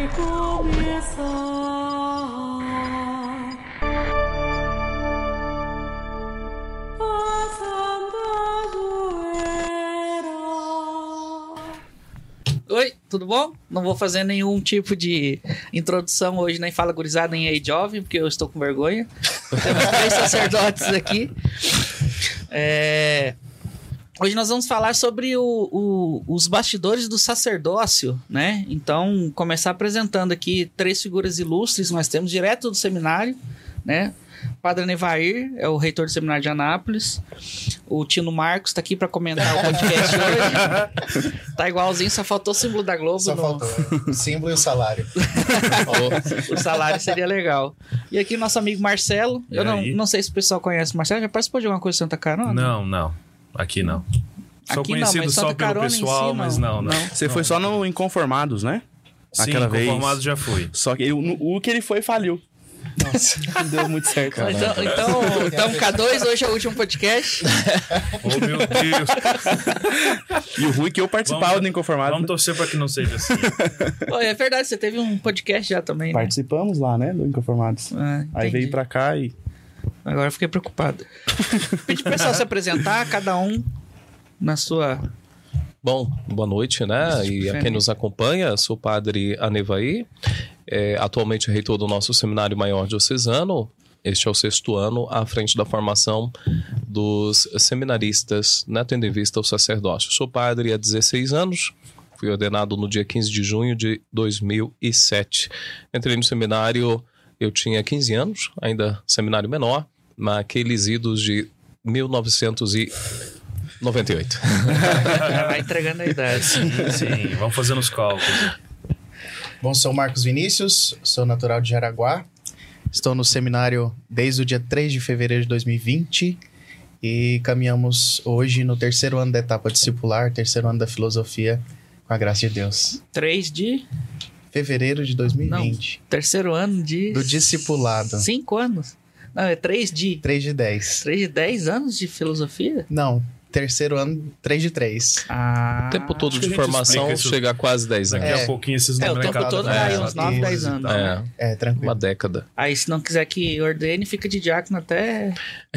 Oi, tudo bom? Não vou fazer nenhum tipo de introdução hoje, nem fala gurizada, nem aí jovem, porque eu estou com vergonha. Temos 3 sacerdotes aqui. Hoje nós vamos falar sobre os bastidores do sacerdócio, né? Então, começar apresentando aqui 3 figuras ilustres. Nós temos direto do seminário, né? O Padre Nevair é o reitor do seminário de Anápolis. O Tino Marcos tá aqui para comentar o podcast hoje. Tá igualzinho, só faltou o símbolo da Globo. Só faltou o símbolo e o salário. O salário seria legal. E aqui o nosso amigo Marcelo. Eu não sei se o pessoal conhece o Marcelo. Já participou de alguma coisa de Santa Carona? Não. Aqui não. Sou aqui conhecido não, só pelo pessoal, si, mas não. Você foi só no Inconformados, né? Sim, Inconformados já fui. Só que o que ele foi faliu. Nossa, não deu muito certo. Então K2, hoje é o último podcast. Oh, meu Deus. E o ruim é que eu participava do Inconformado. Vamos torcer para que não seja assim. É verdade, você teve um podcast já também, né? Participamos lá, né, do Inconformados. Aí veio pra cá e... Agora eu fiquei preocupado. Pedi pro pessoal se apresentar, cada um na sua... Bom, boa noite, né? E a quem nos acompanha, sou o Padre Anevaí, atualmente reitor do nosso Seminário Maior Diocesano. Este é o 6º ano à frente da formação dos seminaristas, né, tendo em vista o sacerdócio. Sou padre há 16 anos, fui ordenado no dia 15 de junho de 2007. Entrei no seminário, eu tinha 15 anos, ainda seminário menor, naqueles idos de 1998. Vai entregando a idade. Sim, vamos fazendo os cálculos. Bom, sou Marcos Vinícius, sou natural de Jaraguá. Estou no seminário desde o dia 3 de fevereiro de 2020 e caminhamos hoje no 3º ano da etapa discipular, 3º ano da filosofia, com a graça de Deus. 3 de... fevereiro de 2020. Não, 3º ano de... do discipulado. 5 anos? Não, é 3 de... 3 de 10. 3 de 10 anos de filosofia? Não, 3º ano, 3 de 3. O tempo todo de formação chega a quase 10 anos. Daqui a pouquinho esses números... O tempo todo vai uns 9, 10 anos. Tranquilo. Uma década. Aí se não quiser que ordene, fica de diácono até...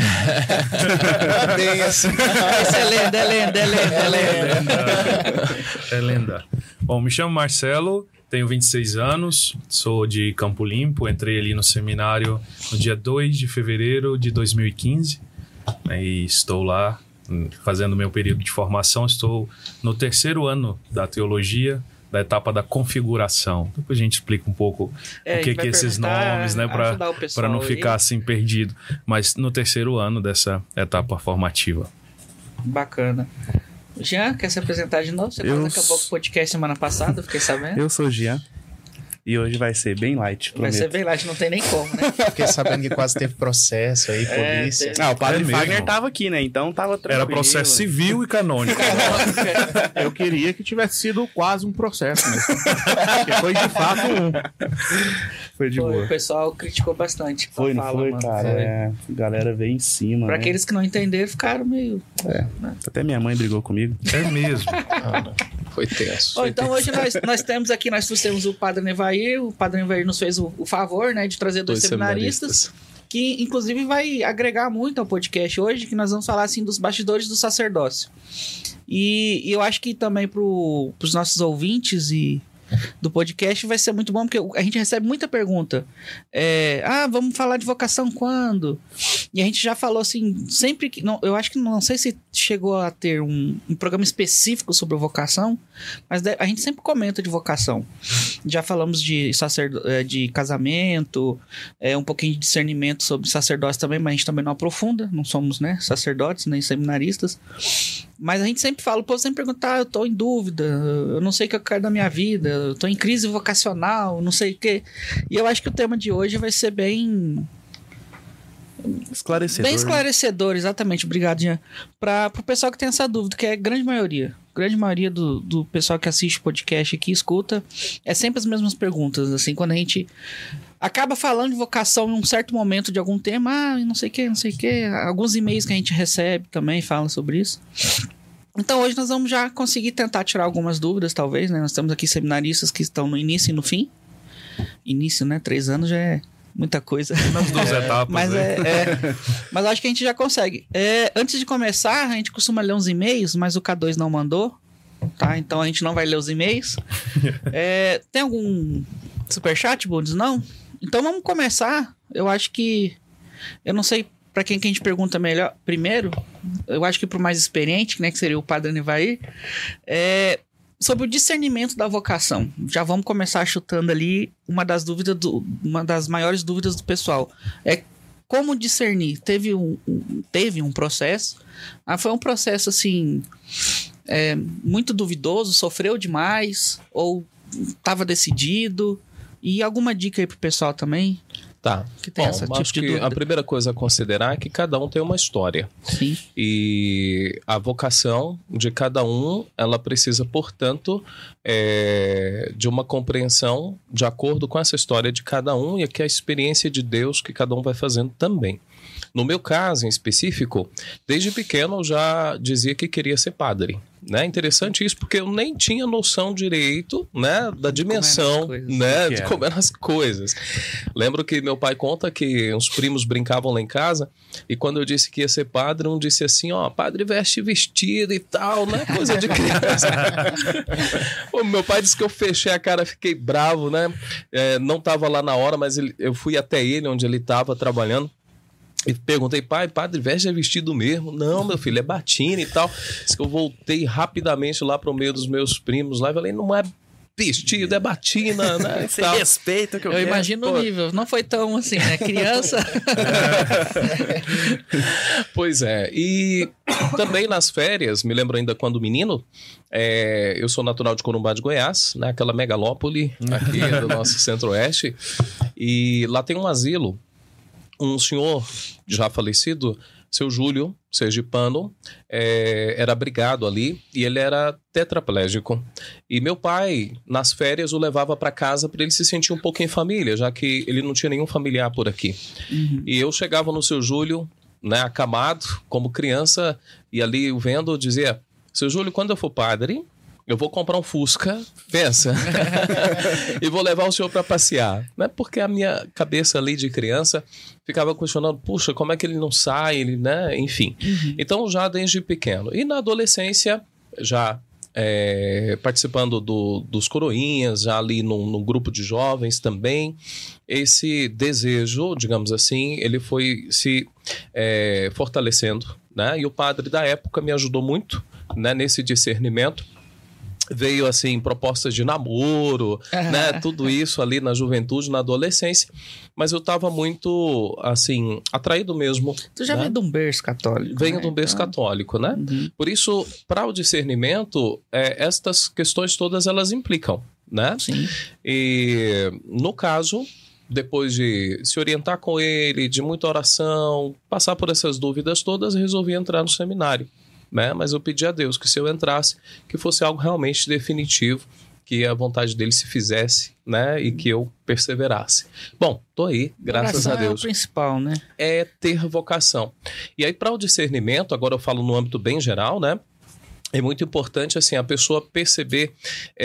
É lenda. Bom, me chamo Marcelo, tenho 26 anos, sou de Campo Limpo, entrei ali no seminário no dia 2 de fevereiro de 2015, e estou lá fazendo meu período de formação. Estou no 3º ano da teologia, da etapa da configuração. Depois a gente explica um pouco o que é esses nomes, né, para não ficar assim perdido. Mas no 3º ano dessa etapa formativa. Bacana. Jean, quer se apresentar de novo? Você quase acabou com o podcast semana passada, eu fiquei sabendo. Eu sou o Jean. E hoje vai ser bem light, prometo. Vai ser bem light, não tem nem como, né? Fiquei sabendo que quase teve processo aí, polícia. O Padre Fagner tava aqui, né? Então tava tranquilo. Era processo civil e canônico. Eu queria que tivesse sido quase um processo mesmo. Porque foi de fato Foi de boa. O pessoal criticou bastante. Foi, não foi, cara? A galera veio em cima, Pra né? aqueles que não entenderam, ficaram meio... Né? Até minha mãe brigou comigo. É mesmo. Foi tenso. Bom, então hoje nós temos aqui, nós trouxemos o Padre Nevair. O Padre Nevair nos fez o favor, né, de trazer 2 seminaristas, que inclusive vai agregar muito ao podcast hoje, que nós vamos falar assim dos bastidores do sacerdócio. E eu acho que também para os nossos ouvintes e do podcast vai ser muito bom, porque a gente recebe muita pergunta. Vamos falar de vocação quando? E a gente já falou assim, sempre que... eu acho que não sei se chegou a ter um programa específico sobre vocação, mas a gente sempre comenta de vocação. Já falamos de casamento, um pouquinho de discernimento sobre sacerdócio também, mas a gente também não aprofunda, não somos, né, sacerdotes nem seminaristas. Mas a gente sempre fala, sempre pergunta, eu tô em dúvida, eu não sei o que eu quero da minha vida, eu tô em crise vocacional, não sei o quê. E eu acho que o tema de hoje vai ser bem esclarecedor. Bem esclarecedor, exatamente. Obrigado, Jean. Para o pessoal que tem essa dúvida, que é a grande maioria. A grande maioria do pessoal que assiste o podcast aqui, escuta, é sempre as mesmas perguntas. Assim, quando a gente acaba falando de vocação em um certo momento de algum tema, não sei o que, não sei o que. Alguns e-mails que a gente recebe também falam sobre isso. Então hoje nós vamos já conseguir tentar tirar algumas dúvidas, talvez, né? Nós temos aqui seminaristas que estão no início e no fim. início, né? 3 anos já é muita coisa. Nas 2 etapas. Mas, mas acho que a gente já consegue. Antes de começar, a gente costuma ler uns e-mails, mas o K2 não mandou, tá? Então a gente não vai ler os e-mails. Tem algum superchat, Bundes? Não? Então vamos começar. Eu acho que... Eu não sei para quem que a gente pergunta melhor primeiro. Eu acho que pro mais experiente, né? Que seria o Padre Anevair. Sobre o discernimento da vocação. Já vamos começar chutando ali uma das maiores dúvidas do pessoal. Como discernir? Teve um processo. Foi um processo, assim, muito duvidoso, sofreu demais, ou estava decidido? E alguma dica aí pro pessoal também? Tá. Que tem essa tipo acho de que dúvida. a primeira coisa a considerar é que cada um tem uma história. Sim. E a vocação de cada um, ela precisa, portanto, de uma compreensão de acordo com essa história de cada um e aqui a experiência de Deus que cada um vai fazendo também. No meu caso, em específico, desde pequeno eu já dizia que queria ser padre. Né? Interessante isso, porque eu nem tinha noção direito, né, da dimensão, né, de como eram as coisas. Lembro que meu pai conta que uns primos brincavam lá em casa e quando eu disse que ia ser padre, um disse assim, padre veste vestido e tal, né, coisa de criança. Meu pai disse que eu fechei a cara, fiquei bravo, né, não estava lá na hora, mas eu fui até ele, onde ele estava trabalhando. E perguntei, padre veste é vestido mesmo? Não, meu filho, é batina e tal. Diz que eu voltei rapidamente lá pro meio dos meus primos lá e falei, não é vestido, é batina, né? Você respeita o que eu quero. Imagino o nível, não foi tão assim, né? Criança. Pois é, e também nas férias, me lembro ainda quando menino, eu sou natural de Corumbá de Goiás, né? Aquela megalópole aqui do nosso centro-oeste, e lá tem um asilo. Um senhor já falecido, seu Júlio, sergipano, era abrigado ali e ele era tetraplégico. E meu pai, nas férias, o levava para casa para ele se sentir um pouco em família, já que ele não tinha nenhum familiar por aqui. Uhum. E eu chegava no seu Júlio, né, acamado, como criança, e ali o vendo, dizia, seu Júlio, quando eu for padre... eu vou comprar um Fusca, pensa, e vou levar o senhor para passear. Não é porque a minha cabeça ali de criança ficava questionando, puxa, como é que ele não sai, né? Enfim. Uhum. Então, já desde pequeno. E na adolescência, já participando dos coroinhas, já ali no grupo de jovens também, esse desejo, digamos assim, ele foi se fortalecendo, né? E o padre da época me ajudou muito, né, nesse discernimento. Veio, assim, propostas de namoro, né? Tudo isso ali na juventude, na adolescência. Mas eu estava muito, assim, atraído mesmo. Tu já, né? Vem de um berço católico. Venho de um berço católico, né? Uhum. Por isso, para o discernimento, estas questões todas, elas implicam, né? Sim. E, no caso, depois de se orientar com ele, de muita oração, passar por essas dúvidas todas, resolvi entrar no seminário. Né? Mas eu pedi a Deus que se eu entrasse, que fosse algo realmente definitivo, que a vontade dele se fizesse, né? E que eu perseverasse. Bom, tô aí, graças a Deus. É o principal, né? É ter vocação. E aí, para o discernimento, agora eu falo no âmbito bem geral, né? É muito importante, assim, a pessoa perceber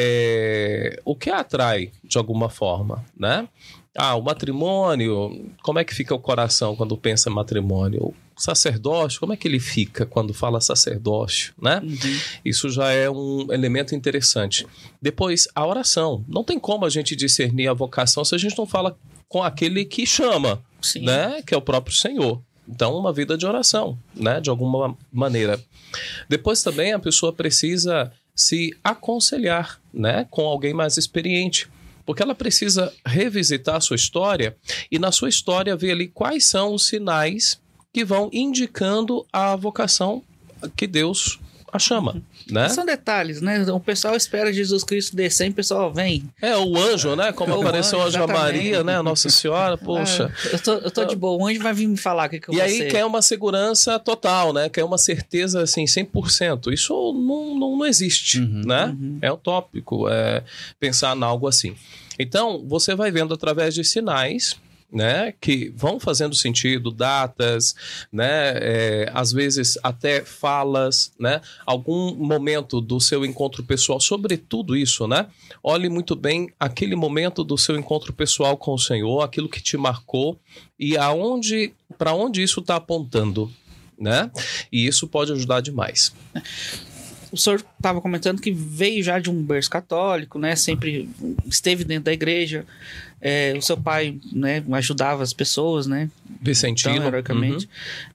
o que a atrai, de alguma forma, né? O matrimônio, como é que fica o coração quando pensa em matrimônio? O sacerdócio, como é que ele fica quando fala sacerdócio, né? Uhum. Isso já é um elemento interessante. Depois, a oração. Não tem como a gente discernir a vocação se a gente não fala com aquele que chama, sim, né? Que é o próprio Senhor. Então, uma vida de oração, né? De alguma maneira. Depois também a pessoa precisa se aconselhar, né? Com alguém mais experiente. Porque ela precisa revisitar a sua história e na sua história ver ali quais são os sinais que vão indicando a vocação que Deus a chama, né? São detalhes, né? O pessoal espera Jesus Cristo descer e o pessoal vem. O anjo, né? Como apareceu o anjo Maria, né? A Nossa Senhora, poxa. Eu tô de boa, o anjo vai vir me falar o que eu vou ser. E aí quer uma segurança total, né? Quer uma certeza, assim, 100%. Isso não existe, né? Uhum. É utópico pensar em algo assim. Então, você vai vendo através de sinais, né, que vão fazendo sentido, datas, né, às vezes até falas, né, algum momento do seu encontro pessoal, sobre tudo isso, né, olhe muito bem aquele momento do seu encontro pessoal com o Senhor, aquilo que te marcou e para onde isso está apontando, né, e isso pode ajudar demais. O senhor estava comentando que veio já de um berço católico, né? Sempre esteve dentro da igreja. O seu pai, né, ajudava as pessoas, né? Vicentino. Então, heroicamente.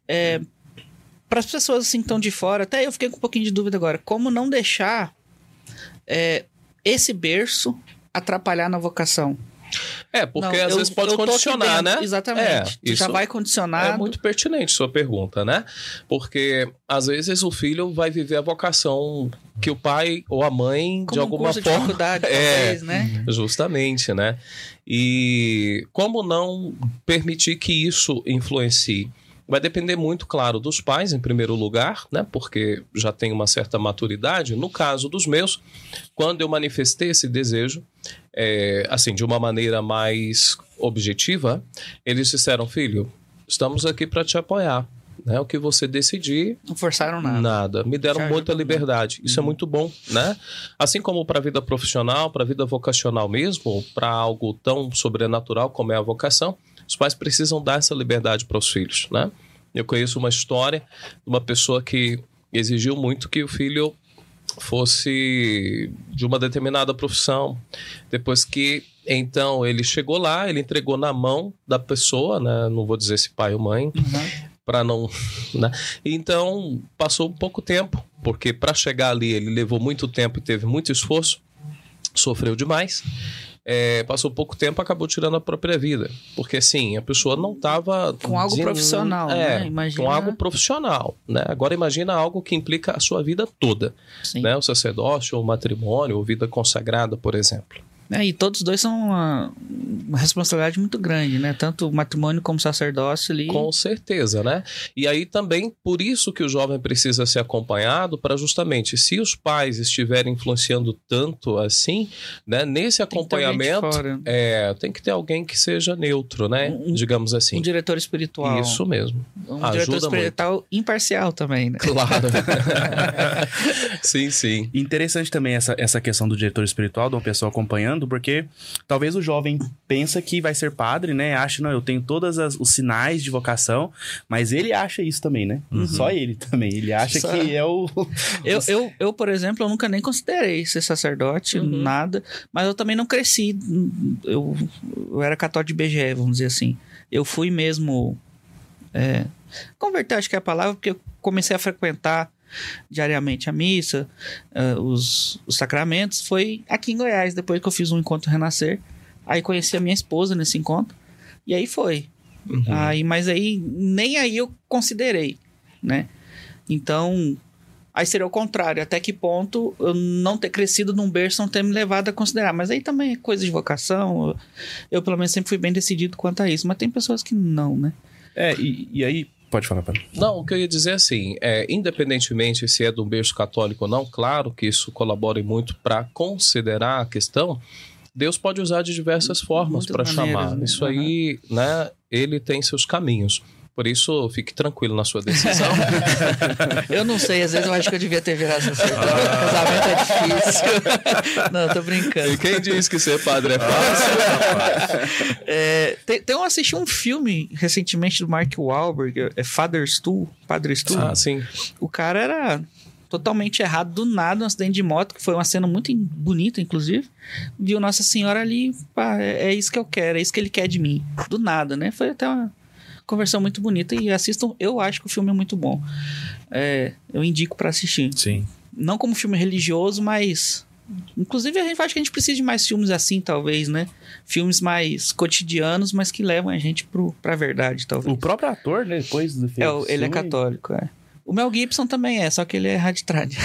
Para as pessoas assim que estão de fora, até eu fiquei com um pouquinho de dúvida agora. Como não deixar esse berço atrapalhar na vocação? Porque às vezes pode condicionar, né? Exatamente. Isso já vai condicionar. É muito pertinente sua pergunta, né? Porque às vezes o filho vai viver a vocação que o pai ou a mãe, como de alguma forma... de faculdade, talvez, né? Justamente, né? E como não permitir que isso influencie? Vai depender muito, claro, dos pais, em primeiro lugar, né? Porque já tem uma certa maturidade. No caso dos meus, quando eu manifestei esse desejo, assim, de uma maneira mais objetiva, eles disseram: filho, estamos aqui para te apoiar, né? O que você decidir... Não forçaram nada. Nada. Me deram muita liberdade. Isso é muito bom, né? Assim como para a vida profissional, para a vida vocacional mesmo, para algo tão sobrenatural como é a vocação, os pais precisam dar essa liberdade para os filhos, né? Eu conheço uma história de uma pessoa que exigiu muito que o filho fosse de uma determinada profissão. Depois que, então, ele chegou lá, ele entregou na mão da pessoa, né? Não vou dizer se pai ou mãe, para não... né? Então, passou um pouco tempo, porque para chegar ali ele levou muito tempo e teve muito esforço, sofreu demais. Passou pouco tempo, acabou tirando a própria vida. Porque, assim, a pessoa não estava... Com algo profissional, né? Imagina... Com algo profissional, né? Agora, imagina algo que implica a sua vida toda. Sim. Né? O sacerdócio, o matrimônio, ou vida consagrada, por exemplo. E todos dois são uma responsabilidade muito grande, né? Tanto o matrimônio como o sacerdócio ali. Com certeza, né? E aí também, por isso que o jovem precisa ser acompanhado, para justamente, se os pais estiverem influenciando tanto assim, né? Nesse acompanhamento, tem que ter alguém que seja neutro, né? Digamos assim. Um diretor espiritual. Isso mesmo. Um diretor espiritual muito. Imparcial também, né? Claro. Sim, sim. Interessante também essa questão do diretor espiritual, de uma pessoa acompanhando, porque talvez o jovem pensa que vai ser padre, né? Acha, não, eu tenho todos os sinais de vocação, mas ele acha isso também, né? Só ele também. Ele acha que é o... Eu, por exemplo, eu nunca nem considerei ser sacerdote, nada, mas eu também não cresci. Eu era católico de BGE, vamos dizer assim. Eu fui mesmo... converter, acho que é a palavra, porque eu comecei a frequentar diariamente a missa, os sacramentos, foi aqui em Goiás, depois que eu fiz um encontro Renascer. Aí conheci a minha esposa nesse encontro, e aí foi. Mas aí, nem aí eu considerei, né? Então, aí seria o contrário, até que ponto eu não ter crescido num berço não ter me levado a considerar. Mas aí também é coisa de vocação, eu pelo menos sempre fui bem decidido quanto a isso, mas tem pessoas que não, né? E aí... Pode falar, Pedro. Não, o que eu ia dizer assim, independentemente se é do berço católico ou não, claro que isso colabora muito para considerar a questão, Deus pode usar de diversas formas para chamar. Né? Isso aí, né, ele tem seus caminhos. Por isso, fique tranquilo na sua decisão. Eu não sei, às vezes eu acho que eu devia ter virado sacerdote. Casamento é difícil. Não, tô brincando. E quem diz que ser padre é fácil? Eu assisti um filme recentemente do Mark Wahlberg, Padre Stu. Ah, sim. O cara era totalmente errado, do nada, um acidente de moto, que foi uma cena muito bonita, inclusive. Viu Nossa Senhora ali, pá, é isso que eu quero, é isso que ele quer de mim. Do nada, né? Foi até uma conversão muito bonita, e assistam, eu acho que o filme é muito bom. Eu indico para assistir. Sim. Não como filme religioso, mas... Inclusive, acho que a gente precisa de mais filmes assim, talvez, né? Filmes mais cotidianos, mas que levam a gente pra verdade, talvez. O próprio ator, né? Depois do filme. Ele é católico, O Mel Gibson também só que ele é raditrade.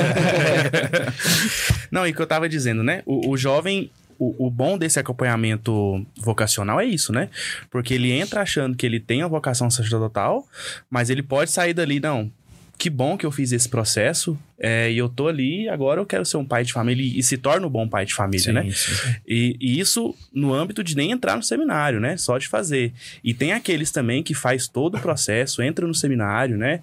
Não, e o que eu tava dizendo, né? O jovem... O bom desse acompanhamento vocacional é isso, né? Porque ele entra achando que ele tem a vocação sacerdotal, mas ele pode sair dali, não. que bom que eu fiz esse processo, e eu tô ali, agora eu quero ser um pai de família, e se torna um bom pai de família, né? Sim. E isso no âmbito de nem entrar no seminário, né? Só de fazer. E tem aqueles também que faz todo o processo, entra no seminário, né?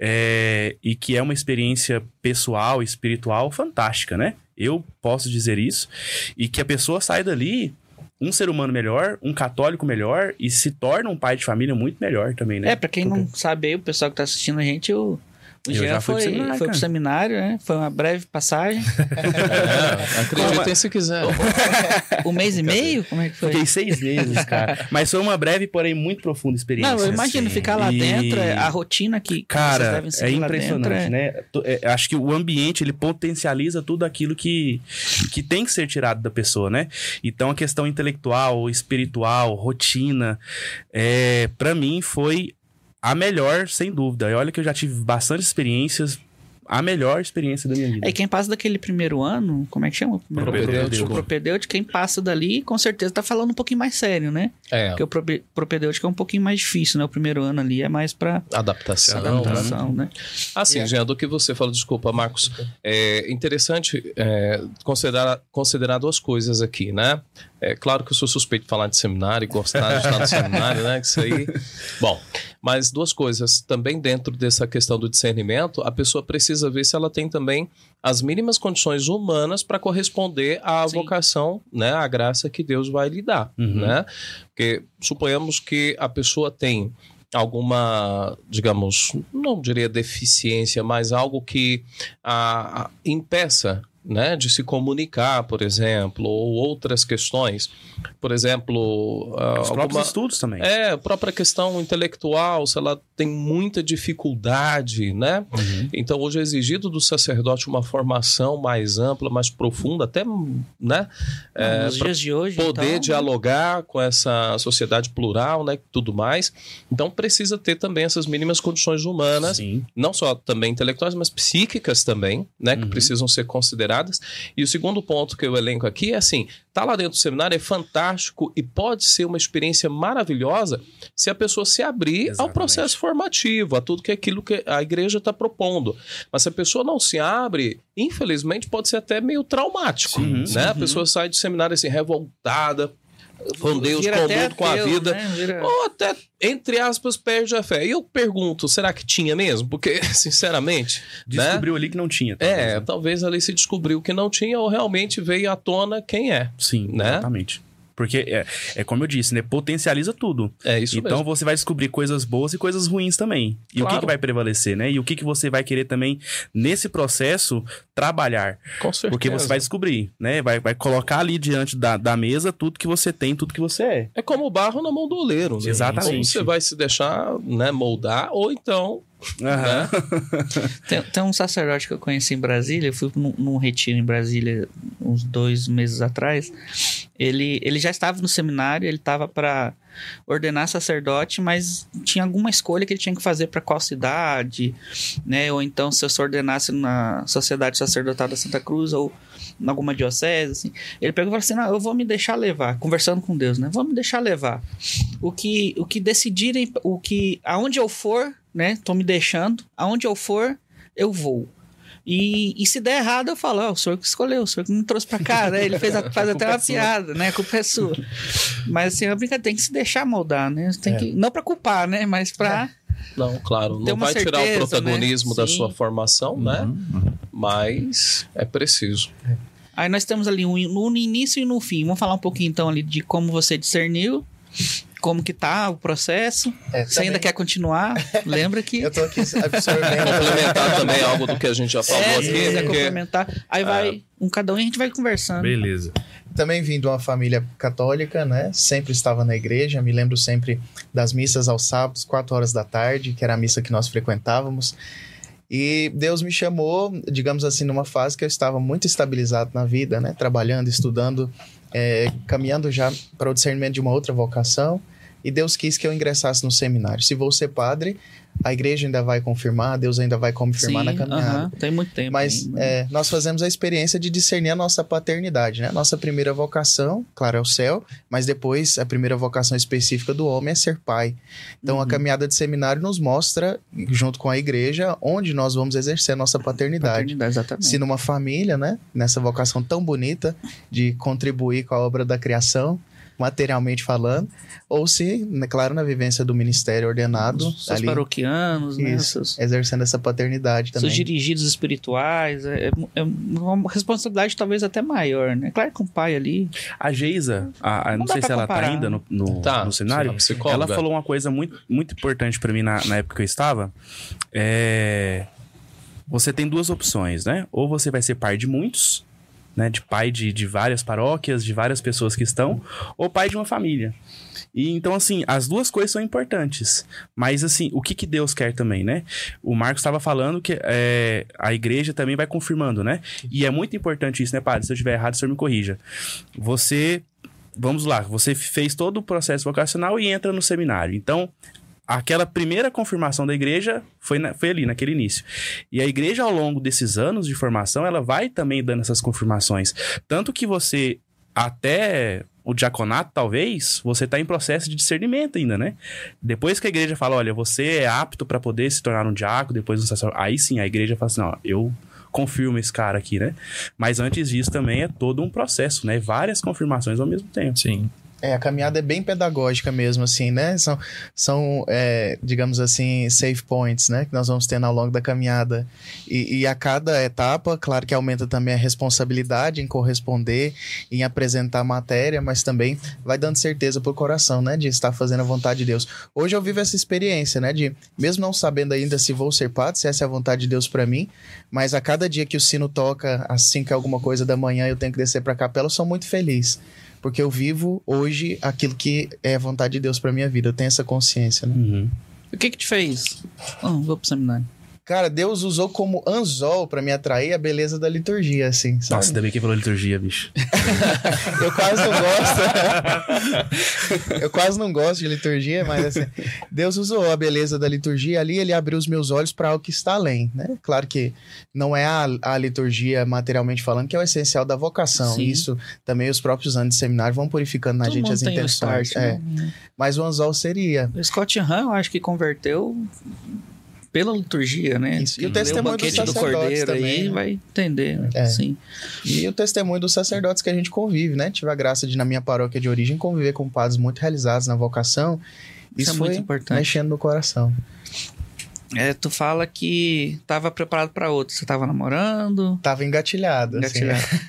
E que é uma experiência pessoal, espiritual fantástica, né? Eu posso dizer isso. E que a pessoa sai dali um ser humano melhor, um católico melhor e se torna um pai de família muito melhor também, né? Pra quem não sabe aí, o pessoal que tá assistindo a gente, o Jean foi pro seminário, né? Foi uma breve passagem. Acreditem se quiser. Um mês e meio? Como é que foi? Fiquei 6 meses, cara. Mas foi uma breve, porém muito profunda experiência. Não, eu imagino ficar lá dentro, a rotina que cara, vocês devem seguir impressionante, né? Acho que o ambiente, ele potencializa tudo aquilo que tem que ser tirado da pessoa, né? Então, a questão intelectual, espiritual, rotina, pra mim foi a melhor, sem dúvida. E olha que eu já tive bastante experiências, a melhor experiência da minha vida. Quem passa daquele primeiro ano, como é que chama? O propedêutico, quem passa dali, com certeza tá falando um pouquinho mais sério, né? Porque o propedêutico é um pouquinho mais difícil, né? O primeiro ano ali é mais pra... Adaptação, né? Assim, Jean, do que você falou, desculpa, Marcos, é interessante considerar duas coisas aqui, né? É claro que eu sou suspeito de falar de seminário e gostar de estar no seminário, né? Isso aí... Bom, mas duas coisas. Também dentro dessa questão do discernimento, a pessoa precisa ver se ela tem também as mínimas condições humanas para corresponder à vocação, né? À graça que Deus vai lhe dar, né? Porque suponhamos que a pessoa tem alguma, digamos, não diria deficiência, mas algo que a impeça, né, de se comunicar, por exemplo, ou outras questões. Por exemplo... Os próprios estudos também. A própria questão intelectual, se ela tem muita dificuldade, né? Então, hoje é exigido do sacerdote uma formação mais ampla, mais profunda, até, né? Nos dias de hoje, poder então, dialogar com essa sociedade plural, né? Tudo mais. Então, precisa ter também essas mínimas condições humanas, não só também intelectuais, mas psíquicas também, né? Que precisam ser consideradas. E o segundo ponto que eu elenco aqui é assim, tá lá dentro do seminário é fantástico e pode ser uma experiência maravilhosa se a pessoa se abrir ao processo formativo, a tudo que aquilo que a igreja está propondo. Mas se a pessoa não se abre, infelizmente pode ser até meio traumático, né? A pessoa sai do seminário assim, revoltada, com Deus, com o mundo, com a vida, né? Ou até, entre aspas, perde a fé. E eu pergunto, será que tinha mesmo? Porque, sinceramente... Descobriu ali que não tinha. Talvez ali se descobriu que não tinha ou realmente veio à tona quem é. Sim, né? Exatamente. Porque é como eu disse, né? Potencializa tudo. É isso então mesmo. Você vai descobrir coisas boas e coisas ruins também. E o que vai prevalecer, né? E o que você vai querer também, nesse processo, trabalhar. Com certeza. Porque você vai descobrir, né? Vai colocar ali diante da mesa tudo que você tem, tudo que você é. É como o barro na mão do oleiro. Né? Exatamente. Ou você vai se deixar, né, moldar, ou então... Né? Tem um sacerdote que eu conheci em Brasília, eu fui num retiro em Brasília uns 2 meses atrás. Ele já estava no seminário, ele estava para ordenar sacerdote, mas tinha alguma escolha que ele tinha que fazer para qual cidade, né? Ou então se eu se ordenasse na Sociedade Sacerdotal da Santa Cruz ou em alguma diocese, assim. Ele pegou e falou assim, não, eu vou me deixar levar, conversando com Deus, né? Vou me deixar levar. O que decidirem, aonde eu for, né? Tô me deixando, aonde eu for, eu vou. E se der errado, eu falo, o senhor que escolheu, o senhor que me trouxe pra cá, né? Ele faz até uma piada, né? A culpa é sua. Mas assim, a brincadeira tem que se deixar moldar, né? Tem que, não pra culpar, né? Mas pra... Não, claro, não vai tirar o protagonismo, né, da sua formação, né? Mas é preciso. Aí nós temos ali no início e no fim. Vamos falar um pouquinho então ali de como você discerniu, como que tá o processo. Você ainda quer continuar? Lembra que... Eu tô aqui absorvendo. Complementar também algo do que a gente já falou aqui. Se quiser complementar. Aí vai cada um e a gente vai conversando. Beleza. Também vim de uma família católica, né? Sempre estava na igreja. Me lembro sempre das missas aos sábados, 4 horas da tarde, que era a missa que nós frequentávamos. E Deus me chamou, digamos assim, numa fase que eu estava muito estabilizado na vida, né? Trabalhando, estudando, caminhando já para o discernimento de uma outra vocação. e Deus quis que eu ingressasse no seminário. Se vou ser padre, a igreja ainda vai confirmar, Deus ainda vai confirmar na caminhada. Tem muito tempo. Mas nós fazemos a experiência de discernir a nossa paternidade, né? Nossa primeira vocação, claro, é o céu, mas depois a primeira vocação específica do homem é ser pai. Então a caminhada de seminário nos mostra, junto com a igreja, onde nós vamos exercer a nossa paternidade. Exatamente. Se numa família, né? Nessa vocação tão bonita de contribuir com a obra da criação, materialmente falando, ou se, claro, na vivência do ministério ordenado. Seus ali, paroquianos, né? Exercendo essa paternidade também. Seus dirigidos espirituais, é uma responsabilidade talvez até maior, né? Claro que um pai ali... A Geisa, não sei se ela tá ainda no seminário, ela falou uma coisa muito, muito importante para mim na época que eu estava, você tem duas opções, né? Ou você vai ser pai de muitos, né, de pai de várias paróquias, de várias pessoas que estão, ou pai de uma família. E então, assim, as duas coisas são importantes. Mas, assim, o que Deus quer também, né? O Marcos estava falando que a igreja também vai confirmando, né? E é muito importante isso, né, padre? Se eu estiver errado, o senhor me corrija. Vamos lá, você fez todo o processo vocacional e entra no seminário. Então, aquela primeira confirmação da igreja foi ali, naquele início. E a igreja, ao longo desses anos de formação, ela vai também dando essas confirmações. Tanto que você, até o diaconato, talvez, você está em processo de discernimento ainda, né? Depois que a igreja fala, olha, você é apto para poder se tornar um diácono, depois um sacerdote, aí sim, a igreja fala assim, ó, eu confirmo esse cara aqui, né? Mas antes disso também é todo um processo, né? Várias confirmações ao mesmo tempo. Sim. A caminhada é bem pedagógica mesmo, assim, né? São digamos assim, safe points, né? Que nós vamos tendo ao longo da caminhada. E a cada etapa, claro que aumenta também a responsabilidade em corresponder, em apresentar a matéria, mas também vai dando certeza pro coração, né? De estar fazendo a vontade de Deus. Hoje eu vivo essa experiência, né? De, mesmo não sabendo ainda se vou ser padre, se essa é a vontade de Deus para mim, mas a cada dia que o sino toca, assim que é alguma coisa da manhã eu tenho que descer pra capela, eu sou muito feliz. Porque eu vivo hoje aquilo que é a vontade de Deus pra minha vida. Eu tenho essa consciência, né? Uhum. O que te fez? Vou pro seminário. Cara, Deus usou como anzol pra me atrair a beleza da liturgia, assim, sabe? Nossa, ainda bem que falou liturgia, bicho. Eu quase não gosto. Eu quase não gosto de liturgia, mas assim, Deus usou a beleza da liturgia ali, ele abriu os meus olhos para algo que está além, né? Claro que não é a liturgia, materialmente falando, que é o essencial da vocação. Sim. Isso também os próprios anos de seminário vão purificando na gente as intenções. Mas o anzol seria... O Scott Hahn, eu acho que converteu... pela liturgia, né? Isso. E o testemunho dos sacerdotes também, aí vai entender, né? Sim. E o testemunho dos sacerdotes que a gente convive, né? Tive a graça de, na minha paróquia de origem, conviver com padres muito realizados na vocação. Isso foi muito importante. Mexendo no coração. Tu fala que tava preparado para outro. Você tava namorando? Tava engatilhado. Assim.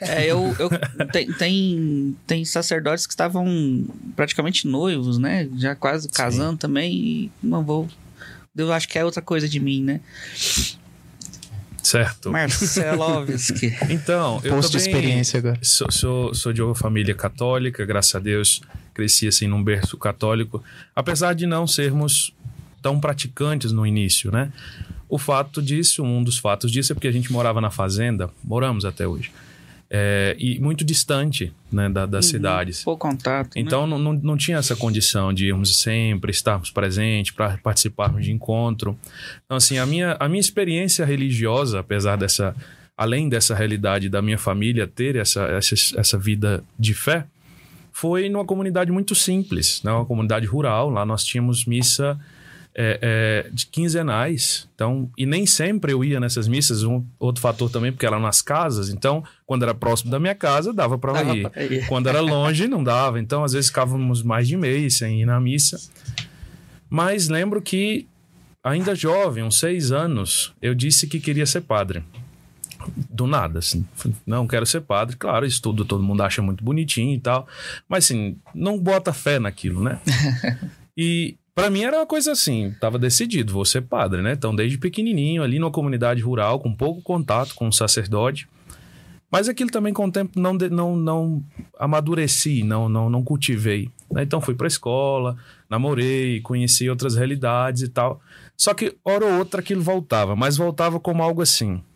Tem sacerdotes que estavam praticamente noivos, né? Já quase casando também. E não vou... Eu acho que é outra coisa de mim, né? Certo. Marcelovski. Então, eu Posto de experiência agora. Sou de uma família católica, graças a Deus. Cresci assim num berço católico. Apesar de não sermos tão praticantes no início, né? Um dos fatos disso é porque a gente morava na fazenda. Moramos até hoje. E muito distante, né, das cidades. Pouco contato. Então, né? não tinha essa condição de irmos sempre, estarmos presentes, para participarmos de encontro. Então, assim, a minha experiência religiosa, além dessa realidade da minha família ter essa vida de fé, foi numa comunidade muito simples, né, uma comunidade rural. Lá nós tínhamos missa de quinzenais, então, e nem sempre eu ia nessas missas. Outro fator também, porque eram nas casas, então quando era próximo da minha casa dava para ir. Quando era longe não dava, então às vezes ficávamos mais de mês sem ir na missa. Mas lembro que ainda jovem, uns 6 anos, eu disse que queria ser padre. Do nada, assim, não quero ser padre. Claro, isso tudo todo mundo acha muito bonitinho e tal, mas assim, não bota fé naquilo, né? E pra mim era uma coisa assim, tava decidido, vou ser padre, né? Então, desde pequenininho, ali numa comunidade rural, com pouco contato com o sacerdote. Mas aquilo também, com o tempo, não amadureci, não cultivei. Né? Então, fui pra escola, namorei, conheci outras realidades e tal. Só que, hora ou outra, aquilo voltava, mas voltava como algo assim.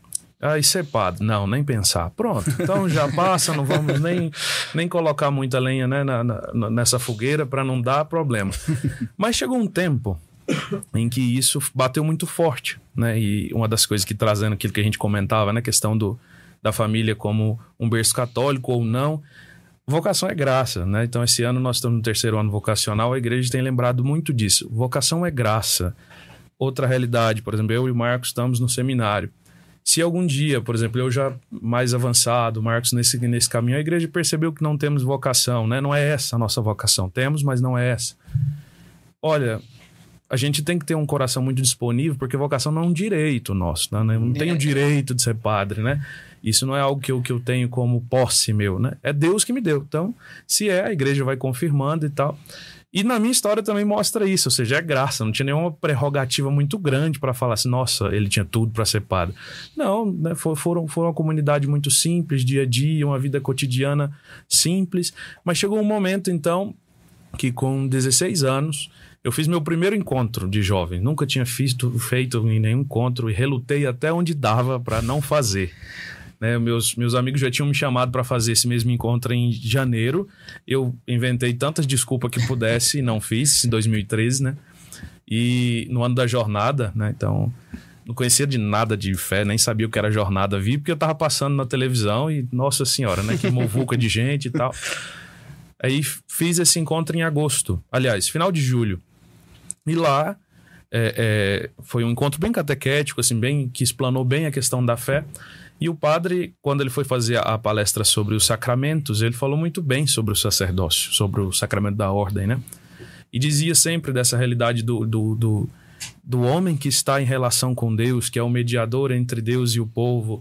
E ser padre? Não, nem pensar. Pronto, então já passa, não vamos nem colocar muita lenha, né, nessa fogueira para não dar problema. Mas chegou um tempo em que isso bateu muito forte, né? E uma das coisas que trazendo aquilo que a gente comentava, né, questão da família como um berço católico ou não, vocação é graça, né? Então esse ano nós estamos no 3º ano vocacional, a igreja tem lembrado muito disso. Vocação é graça. Outra realidade, por exemplo, eu e o Marcos estamos no seminário. Se algum dia, por exemplo, eu já mais avançado, Marcos nesse caminho, a igreja percebeu que não temos vocação, né? Não é essa a nossa vocação. Temos, mas não é essa. Olha, a gente tem que ter um coração muito disponível, porque vocação não é um direito nosso, né? Eu não tenho o direito de ser padre, né? Isso não é algo que eu tenho como posse meu, né? É Deus que me deu. Então, se a igreja vai confirmando e tal. E na minha história também mostra isso, ou seja, é graça, não tinha nenhuma prerrogativa muito grande para falar assim, nossa, ele tinha tudo para ser padre. Não, né, foram uma comunidade muito simples, dia a dia, uma vida cotidiana simples, mas chegou um momento então que com 16 anos eu fiz meu primeiro encontro de jovem, nunca tinha feito em nenhum encontro e relutei até onde dava para não fazer. Né, meus amigos já tinham me chamado para fazer esse mesmo encontro em janeiro. Eu inventei tantas desculpas que pudesse e não fiz, em 2013, né? E no ano da jornada, né? Então, não conhecia de nada de fé, nem sabia o que era jornada VIP, porque eu tava passando na televisão e, nossa senhora, né? Que muvuca de gente e tal. Aí fiz esse encontro em agosto. Aliás, final de julho. E lá foi um encontro bem catequético, assim, que explanou bem a questão da fé. E o padre, quando ele foi fazer a palestra sobre os sacramentos, ele falou muito bem sobre o sacerdócio, sobre o sacramento da ordem, né? E dizia sempre dessa realidade do homem que está em relação com Deus, que é o mediador entre Deus e o povo,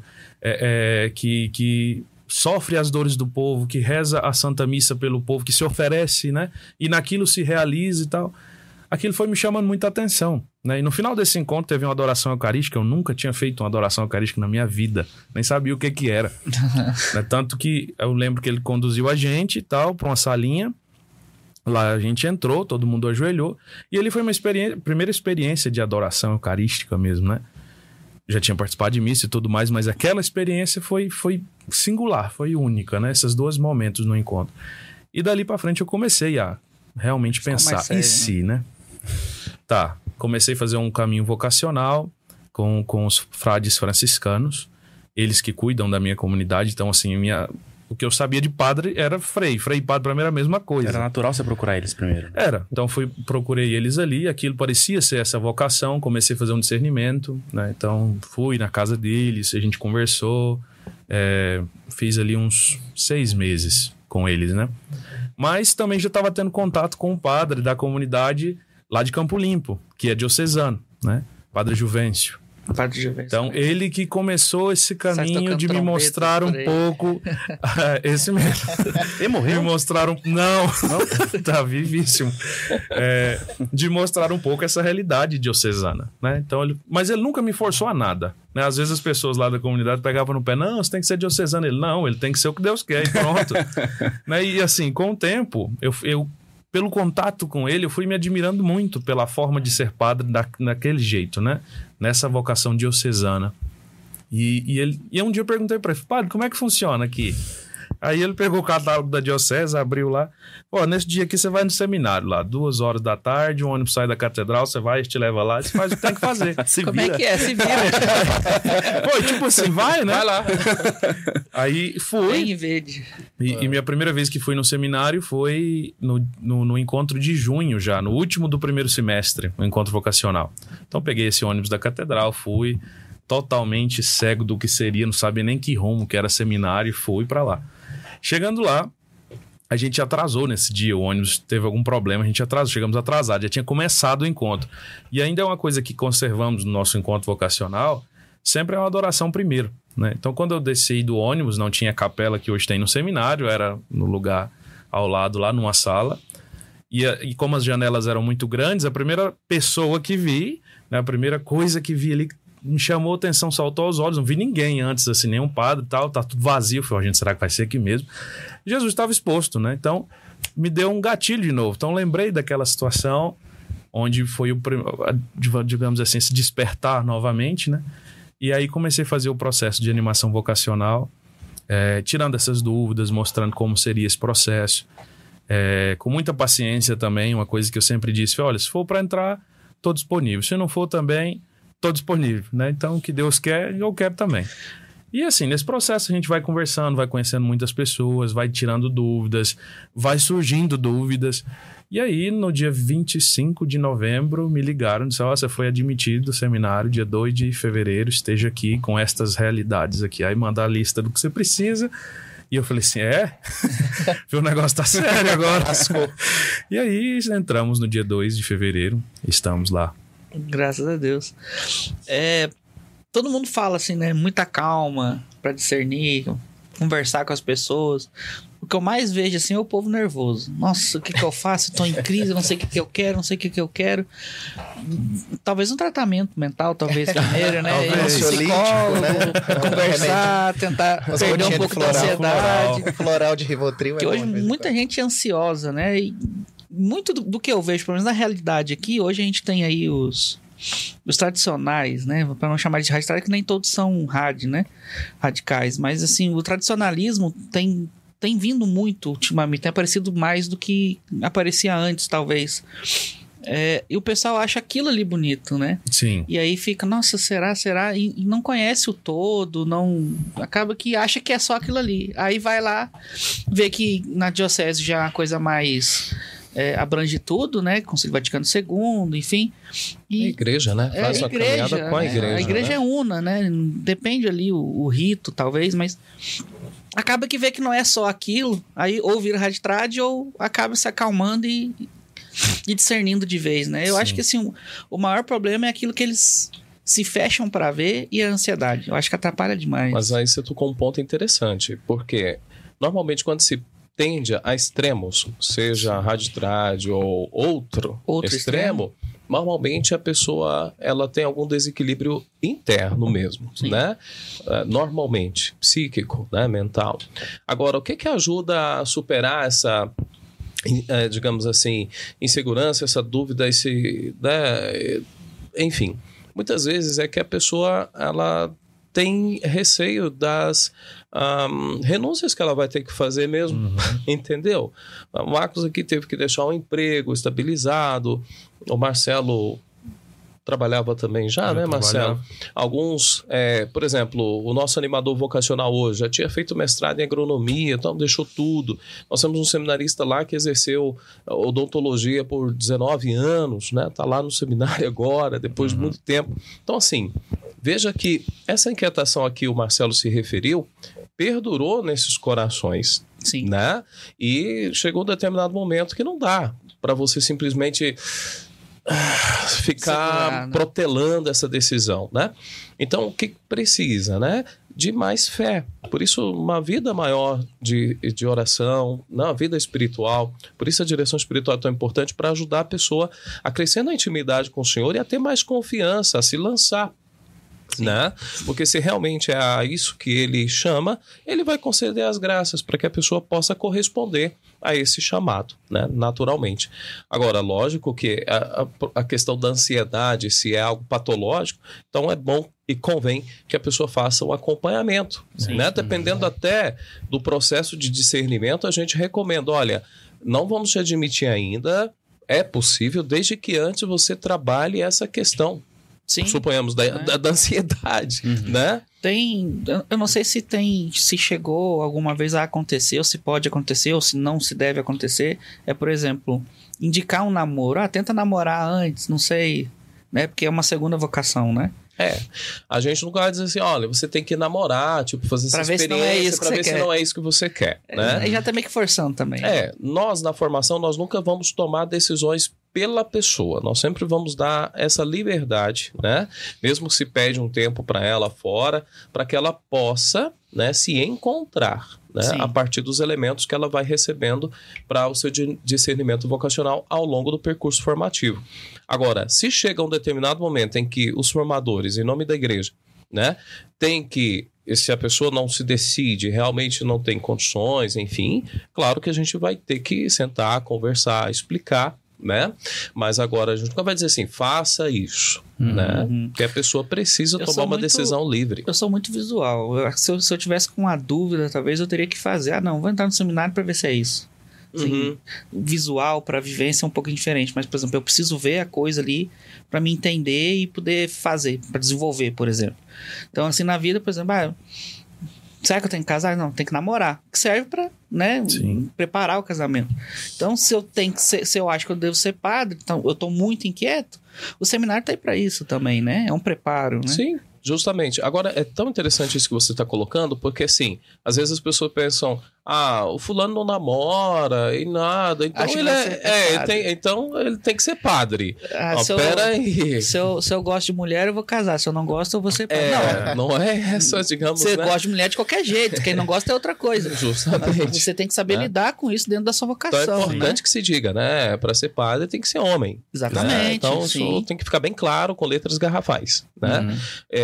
que sofre as dores do povo, que reza a Santa Missa pelo povo, que se oferece, né? E naquilo se realiza e tal. Aquilo foi me chamando muita atenção, né? E no final desse encontro teve uma adoração eucarística. Eu nunca tinha feito uma adoração eucarística na minha vida, nem sabia o que era. Né? Tanto que eu lembro que ele conduziu a gente e tal para uma salinha. Lá a gente entrou, todo mundo ajoelhou, e ele foi uma primeira experiência de adoração eucarística mesmo, né? Já tinha participado de missa e tudo mais, mas aquela experiência foi singular, foi única, né? Esses 2 momentos no encontro. E dali para frente eu comecei a realmente pensar sério, em si, né? Tá, comecei a fazer um caminho vocacional com os frades franciscanos, eles que cuidam da minha comunidade. Então, assim, o que eu sabia de padre era frei e padre para mim era a mesma coisa. Era natural você procurar eles primeiro. Era, então procurei eles ali, aquilo parecia ser essa vocação, comecei a fazer um discernimento, né? Então fui na casa deles, a gente conversou, fiz ali uns 6 meses com eles, né? Mas também já estava tendo contato com o padre da comunidade lá de Campo Limpo, que é diocesano, né? Padre Juvencio. Então, ele que começou esse caminho de me mostrar um pouco... esse mesmo. Ele morreu? Me mostraram... Não, tá vivíssimo. De mostrar um pouco essa realidade diocesana, né? Então, mas ele nunca me forçou a nada, né? Às vezes as pessoas lá da comunidade pegavam no pé, não, você tem que ser diocesano. Ele tem que ser o que Deus quer e pronto. Né? E assim, com o tempo, eu pelo contato com ele, eu fui me admirando muito pela forma de ser padre daquele jeito, né? Nessa vocação diocesana. E um dia eu perguntei para ele, padre, como é que funciona aqui? Aí ele pegou o catálogo da diocese, abriu lá. Nesse dia aqui você vai no seminário lá, 2 horas da tarde, o ônibus sai da catedral, você vai, te leva lá, você faz o que tem que fazer. Como é que é? Se vira. Foi, tipo assim, vai, né? Vai lá. Aí fui. Em verde. E minha primeira vez que fui no seminário foi no encontro de junho já, no último do primeiro semestre, o encontro vocacional. Então peguei esse ônibus da catedral, fui totalmente cego do que seria, não sabia nem que rumo que era seminário e fui pra lá. Chegando lá, a gente atrasou nesse dia, o ônibus teve algum problema, a gente atrasou, chegamos atrasados, já tinha começado o encontro. E ainda é uma coisa que conservamos no nosso encontro vocacional, sempre é uma adoração primeiro, né? Então, quando eu desci do ônibus, não tinha capela que hoje tem no seminário, era no lugar ao lado, lá numa sala. E como as janelas eram muito grandes, a primeira pessoa que vi, né, a primeira coisa que vi ali, me chamou a atenção, saltou aos olhos, não vi ninguém antes, assim, nenhum padre e tal, tá tudo vazio. Eu falei, gente, será que vai ser aqui mesmo? Jesus estava exposto, né? Então, me deu um gatilho de novo. Então, lembrei daquela situação onde foi digamos assim, se despertar novamente, né? E aí comecei a fazer o processo de animação vocacional, tirando essas dúvidas, mostrando como seria esse processo. Com muita paciência também, uma coisa que eu sempre disse, olha, se for para entrar, estou disponível. Se não for também, estou disponível, né? Então, o que Deus quer, eu quero também. E assim, nesse processo a gente vai conversando, vai conhecendo muitas pessoas, vai tirando dúvidas, vai surgindo dúvidas. E aí, no dia 25 de novembro, me ligaram e disseram, você foi admitido do seminário, dia 2 de fevereiro, esteja aqui com estas realidades aqui. Aí manda a lista do que você precisa. E eu falei assim, o negócio tá sério agora. E aí, entramos no dia 2 de fevereiro, estamos lá. Graças a Deus. Todo mundo fala assim, né? Muita calma para discernir, conversar com as pessoas. O que eu mais vejo assim é o povo nervoso. Nossa, o que eu faço? Estou em crise, não sei o que eu quero, não sei o que eu quero. Talvez um tratamento mental, talvez primeiro, né? Talvez. Um psicólogo, né? Conversar, tentar perder um pouco da ansiedade. Floral de Rivotril. Porque hoje muita gente é ansiosa, né? E muito do que eu vejo, pelo menos na realidade aqui, hoje a gente tem aí os tradicionais, né? Para não chamar de radicais, que nem todos são né? Radicais. Mas, assim, o tradicionalismo tem vindo muito ultimamente. Tem aparecido mais do que aparecia antes, talvez. E o pessoal acha aquilo ali bonito, né? Sim. E aí fica, nossa, será? E não conhece o todo, acaba que acha que é só aquilo ali. Aí vai lá, vê que na diocese já é uma coisa mais... abrange tudo, né? Concílio Vaticano II, enfim. E a igreja, né? Faz uma caminhada com a igreja. A igreja né? é una, né? Depende ali o rito, talvez, mas acaba que vê que não é só aquilo, aí ou vira raditrade ou acaba se acalmando e discernindo de vez, né? Eu acho que assim, o maior problema é aquilo que eles se fecham para ver e a ansiedade. Eu acho que atrapalha demais. Mas aí você tocou um ponto interessante, porque normalmente quando se tende a extremos, seja raditrade ou outro extremo, normalmente a pessoa ela tem algum desequilíbrio interno mesmo, né? Normalmente, psíquico, né? Mental. Agora, o que ajuda a superar essa, digamos assim, insegurança, essa dúvida, né? Enfim, muitas vezes é que a pessoa ela tem receio das renúncias que ela vai ter que fazer mesmo, entendeu? O Marcos aqui teve que deixar um emprego estabilizado, o Marcelo trabalhava também já, né, Marcelo? Alguns, por exemplo, o nosso animador vocacional hoje já tinha feito mestrado em agronomia, então deixou tudo. Nós temos um seminarista lá que exerceu odontologia por 19 anos, né? Tá lá no seminário agora, depois de muito tempo. Então, assim, veja que essa inquietação a que o Marcelo se referiu perdurou nesses corações, Sim. né? E chegou um determinado momento que não dá para você simplesmente ficar protelando essa decisão, né? Então, o que precisa, né? De mais fé. Por isso, uma vida maior de oração, uma vida espiritual. Por isso, a direção espiritual é tão importante para ajudar a pessoa a crescer na intimidade com o Senhor e a ter mais confiança, a se lançar. Né? Porque se realmente é a isso que ele chama, ele vai conceder as graças para que a pessoa possa corresponder a esse chamado, né? Naturalmente. Agora, lógico que a questão da ansiedade, se é algo patológico, então é bom e convém que a pessoa faça o acompanhamento, né? Dependendo até do processo de discernimento, a gente recomenda, olha, não vamos te admitir ainda, é possível, desde que antes você trabalhe essa questão. Sim. Suponhamos, da ansiedade, né? Eu não sei se chegou alguma vez a acontecer, ou se pode acontecer, ou se não se deve acontecer. Por exemplo, indicar um namoro. Tenta namorar antes, não sei, né? Porque é uma segunda vocação, né? A gente nunca vai dizer assim, olha, você tem que namorar, tipo, fazer essa experiência pra ver se não é isso que você quer, né? Já tá meio que forçando também. Nós na formação, nós nunca vamos tomar decisões pela pessoa, nós sempre vamos dar essa liberdade, né? Mesmo que se pede um tempo para ela fora, para que ela possa, né, se encontrar, né, a partir dos elementos que ela vai recebendo para o seu discernimento vocacional ao longo do percurso formativo. Agora, se chega um determinado momento em que os formadores, em nome da igreja, né, tem que, se a pessoa não se decide, realmente não tem condições, enfim, claro que a gente vai ter que sentar, conversar, explicar, né? Mas agora a gente nunca vai dizer assim, faça isso, né? Porque a pessoa precisa tomar uma decisão livre. Eu sou muito visual. Se eu tivesse com uma dúvida, talvez eu teria que fazer. Não, vou entrar no seminário para ver se é isso. Assim, visual para vivência é um pouco diferente, mas, por exemplo, eu preciso ver a coisa ali para me entender e poder fazer, para desenvolver, por exemplo. Então, assim, na vida, por exemplo, será que eu tenho que casar? Não, tem que namorar. Que serve para, né, preparar o casamento. Então, se eu acho que eu devo ser padre, então eu tô muito inquieto, o seminário tá aí para isso também, né? É um preparo, né? Sim. Justamente. Agora, é tão interessante isso que você está colocando, porque, assim, às vezes as pessoas pensam, o fulano não namora e nada, então ele tem que ser padre. Peraí. Se eu gosto de mulher, eu vou casar. Se eu não gosto, eu vou ser padre. Não é essa, digamos, Você gosta de mulher de qualquer jeito. Quem não gosta é outra coisa. Justamente. Você tem que saber lidar com isso dentro da sua vocação. Então é importante que se diga, né? Para ser padre tem que ser homem. Exatamente. Né? Então isso tem que ficar bem claro com letras garrafais, né?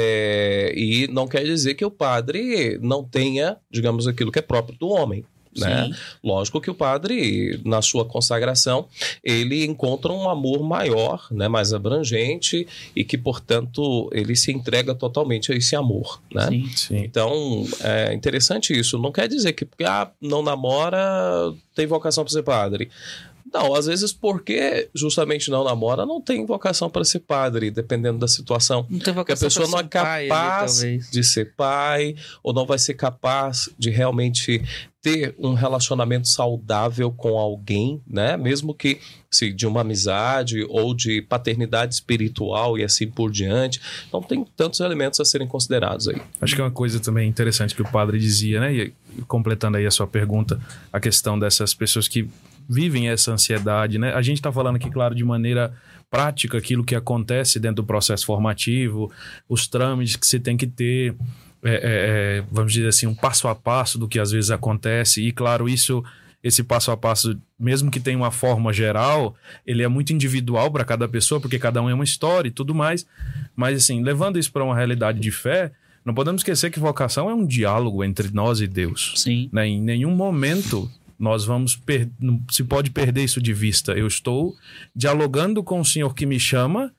E não quer dizer que o padre não tenha, digamos, aquilo que é próprio do homem. Né? Lógico que o padre, na sua consagração, ele encontra um amor maior, né? Mais abrangente e que, portanto, ele se entrega totalmente a esse amor, né? Sim. Então, é interessante isso. Não quer dizer que porque não namora, tem vocação para ser padre. Não, às vezes porque justamente não namora, não tem vocação para ser padre, dependendo da situação. Não tem vocação porque a pessoa não é capaz de ser pai, ou não vai ser capaz de realmente ter um relacionamento saudável com alguém, né? Mesmo que de uma amizade ou de paternidade espiritual e assim por diante. Então tem tantos elementos a serem considerados aí. Acho que é uma coisa também interessante que o padre dizia, né? E completando aí a sua pergunta, a questão dessas pessoas que vivem essa ansiedade, né? A gente está falando aqui, claro, de maneira prática, aquilo que acontece dentro do processo formativo, os trâmites que se tem que ter, vamos dizer assim, um passo a passo do que às vezes acontece. E, claro, esse passo a passo, mesmo que tenha uma forma geral, ele é muito individual para cada pessoa, porque cada um é uma história e tudo mais. Mas, assim, levando isso para uma realidade de fé, não podemos esquecer que vocação é um diálogo entre nós e Deus. Sim. Né? Em nenhum momento nós não se pode perder isso de vista. Eu estou dialogando com o Senhor que me chama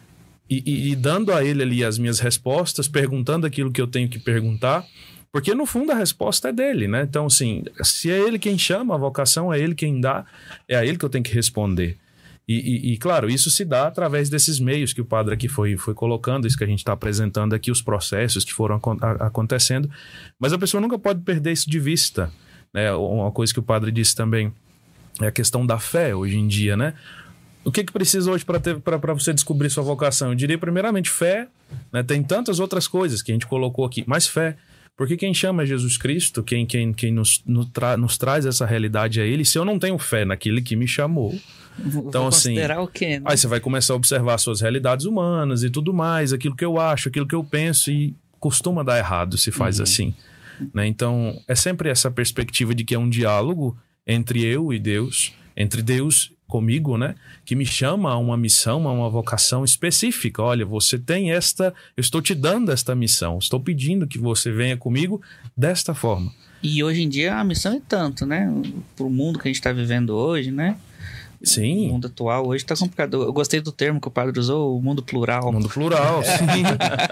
e dando a Ele ali as minhas respostas, perguntando aquilo que eu tenho que perguntar, porque no fundo a resposta é dele, né? Então, assim, se é Ele quem chama, a vocação é Ele quem dá, é a Ele que eu tenho que responder. E claro, isso se dá através desses meios que o padre aqui foi colocando, isso que a gente está apresentando aqui, os processos que foram acontecendo, mas a pessoa nunca pode perder isso de vista. Uma coisa que o padre disse também é a questão da fé hoje em dia, né? O que precisa hoje para você descobrir sua vocação? Eu diria primeiramente fé, né? Tem tantas outras coisas que a gente colocou aqui, mas fé. Porque quem chama é Jesus Cristo, quem nos traz essa realidade é Ele. Se eu não tenho fé naquele que me chamou, então, assim, o quê, né? Aí você vai começar a observar suas realidades humanas e tudo mais, aquilo que eu acho, aquilo que eu penso, e costuma dar errado se faz assim. Né? Então, é sempre essa perspectiva de que é um diálogo entre eu e Deus, entre Deus comigo, né? Que me chama a uma missão, a uma vocação específica. Olha, você tem eu estou te dando esta missão, estou pedindo que você venha comigo desta forma. E hoje em dia a missão é tanto, né? Pro mundo que a gente está vivendo hoje, né? Sim. O mundo atual hoje está complicado. Eu gostei do termo que o padre usou, o mundo plural. O mundo plural, sim.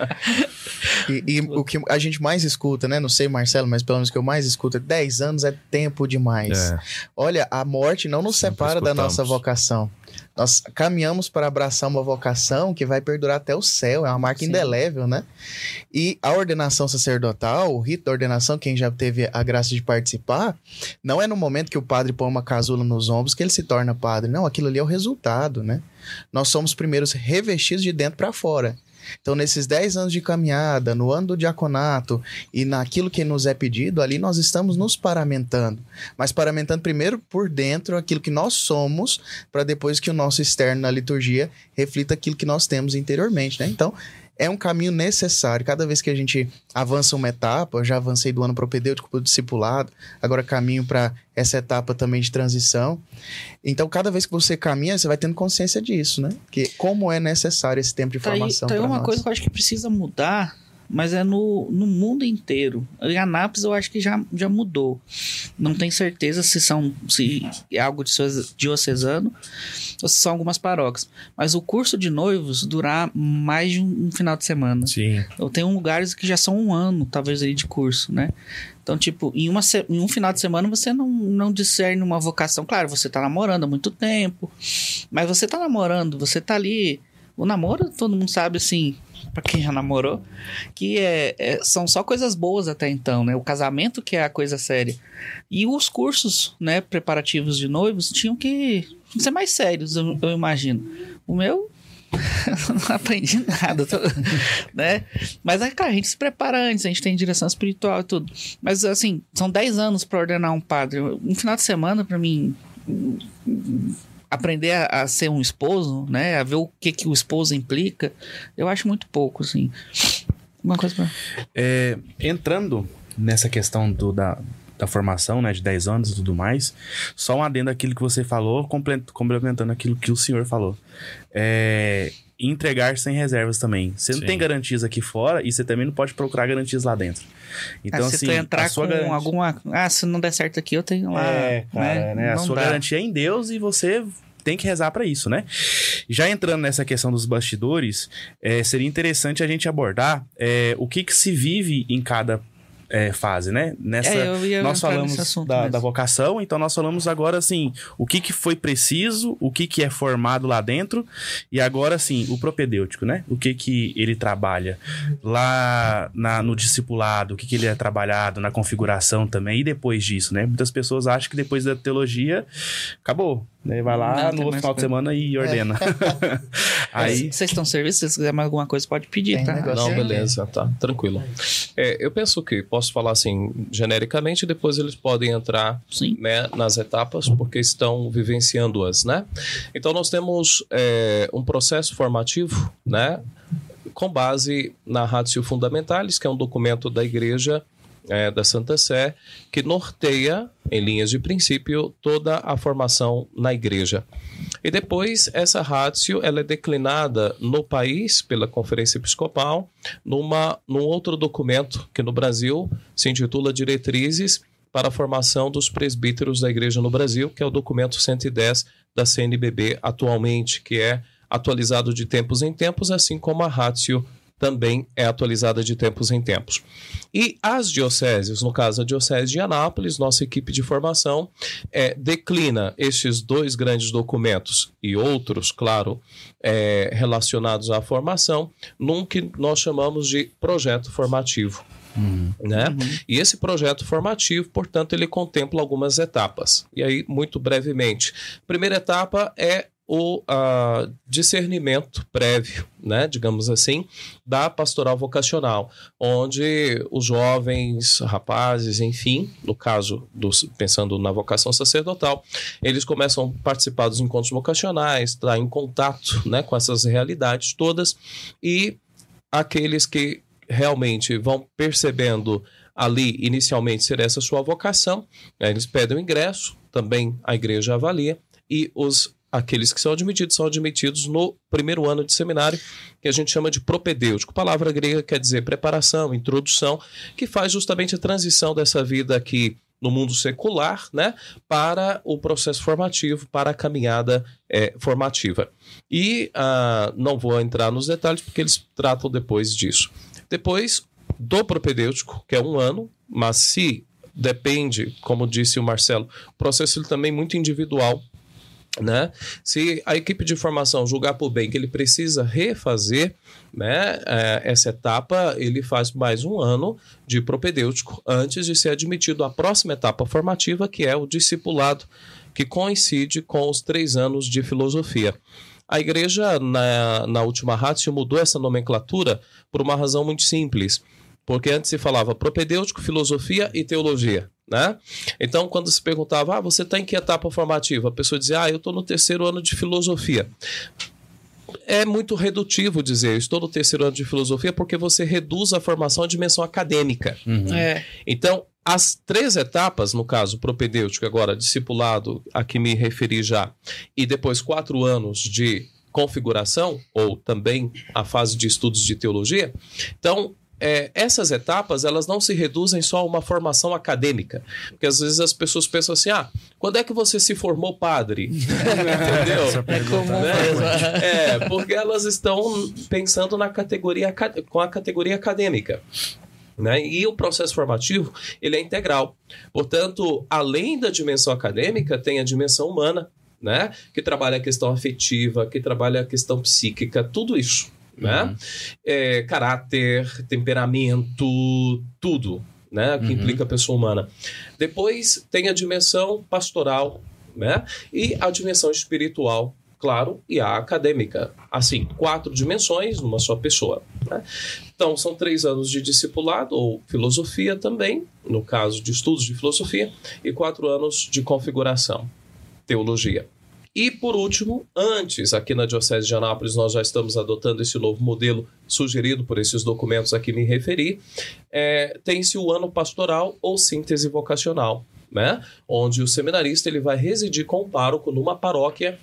E o que a gente mais escuta, né? Não sei, Marcelo, mas pelo menos o que eu mais escuto é 10 anos é tempo demais. Olha, a morte não nos separa da nossa vocação. Nós caminhamos para abraçar uma vocação que vai perdurar até o céu, é uma marca indelével, né? E a ordenação sacerdotal, o rito da ordenação, quem já teve a graça de participar, não é no momento que o padre põe uma casula nos ombros que ele se torna padre. Não, aquilo ali é o resultado, né? Nós somos primeiros revestidos de dentro para fora. Então, nesses 10 anos de caminhada, no ano do diaconato e naquilo que nos é pedido, ali nós estamos nos paramentando. Mas paramentando primeiro por dentro aquilo que nós somos, para depois que o nosso externo na liturgia reflita aquilo que nós temos interiormente, né? Então, é um caminho necessário. Cada vez que a gente avança uma etapa, eu já avancei do ano propedêutico para o discipulado, agora caminho para essa etapa também de transição. Então, cada vez que você caminha, você vai tendo consciência disso, né? Que como é necessário esse tempo de formação para nós. Então, uma coisa que eu acho que precisa mudar mas é no mundo inteiro. Em Anápolis eu acho que já mudou. Não tenho certeza se é algo diocesano ou se são algumas paróquias. Mas o curso de noivos durar mais de um final de semana. Sim. Eu tenho lugares que já são 1 ano, talvez, aí de curso, né? Então, tipo, em um final de semana você não discerne uma vocação. Claro, você tá namorando há muito tempo, mas você tá namorando, você tá ali... O namoro, todo mundo sabe, assim, pra quem já namorou, que são só coisas boas até então, né? O casamento que é a coisa séria. E os cursos, né, preparativos de noivos tinham que ser mais sérios, eu imagino. O meu... não aprendi nada, né? Mas é claro, a gente se prepara antes, a gente tem direção espiritual e tudo. Mas assim, são 10 anos para ordenar um padre. Um final de semana, para mim, aprender a ser um esposo, né? A ver o que o esposo implica, eu acho muito pouco, assim. Uma coisa pra... Entrando nessa questão da formação, né, de 10 anos e tudo mais, só um adendo àquilo que você falou, complementando aquilo que o senhor falou. Entregar sem reservas também. Você não tem garantias aqui fora e você também não pode procurar garantias lá dentro. Então, se assim, tu entrar com alguma... se não der certo aqui, eu tenho lá... cara, né? A sua garantia é em Deus e você... tem que rezar para isso, né? Já entrando nessa questão dos bastidores, seria interessante a gente abordar o que se vive em cada fase, né? Nós falamos da vocação, então nós falamos agora, assim, o que foi preciso, o que é formado lá dentro, e agora, assim, o propedêutico, né? O que ele trabalha lá no discipulado, o que ele é trabalhado na configuração também, e depois disso, né? Muitas pessoas acham que depois da teologia, acabou, né? Vai lá no outro final de semana e ordena. Aí... Vocês estão serviços? Se vocês quiserem mais alguma coisa, pode pedir, tá? Não, beleza, tá, tranquilo. Eu penso que posso falar assim, genericamente, depois eles podem entrar, né, nas etapas, porque estão vivenciando-as, né? Então, nós temos um processo formativo, né, com base na Ratio Fundamentalis, que é um documento da Igreja da Santa Sé, que norteia, em linhas de princípio, toda a formação na igreja. E depois, essa ratio ela é declinada no país, pela Conferência Episcopal, num outro documento, que no Brasil se intitula Diretrizes para a Formação dos Presbíteros da Igreja no Brasil, que é o documento 110 da CNBB atualmente, que é atualizado de tempos em tempos, assim como a ratio também é atualizada de tempos em tempos. E as dioceses, no caso a Diocese de Anápolis, nossa equipe de formação declina estes 2 grandes documentos e outros, claro, relacionados à formação, num que nós chamamos de projeto formativo. Né? E esse projeto formativo, portanto, ele contempla algumas etapas. E aí, muito brevemente, a primeira etapa é o discernimento prévio, né, digamos assim, da pastoral vocacional, onde os jovens, rapazes, enfim, no caso, pensando na vocação sacerdotal, eles começam a participar dos encontros vocacionais, estar em contato, né, com essas realidades todas, e aqueles que realmente vão percebendo ali, inicialmente, ser essa sua vocação, eles pedem o ingresso, também a igreja avalia, e aqueles que são admitidos no primeiro ano de seminário, que a gente chama de propedêutico. A palavra grega quer dizer preparação, introdução, que faz justamente a transição dessa vida aqui no mundo secular, né, para o processo formativo, para a caminhada formativa. E não vou entrar nos detalhes, porque eles tratam depois disso. Depois do propedêutico, que é 1 ano, mas se depende, como disse o Marcelo, o processo ele também é muito individual, né? Se a equipe de formação julgar por bem que ele precisa refazer, né, essa etapa, ele faz mais 1 ano de propedêutico antes de ser admitido à próxima etapa formativa, que é o discipulado, que coincide com os 3 anos de filosofia. A igreja, na última ratio, mudou essa nomenclatura por uma razão muito simples, porque antes se falava propedêutico, filosofia e teologia, né? Então, quando se perguntava, você está em que etapa formativa? A pessoa dizia, eu estou no 3º ano de filosofia. É muito redutivo dizer, eu estou no 3º ano de filosofia, porque você reduz a formação à dimensão acadêmica. Então, as 3 etapas, no caso propedêutico, agora discipulado, a que me referi já, e depois 4 anos de configuração, ou também a fase de estudos de teologia. Então, essas etapas, elas não se reduzem só a uma formação acadêmica. Porque às vezes as pessoas pensam assim, quando é que você se formou padre? Entendeu? É comum mesmo. Porque elas estão pensando com a categoria acadêmica. Né? E o processo formativo, ele é integral. Portanto, além da dimensão acadêmica, tem a dimensão humana, né? Que trabalha a questão afetiva, que trabalha a questão psíquica, tudo isso. Né? Caráter, temperamento, tudo, né? Que implica a pessoa humana. Depois tem a dimensão pastoral, né? E a dimensão espiritual, claro, e a acadêmica. Assim, 4 dimensões numa só pessoa. Né? Então, são 3 anos de discipulado, ou filosofia também, no caso de estudos de filosofia, e 4 anos de configuração, teologia. E, por último, antes, aqui na Diocese de Anápolis, nós já estamos adotando esse novo modelo sugerido por esses documentos a que me referi, tem-se o ano pastoral ou síntese vocacional, né? Onde o seminarista ele vai residir com o pároco numa paróquia,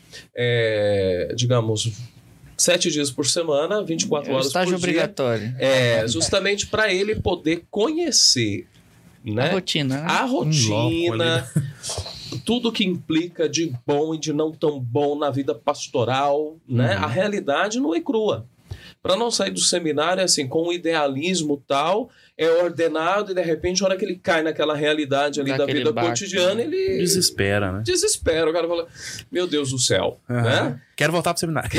digamos, 7 dias por semana, 24 horas por dia. Estágio obrigatório. Justamente para ele poder conhecer, né? A rotina, né? A rotina, tudo que implica de bom e de não tão bom na vida pastoral, né? A realidade nua e crua. Para não sair do seminário assim, com um idealismo tal, ordenado e de repente, na hora que ele cai naquela realidade ali da vida cotidiana, ele... Desespera, né? Desespera. O cara fala, meu Deus do céu, né? Quero voltar pro seminário.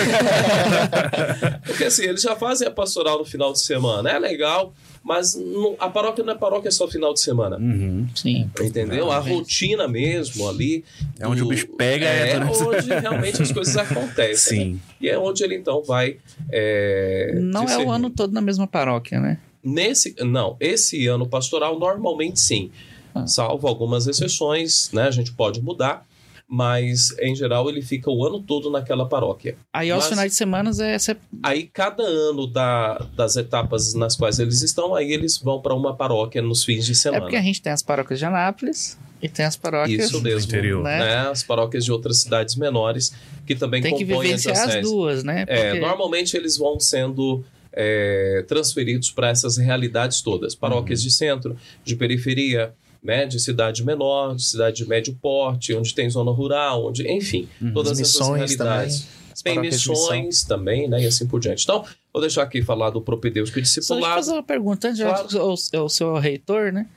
Porque assim, eles já fazem a pastoral no final de semana, é legal, mas a paróquia não é paróquia só final de semana. Sim. Entendeu? A rotina mesmo ali. É onde o bicho pega. Onde realmente as coisas acontecem. Sim. Né? E é onde ele então vai... não é o ano todo na mesma paróquia, né? Esse ano pastoral normalmente sim. Salvo algumas exceções, né? A gente pode mudar. Mas, em geral, ele fica o ano todo naquela paróquia. Aí, aos finais de semana, Aí, cada ano das etapas nas quais eles estão, aí eles vão para uma paróquia nos fins de semana. É porque a gente tem as paróquias de Anápolis e tem as paróquias... Isso mesmo, interior. Né? As paróquias de outras cidades menores, que também compõem essa sede. Tem que vivenciar as duas, né? Porque... Normalmente, eles vão sendo... transferidos para essas realidades todas. Paróquias de centro, de periferia... Né, de cidade menor, de cidade de médio porte, onde tem zona rural, enfim, todas essas realidades. Tem missões também, né, e assim por diante. Então, vou deixar aqui falar do propedêutico discipulado. Só deixa eu fazer uma pergunta, o seu reitor, né?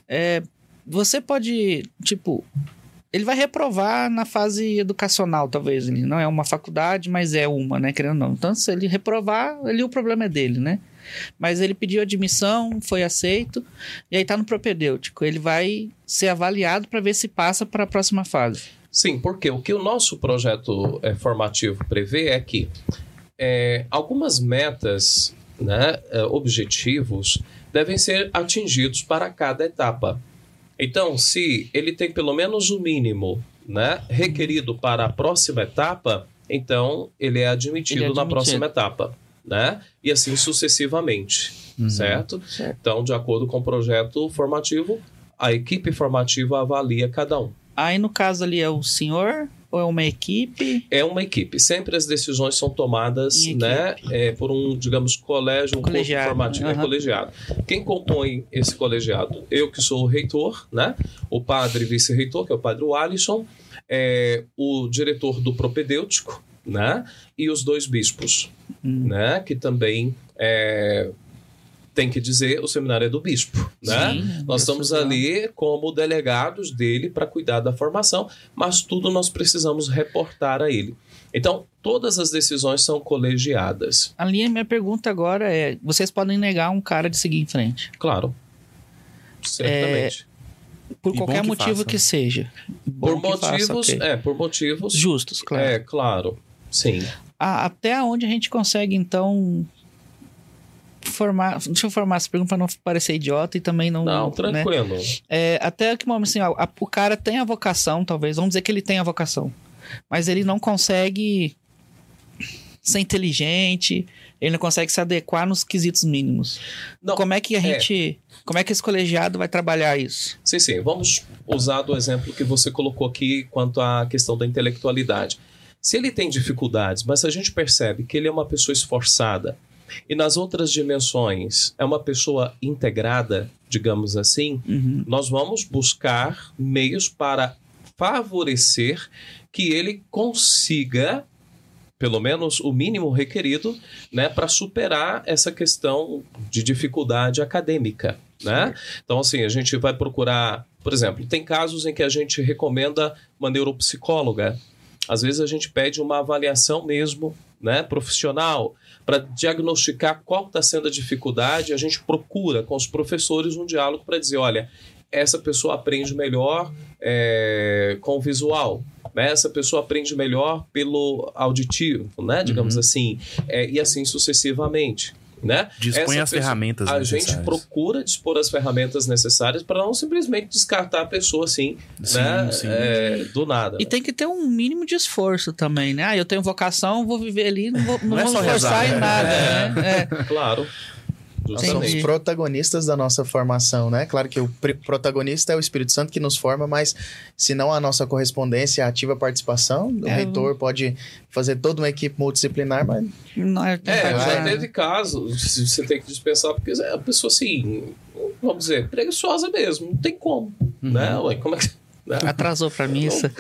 Você pode, ele vai reprovar na fase educacional, talvez. Ele não é uma faculdade, mas é uma, né, querendo ou não. Então, se ele reprovar, o problema é dele, né? Mas ele pediu admissão, foi aceito, e aí está no propedêutico. Ele vai ser avaliado para ver se passa para a próxima fase. Sim, porque o que o nosso projeto formativo prevê é que algumas metas, né, objetivos, devem ser atingidos para cada etapa. Então, se ele tem pelo menos o mínimo, né, requerido para a próxima etapa, então ele é admitido na próxima etapa. Né? E assim sucessivamente, certo? Então, de acordo com o projeto formativo, a equipe formativa avalia cada um. Aí, no caso ali, é o senhor ou é uma equipe? É uma equipe. Sempre as decisões são tomadas, né, por um, digamos, colégio, um corpo formativo, colegiado. Quem compõe esse colegiado? Eu, que sou o reitor, né? O padre vice-reitor, que é o padre Alisson, o diretor do propedêutico, né? E os 2 bispos, né? Que também tem que dizer, o seminário é do bispo, né? Sim, nós estamos ali como delegados dele para cuidar da formação, mas tudo nós precisamos reportar a ele. Então, todas as decisões são colegiadas. A minha pergunta agora é, vocês podem negar um cara de seguir em frente? Claro. Certamente. Por qualquer motivo que seja. Por motivos justos, claro. Claro. Sim. Até onde a gente consegue, então, formar... Deixa eu formar essa pergunta para não parecer idiota e também não... Não, tranquilo. Né? Até que momento, assim, o cara tem a vocação, talvez, vamos dizer que ele tem a vocação, mas ele não consegue ser inteligente, ele não consegue se adequar nos quesitos mínimos. Não, como é que como é que esse colegiado vai trabalhar isso? Sim. Vamos usar do exemplo que você colocou aqui quanto à questão da intelectualidade. Se ele tem dificuldades, mas a gente percebe que ele é uma pessoa esforçada, E nas outras dimensões, é uma pessoa integrada, digamos assim, nós vamos buscar meios para favorecer que ele consiga, pelo menos o mínimo requerido, né, para superar essa questão de dificuldade acadêmica, né? Então, assim, a gente vai procurar, por exemplo, tem casos em que a gente recomenda uma neuropsicóloga. Às vezes a gente pede uma avaliação mesmo, né, profissional, para diagnosticar qual está sendo a dificuldade. A gente procura com os professores um diálogo para dizer, olha, essa pessoa aprende melhor com o visual, né? Essa pessoa aprende melhor pelo auditivo, né? Digamos assim, e assim sucessivamente. Né? Dispõe as ferramentas necessárias. A gente procura dispor as ferramentas necessárias para não simplesmente descartar a pessoa assim, né? Do nada. E tem que ter um mínimo de esforço também, né? Eu tenho vocação, vou viver ali, não vou me esforçar em nada. Né? Claro. Nós somos protagonistas da nossa formação, né? Claro que o protagonista é o Espírito Santo que nos forma, mas se não a nossa correspondência, a ativa participação, o reitor pode fazer toda uma equipe multidisciplinar, mas... já teve casos, você tem que dispensar, porque é a pessoa assim, vamos dizer, preguiçosa mesmo, não tem como, né? Ué, como é que... Atrasou pra missa.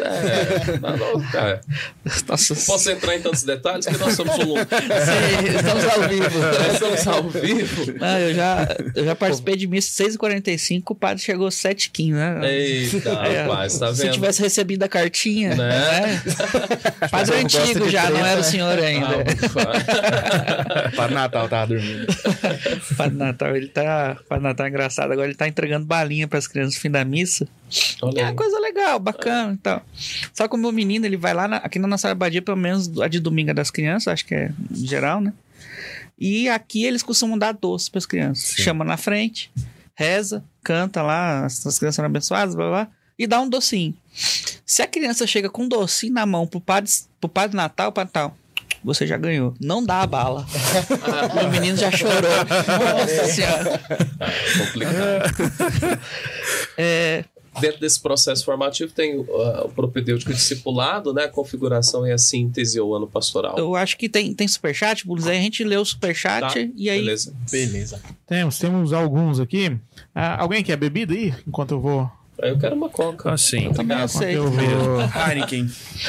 Nossa. Não posso entrar em tantos detalhes, porque nós somos um... Sim, estamos ao vivo. Estamos ao vivo. Eu já participei de missa 6h45, o padre chegou 7h15, né? Eita, rapaz, tá vendo? Se eu tivesse recebido a cartinha, né? Padre antigo já, não era o senhor ainda. Padre Natal tava dormindo. Padre Natal, Padre Natal é engraçado, agora ele tá entregando balinha pras crianças no fim da missa. É uma coisa legal, bacana e tal. Só que o meu menino, ele vai lá, aqui na nossa abadia, pelo menos a de domingo é das crianças, acho que é em geral, né? E aqui eles costumam dar doce para as crianças. Sim. Chama na frente, reza, canta lá, as crianças são abençoadas, blá, blá, e dá um docinho. Se a criança chega com um docinho na mão pro padre Natal, você já ganhou. Não dá a bala. Meu menino já chorou. Nossa Senhora. Complicado. Dentro desse processo formativo tem o propedêutico discipulado, né? A configuração e a síntese ou ano pastoral. Eu acho que tem superchat, Bulls, aí a gente lê o superchat e aí... Beleza. Temos alguns aqui. Alguém quer bebida aí? Enquanto eu vou... Eu quero uma coca. Sim. Eu também sei. Heineken.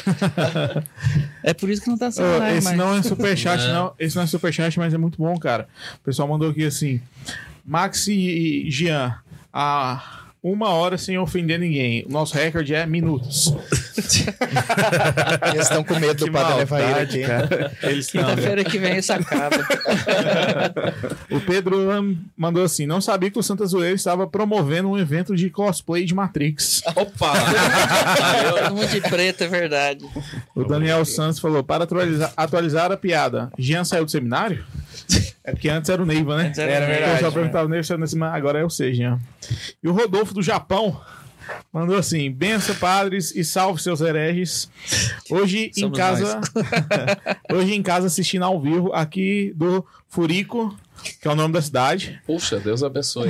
É por isso que não tá sendo nada. Esse não é superchat, não. Esse não é superchat, mas é muito bom, cara. O pessoal mandou aqui assim: Max e Jean, 1 hora sem ofender ninguém. O nosso recorde é minutos. Eles estão com medo do padre Nevair aqui. Quinta-feira que vem isso acaba. O Pedro mandou assim: não sabia que o Santa Zoeira estava promovendo um evento de cosplay de Matrix. Opa! Todo mundo de preto, é verdade. O Daniel Santos falou: para atualizar a piada, Jean saiu do seminário? É porque antes era o Neiva, né? Era verdade. Eu só perguntava o Neiva, agora é o Jean. E o Rodolfo do Japão mandou assim: benção, padres, e salve seus hereges. Hoje em casa hoje em casa assistindo ao vivo aqui do Furico, que é o nome da cidade. Puxa, Deus abençoe.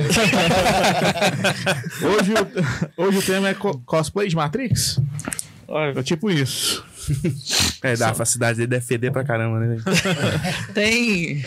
Hoje o tema é cosplay de Matrix. É tipo isso. A facilidade dele deve feder pra caramba, né? Tem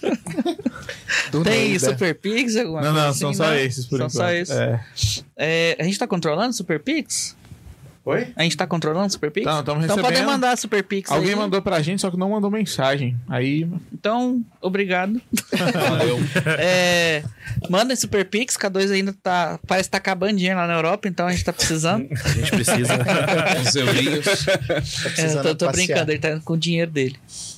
Super Pix? Não, assim, são só esses por enquanto. São só esses. A gente tá controlando Super Pix? Oi? A gente tá controlando Super Pix? Não, estamos recebendo. Então podem mandar Super Pix. Alguém mandou pra gente, só que não mandou mensagem. Aí... Então, obrigado. Valeu. Mandem Super Pix, K2 ainda parece que tá acabando dinheiro lá na Europa, então a gente tá precisando. A gente precisa. Os eurinhos. Tô brincando, ele tá indo com o dinheiro dele.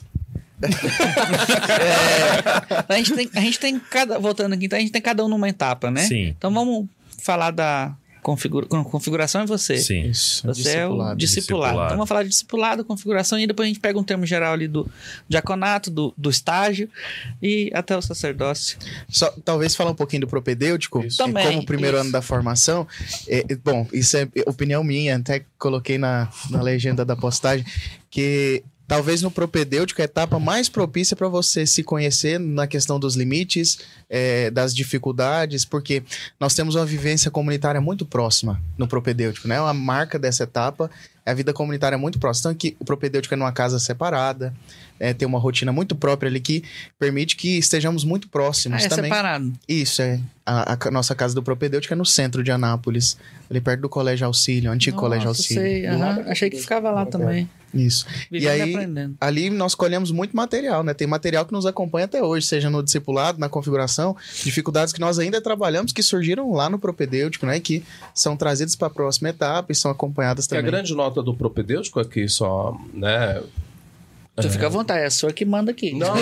A gente tem voltando aqui, então a gente tem cada um numa etapa, né? Sim. Então vamos falar da configuração é você. Sim. Você é o discipulado. Então vamos falar de discipulado, configuração, e depois a gente pega um termo geral ali do diaconato, do estágio e até o sacerdócio. Só, talvez falar um pouquinho do propedêutico, também, como o primeiro ano da formação. Bom, isso é opinião minha, até coloquei na legenda da postagem, que talvez no propedêutico a etapa mais propícia para você se conhecer na questão dos limites, das dificuldades, porque nós temos uma vivência comunitária muito próxima no propedêutico, né? Uma marca dessa etapa é a vida comunitária muito próxima. Então, que o propedêutico é numa casa separada, tem uma rotina muito própria ali que permite que estejamos muito próximos também. Separado. Isso, a nossa casa do propedêutico é no centro de Anápolis, ali perto do Colégio Auxílio, antigo Colégio Auxílio. Sei, achei que ficava lá também. Isso. Vivendo e aí, aprendendo. ali nós colhemos muito material, né? Tem material que nos acompanha até hoje, seja no discipulado, na configuração, dificuldades que nós ainda trabalhamos, que surgiram lá no propedêutico, né? Que são trazidas para a próxima etapa e são acompanhadas também. A grande nota do propedêutico aqui só, né? Você fica à vontade, é a sua que manda aqui. Não.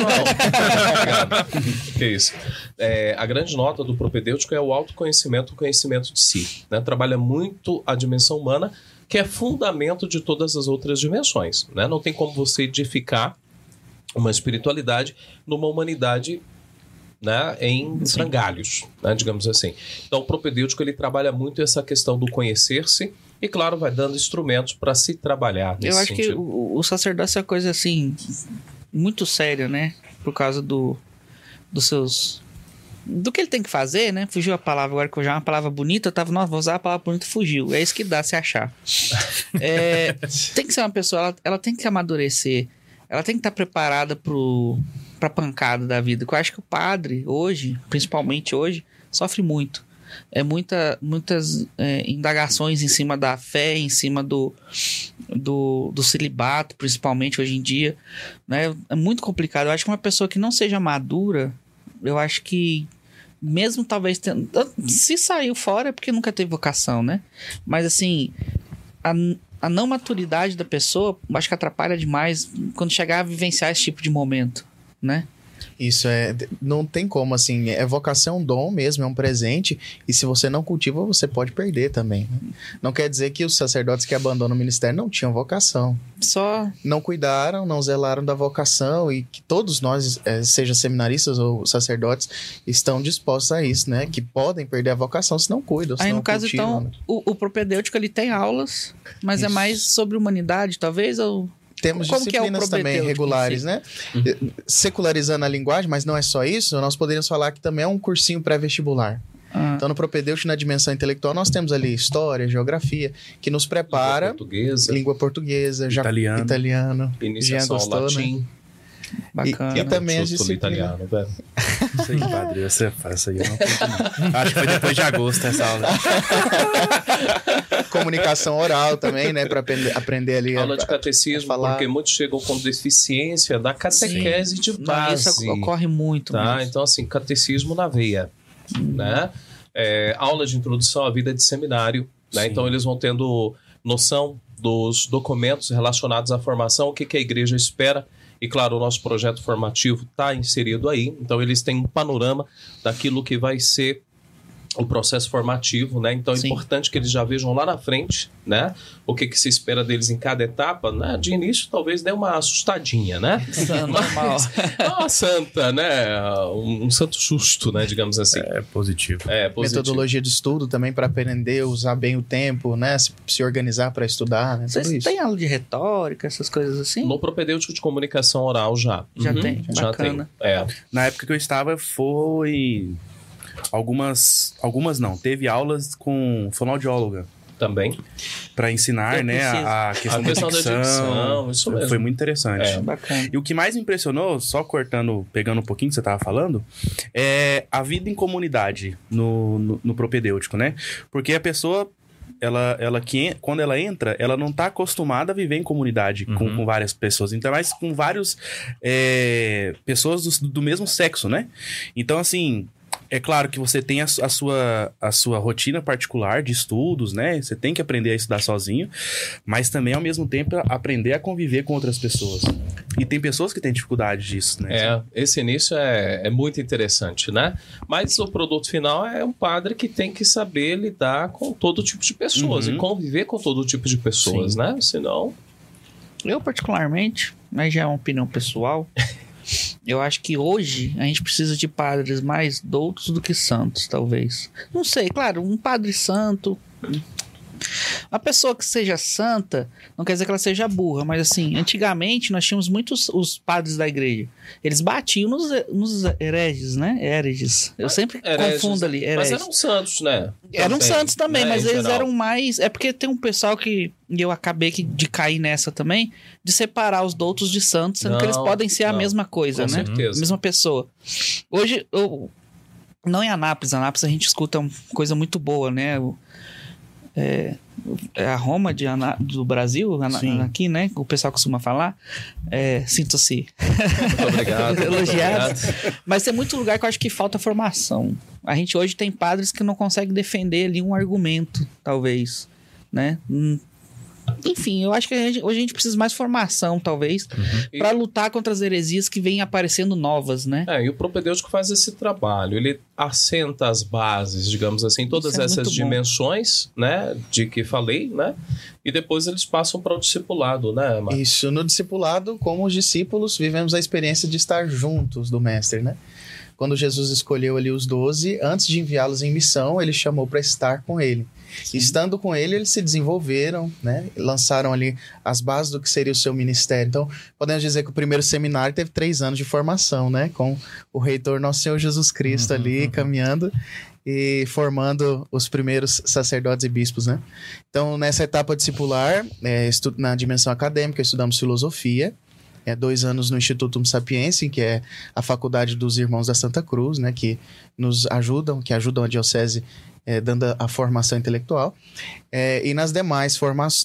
Que isso. A grande nota do propedêutico é o autoconhecimento, o conhecimento de si. Né? Trabalha muito a dimensão humana, que é fundamento de todas as outras dimensões. Né? Não tem como você edificar uma espiritualidade numa humanidade, né, em frangalhos, né, digamos assim. Então, o propedêutico ele trabalha muito essa questão do conhecer-se e, claro, vai dando instrumentos para se trabalhar nesse sentido. Eu acho que o sacerdócio é uma coisa, assim, muito séria, né? Por causa dos seus... Do que ele tem que fazer, né? Fugiu a palavra agora, que eu já é uma palavra bonita. Eu tava, nossa, vou usar a palavra bonita, fugiu. É isso que dá se achar. Tem que ser uma pessoa, ela tem que amadurecer. Ela tem que estar preparada pra pancada da vida. Eu acho que o padre, hoje, principalmente hoje, sofre muito. Muitas indagações em cima da fé, em cima do celibato, principalmente hoje em dia, né? É muito complicado. Eu acho que uma pessoa que não seja madura, eu acho que mesmo talvez se saiu fora é porque nunca teve vocação, né? Mas assim, a não maturidade da pessoa, eu acho que atrapalha demais quando chegar a vivenciar esse tipo de momento, né? Isso não tem como, assim, vocação é um dom mesmo, é um presente, e se você não cultiva, você pode perder também, né? Não quer dizer que os sacerdotes que abandonam o ministério não tinham vocação. Só não cuidaram, não zelaram da vocação, e que todos nós, seja seminaristas ou sacerdotes, estão dispostos a isso, né? Que podem perder a vocação se não cuidam, se aí não no caso, cultivam, então, né? o propedêutico, ele tem aulas, mas Isso. é mais sobre humanidade, talvez, ou... Temos Como que é o disciplinas também regulares, né? Secularizando a linguagem, mas não é só isso, nós poderíamos falar que também é um cursinho pré-vestibular. Então, no propedêutico, na dimensão intelectual, nós temos ali história, geografia, que nos prepara... Língua portuguesa, italiano. Iniciação ao latim. Né? Bacana. E também a disciplina italiano, velho. Não sei, padre, você faz isso aí, eu não tenho. Acho que foi depois de agosto essa aula. Comunicação oral também, né? Para aprender ali. Aula de catecismo, falar. Porque muitos chegam com deficiência da catequese de base. Isso ocorre muito. Tá? Mesmo. Então, assim, catecismo na veia. Né? Aula de introdução à vida de seminário. Né? Então, eles vão tendo noção dos documentos relacionados à formação, o que a igreja espera. E, claro, o nosso projeto formativo está inserido aí. Então, eles têm um panorama daquilo que vai ser o processo formativo, né? Então, é importante que eles já vejam lá na frente, né? O que se espera deles em cada etapa, né? De início, talvez dê uma assustadinha, né? Mas, uma santa, né? Um santo susto, né? Digamos assim. É positivo. Metodologia de estudo também para aprender, usar bem o tempo, né? Se organizar para estudar, né? Vocês têm aula de retórica, essas coisas assim? No propedêutico de comunicação oral já. Já tem, já bacana. tem. Na época que eu estava, foi... Algumas não. Teve aulas com fonoaudióloga. Também. Para ensinar, né, a questão da dicção. Isso mesmo. Foi muito interessante. Bacana. E o que mais me impressionou, só pegando um pouquinho que você estava falando, é a vida em comunidade no propedêutico, né? Porque a pessoa... quando ela entra, ela não está acostumada a viver em comunidade com várias pessoas. Então, é mais com várias pessoas do mesmo sexo, né? Então, assim... É claro que você tem a sua rotina particular de estudos, né? Você tem que aprender a estudar sozinho, mas também, ao mesmo tempo, aprender a conviver com outras pessoas. E tem pessoas que têm dificuldade disso, né? Esse início é muito interessante, né? Mas o produto final é um padre que tem que saber lidar com todo tipo de pessoas e conviver com todo tipo de pessoas, né? Senão... Eu, particularmente, mas já é uma opinião pessoal... Eu acho que hoje a gente precisa de padres mais doutos do que santos, talvez. Não sei, claro, um padre santo... Uma pessoa que seja santa, não quer dizer que ela seja burra, mas assim, antigamente nós tínhamos muitos os padres da igreja. Eles batiam nos hereges, né? Hereges. Eu sempre confundo ali. Hereges. Mas eram santos, né? Eram santos também, mas eles geral. eram mais... É porque tem um pessoal que... E eu acabei de cair nessa também, de separar os doutos de santos, sendo que eles podem ser a mesma coisa, com né? certeza. A mesma pessoa. Hoje, não em Anápolis a gente escuta uma coisa muito boa, né? A Roma do Brasil, aqui, né? O pessoal costuma falar. Sinto-se Muito obrigado. elogiado. Mas tem muito lugar que eu acho que falta formação. A gente hoje tem padres que não conseguem defender ali um argumento, talvez, né? Enfim, eu acho que hoje a gente precisa mais formação, talvez, para lutar contra as heresias que vêm aparecendo novas, né? E o propedêutico faz esse trabalho. Ele assenta as bases, digamos assim, todas essas dimensões, né, de que falei, né? E depois eles passam para o discipulado, né, Marcos? Isso, no discipulado, como os discípulos, vivemos a experiência de estar juntos do Mestre, né? Quando Jesus escolheu ali os 12, antes de enviá-los em missão, ele chamou para estar com ele. Sim. Estando com ele, eles se desenvolveram, né? Lançaram ali as bases do que seria o seu ministério. Então, podemos dizer que o primeiro seminário teve 3 anos de formação, né? Com o reitor Nosso Senhor Jesus Cristo ali, caminhando e formando os primeiros sacerdotes e bispos, né? Então, nessa etapa discipular, na dimensão acadêmica, estudamos filosofia, 2 anos no Instituto Sapiense, que é a faculdade dos Irmãos da Santa Cruz, né? Que nos ajudam, que ajudam a diocese dando a formação intelectual. E nas demais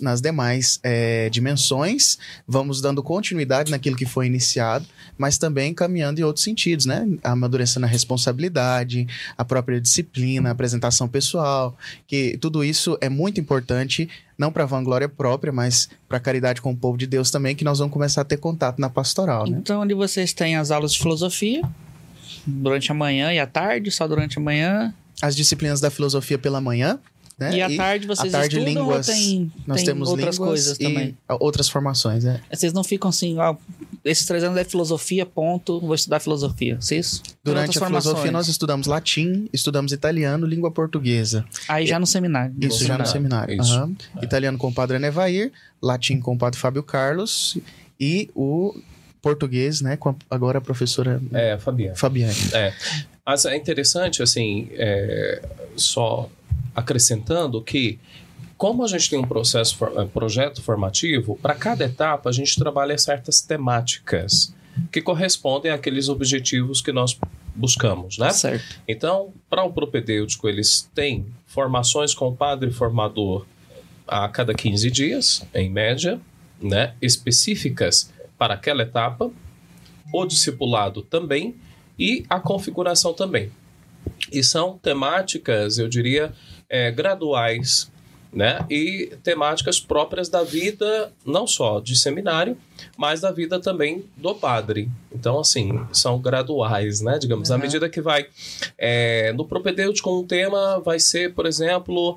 dimensões, vamos dando continuidade naquilo que foi iniciado, mas também caminhando em outros sentidos, né? Amadurecendo a responsabilidade, a própria disciplina, a apresentação pessoal, que tudo isso é muito importante, não para a vanglória própria, mas para a caridade com o povo de Deus também, que nós vamos começar a ter contato na pastoral, né? Então, onde vocês têm as aulas de filosofia, durante a manhã e a tarde, só durante a manhã... As disciplinas da filosofia pela manhã, né? E à tarde vocês estudam línguas, ou nós temos outras coisas também? Outras formações, né? Vocês não ficam assim, esses 3 anos é filosofia, ponto, vou estudar filosofia. Vocês? Durante a filosofia nós estudamos latim, estudamos italiano, língua portuguesa. Aí já no seminário. Isso, já no seminário. Isso. Italiano com o padre Nevair, latim com o padre Fábio Carlos e o português, né? Com agora a professora Fabiane. Mas é interessante, assim, só acrescentando que, como a gente tem um projeto formativo, para cada etapa a gente trabalha certas temáticas que correspondem àqueles objetivos que nós buscamos, né? Certo. Então, para o propedêutico, eles têm formações com o padre formador a cada 15 dias, em média, né? Específicas para aquela etapa, o discipulado também, e a configuração também. E são temáticas, eu diria, graduais, né? E temáticas próprias da vida, não só de seminário, mas da vida também do padre. Então, assim, são graduais, né? Digamos, à medida que vai... no propedêutico, um tema vai ser, por exemplo...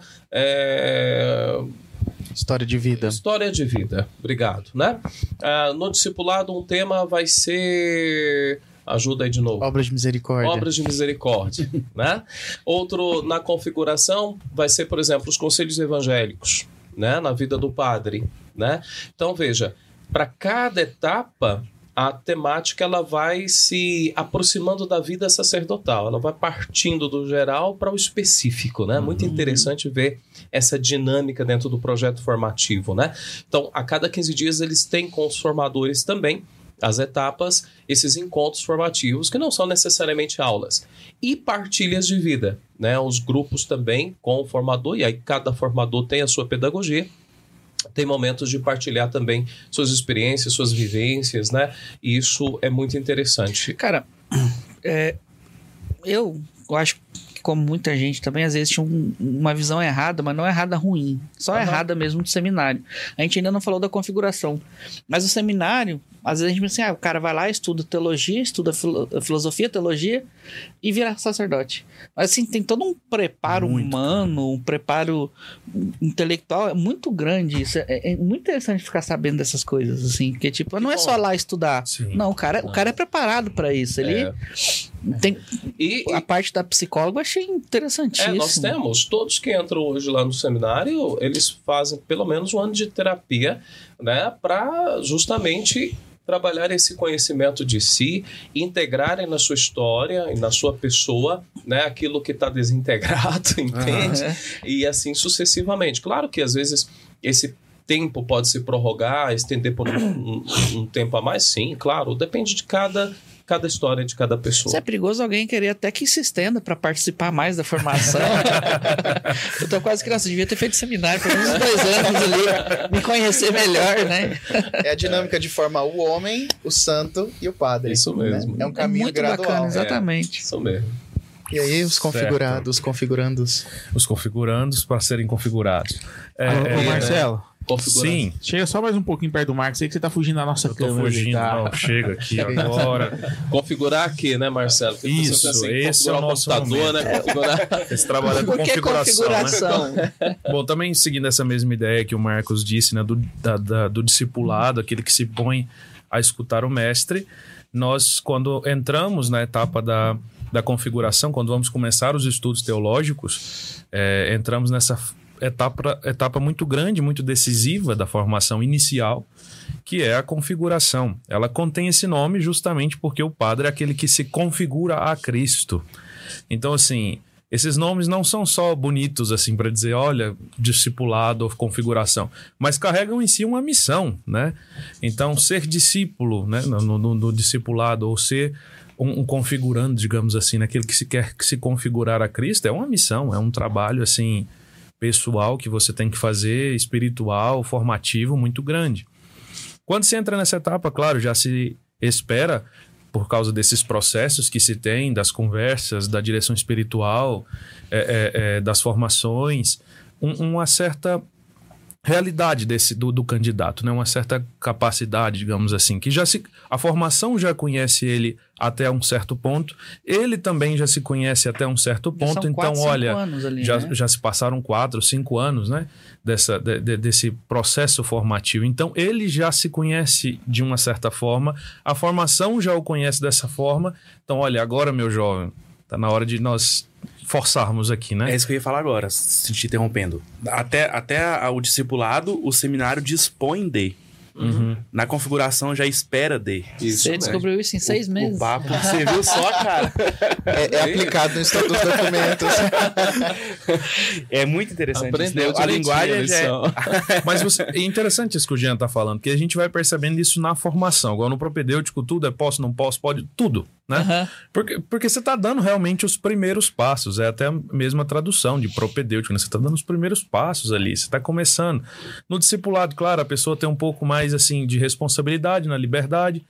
História de vida. História de vida, obrigado, né? No discipulado, um tema vai ser... Ajuda aí de novo. Obras de misericórdia. Obras de misericórdia, né? Outro, na configuração, vai ser, por exemplo, os conselhos evangélicos, né? Na vida do padre, né? Então, veja, para cada etapa, a temática ela vai se aproximando da vida sacerdotal. Ela vai partindo do geral para o específico, né? Muito interessante ver essa dinâmica dentro do projeto formativo, né? Então, a cada 15 dias, eles têm com os formadores também as etapas, esses encontros formativos, que não são necessariamente aulas. E partilhas de vida, né? Os grupos também com o formador, e aí cada formador tem a sua pedagogia, tem momentos de partilhar também suas experiências, suas vivências, né? E isso é muito interessante. Cara, eu acho que, como muita gente também, às vezes tinha uma visão errada, mas não errada ruim, só errada mesmo do seminário. A gente ainda não falou da configuração, mas o seminário, às vezes a gente pensa assim, o cara vai lá, estuda teologia, estuda filosofia, teologia e vira sacerdote. Mas assim, tem todo um preparo humano, um preparo intelectual muito grande. Isso é muito interessante ficar sabendo dessas coisas, assim, porque tipo, não é só lá estudar. Sim. Não, o cara é preparado para isso. Ele tem... A parte da psicóloga achei interessantíssimo. Nós temos, todos que entram hoje lá no seminário, eles fazem pelo menos um ano de terapia, né, para justamente trabalhar esse conhecimento de si, integrarem na sua história e na sua pessoa, né, aquilo que está desintegrado, entende? E assim sucessivamente. Claro que às vezes esse tempo pode se prorrogar, estender por um tempo a mais, sim, claro, depende de cada história de cada pessoa. Isso é perigoso alguém querer até que se estenda para participar mais da formação. Eu tô quase criança, devia ter feito seminário por uns 2 anos ali, me conhecer melhor, né? É a dinâmica de formar o homem, o santo e o padre. Isso mesmo. Né? É um caminho muito gradual. bacana, exatamente. Isso mesmo. E aí, os configurados, os configurandos. Os configurandos para serem configurados. Ô, Marcelo. Sim. Chega só mais um pouquinho perto do Marcos aí que você tá fugindo da nossa Eu tô câmera. fugindo, Tá? não, chega aqui agora. Configurar aqui, né, Marcelo? Porque Isso, esse é o nosso computador, momento. né? Configurar. Esse trabalho é com Por que configuração, né? configuração? Bom, também seguindo essa mesma ideia que o Marcos disse, né, do discipulado, aquele que se põe a escutar o mestre, nós, quando entramos na etapa da configuração, quando vamos começar os estudos teológicos, entramos nessa etapa muito grande, muito decisiva da formação inicial, que é a configuração. Ela contém esse nome justamente porque o padre é aquele que se configura a Cristo. Então, assim, esses nomes não são só bonitos, assim, para dizer, olha, discipulado ou configuração, mas carregam em si uma missão, né? Então, ser discípulo, né, no discipulado, ou ser um configurando, digamos assim, naquele que se quer se configurar a Cristo, é uma missão, é um trabalho, assim, pessoal que você tem que fazer, espiritual, formativo, muito grande. Quando se entra nessa etapa, claro, já se espera, por causa desses processos que se tem, das conversas, da direção espiritual, das formações, uma certa realidade do candidato, né? Uma certa capacidade, digamos assim, que a formação já conhece ele até um certo ponto, ele também já se conhece até um certo ponto, então 4, 5 olha, anos ali, já se passaram 4, 5 anos, né? Desse processo formativo, então ele já se conhece de uma certa forma, a formação já o conhece dessa forma, então olha, agora meu jovem, tá na hora de nós forçarmos aqui, né? É isso que eu ia falar agora, se te interrompendo. Até o discipulado, o seminário dispõe de. Uhum. Na configuração já espera de. Isso, você descobriu isso em 6 meses. O papo, você viu só, cara? É aplicado no Estatuto dos Documentos. É muito interessante. Aprendeu a linguagem Mas é interessante isso que o Jean tá falando, porque a gente vai percebendo isso na formação. Agora no propedêutico tudo é posso, não posso, pode, tudo, né? Uhum. Porque você tá dando realmente os primeiros passos, é até a mesma tradução de propedêutico, né? Você tá dando os primeiros passos ali, você tá começando. No discipulado, claro, a pessoa tem um pouco mais assim de responsabilidade na liberdade,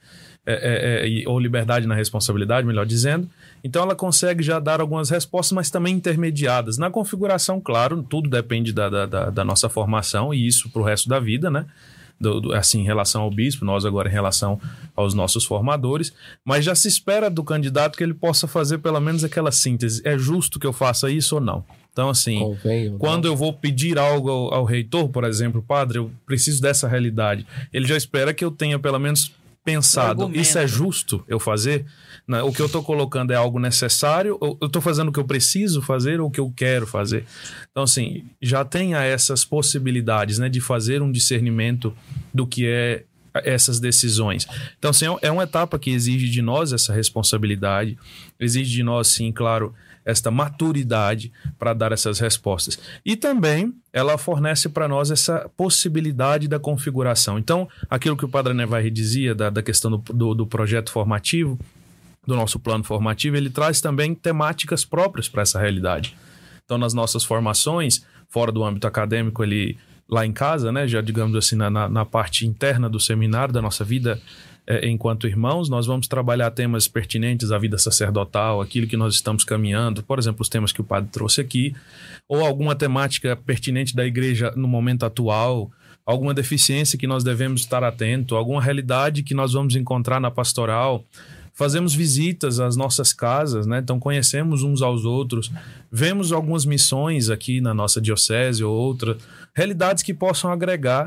ou liberdade na responsabilidade, melhor dizendo. Então ela consegue já dar algumas respostas, mas também intermediadas. Na configuração, claro, tudo depende da nossa formação, e isso para o resto da vida, né? Assim, em relação ao bispo, nós agora em relação aos nossos formadores, mas já se espera do candidato que ele possa fazer pelo menos aquela síntese. É justo que eu faça isso ou não? Então, assim, quando eu vou pedir algo ao reitor, por exemplo, padre, eu preciso dessa realidade, ele já espera que eu tenha pelo menos pensado, isso é justo eu fazer? O que eu estou colocando é algo necessário? Ou eu estou fazendo o que eu preciso fazer ou o que eu quero fazer? Então, assim, já tenha essas possibilidades, né, de fazer um discernimento do que é essas decisões. Então, assim, é uma etapa que exige de nós essa responsabilidade, exige de nós, sim, claro, esta maturidade para dar essas respostas. E também ela fornece para nós essa possibilidade da configuração. Então, aquilo que o Padre Nevaire dizia da questão do projeto formativo, do nosso plano formativo, ele traz também temáticas próprias para essa realidade. Então, nas nossas formações, fora do âmbito acadêmico, lá em casa, né, já digamos assim, na parte interna do seminário, da nossa vida enquanto irmãos, nós vamos trabalhar temas pertinentes à vida sacerdotal, aquilo que nós estamos caminhando, por exemplo, os temas que o padre trouxe aqui, ou alguma temática pertinente da igreja no momento atual, alguma deficiência que nós devemos estar atento, alguma realidade que nós vamos encontrar na pastoral. Fazemos visitas às nossas casas, né? Então conhecemos uns aos outros, vemos algumas missões aqui na nossa diocese ou outra, realidades que possam agregar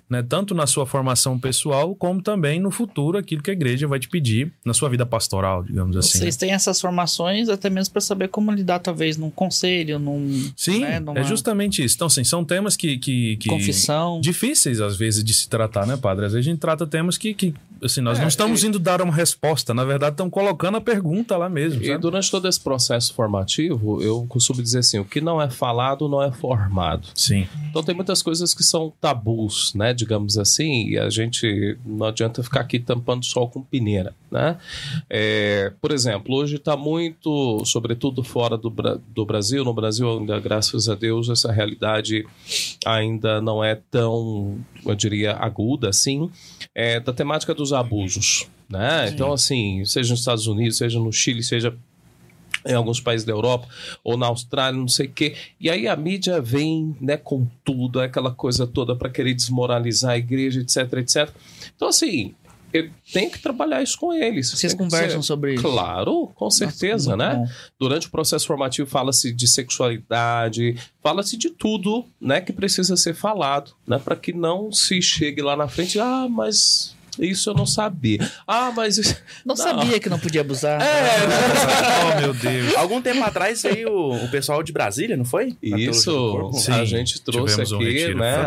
né? Tanto na sua formação pessoal, como também no futuro, aquilo que a igreja vai te pedir na sua vida pastoral, digamos assim. Vocês têm essas formações até mesmo para saber como lidar, talvez, num conselho, Sim, né, é justamente isso. Então, assim, são temas que confissão. Difíceis, às vezes, de se tratar, né, padre? Às vezes a gente trata temas que assim, nós não estamos indo dar uma resposta, na verdade, estamos colocando a pergunta lá mesmo. E durante todo esse processo formativo, eu costumo dizer assim, o que não é falado não é formado. Sim. Então tem muitas coisas que são tabus, né, digamos assim, e a gente não adianta ficar aqui tampando sol com peneira, né? Por exemplo, hoje está muito, sobretudo fora do Brasil, no Brasil ainda, graças a Deus, essa realidade ainda não é tão, eu diria, aguda assim, da temática dos abusos, né? Sim. Então, assim, seja nos Estados Unidos, seja no Chile, seja em alguns países da Europa, ou na Austrália, não sei o quê. E aí a mídia vem, né, com tudo, aquela coisa toda para querer desmoralizar a igreja, etc, etc. Então, assim, eu tenho que trabalhar isso com eles. Vocês conversam sobre isso? Claro, com certeza, né? Bom. Durante o processo formativo fala-se de sexualidade, fala-se de tudo, né, que precisa ser falado, né, para que não se chegue lá na frente, mas isso eu não sabia. Mas... Não sabia que não podia abusar. Oh, meu Deus. Algum tempo atrás veio o pessoal de Brasília, não foi? Isso. Sim, a gente trouxe aqui, né?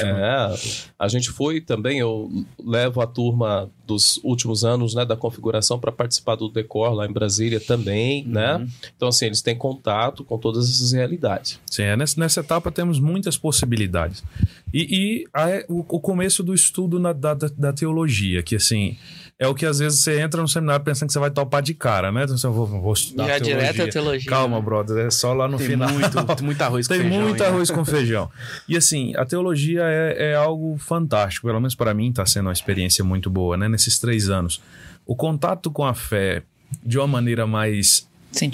A gente foi também, eu levo a turma dos últimos anos, né, da configuração para participar do Decor lá em Brasília também, né? Então, assim, eles têm contato com todas essas realidades. Sim, nessa etapa temos muitas possibilidades. E o começo do estudo da teologia, que assim, é o que às vezes você entra no seminário pensando que você vai topar de cara, né? Então eu vou estudar já teologia. Direto a teologia. Calma, brother, é só lá no final. Tem muito arroz com feijão. Tem muito arroz com feijão. E assim, a teologia é algo fantástico, pelo menos para mim está sendo uma experiência muito boa, né? Nesses 3 anos. O contato com a fé de uma maneira mais...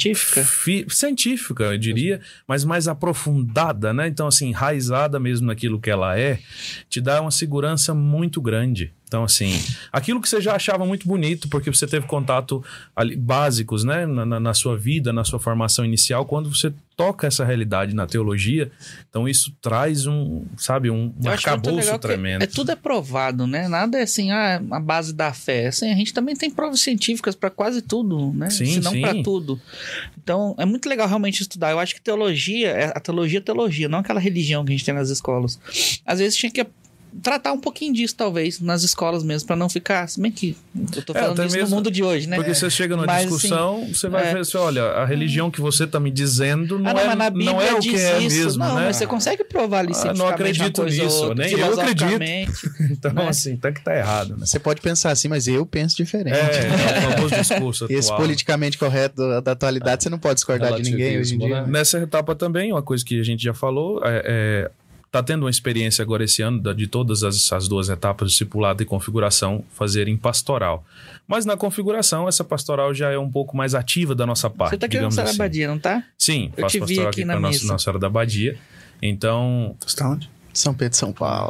científica, eu diria, mas mais aprofundada, né? Então, assim, enraizada mesmo naquilo que ela te dá uma segurança muito grande. Então, assim, aquilo que você já achava muito bonito, porque você teve contato ali, básicos, né, na sua vida, na sua formação inicial, quando você toca essa realidade na teologia, então isso traz um arcabouço tremendo. Tudo é provado, né? Nada é assim, a base da fé. Assim, a gente também tem provas científicas para quase tudo, né? Sim, se não para tudo. Então, é muito legal realmente estudar. Eu acho que a teologia, não aquela religião que a gente tem nas escolas. Às vezes tinha que tratar um pouquinho disso, talvez, nas escolas mesmo, para não ficar... Se bem que eu tô falando isso mesmo, no mundo de hoje, né? Porque você chega numa discussão, assim, você vai ver assim, olha, a religião que você tá me dizendo não é o que é isso, mesmo, não, né? Mas você consegue provar ali cientificamente não acredito nisso, nem eu acredito. Então, né? Assim, tá que tá errado, né? Você pode pensar assim, mas eu penso diferente. É o famoso discurso atual. Esse politicamente correto da atualidade, você não pode discordar de ninguém hoje em dia. Né? Nessa etapa também, uma coisa que a gente já falou, está tendo uma experiência agora esse ano de todas as 2 etapas, discipulado e configuração, fazerem pastoral. Mas na configuração, essa pastoral já é um pouco mais ativa da nossa parte. Você está aqui na Nossa Senhora da Badia, não tá? Sim, faço pastoral aqui para Nossa Senhora da Badia. Então... Você está onde? São Pedro, São Paulo.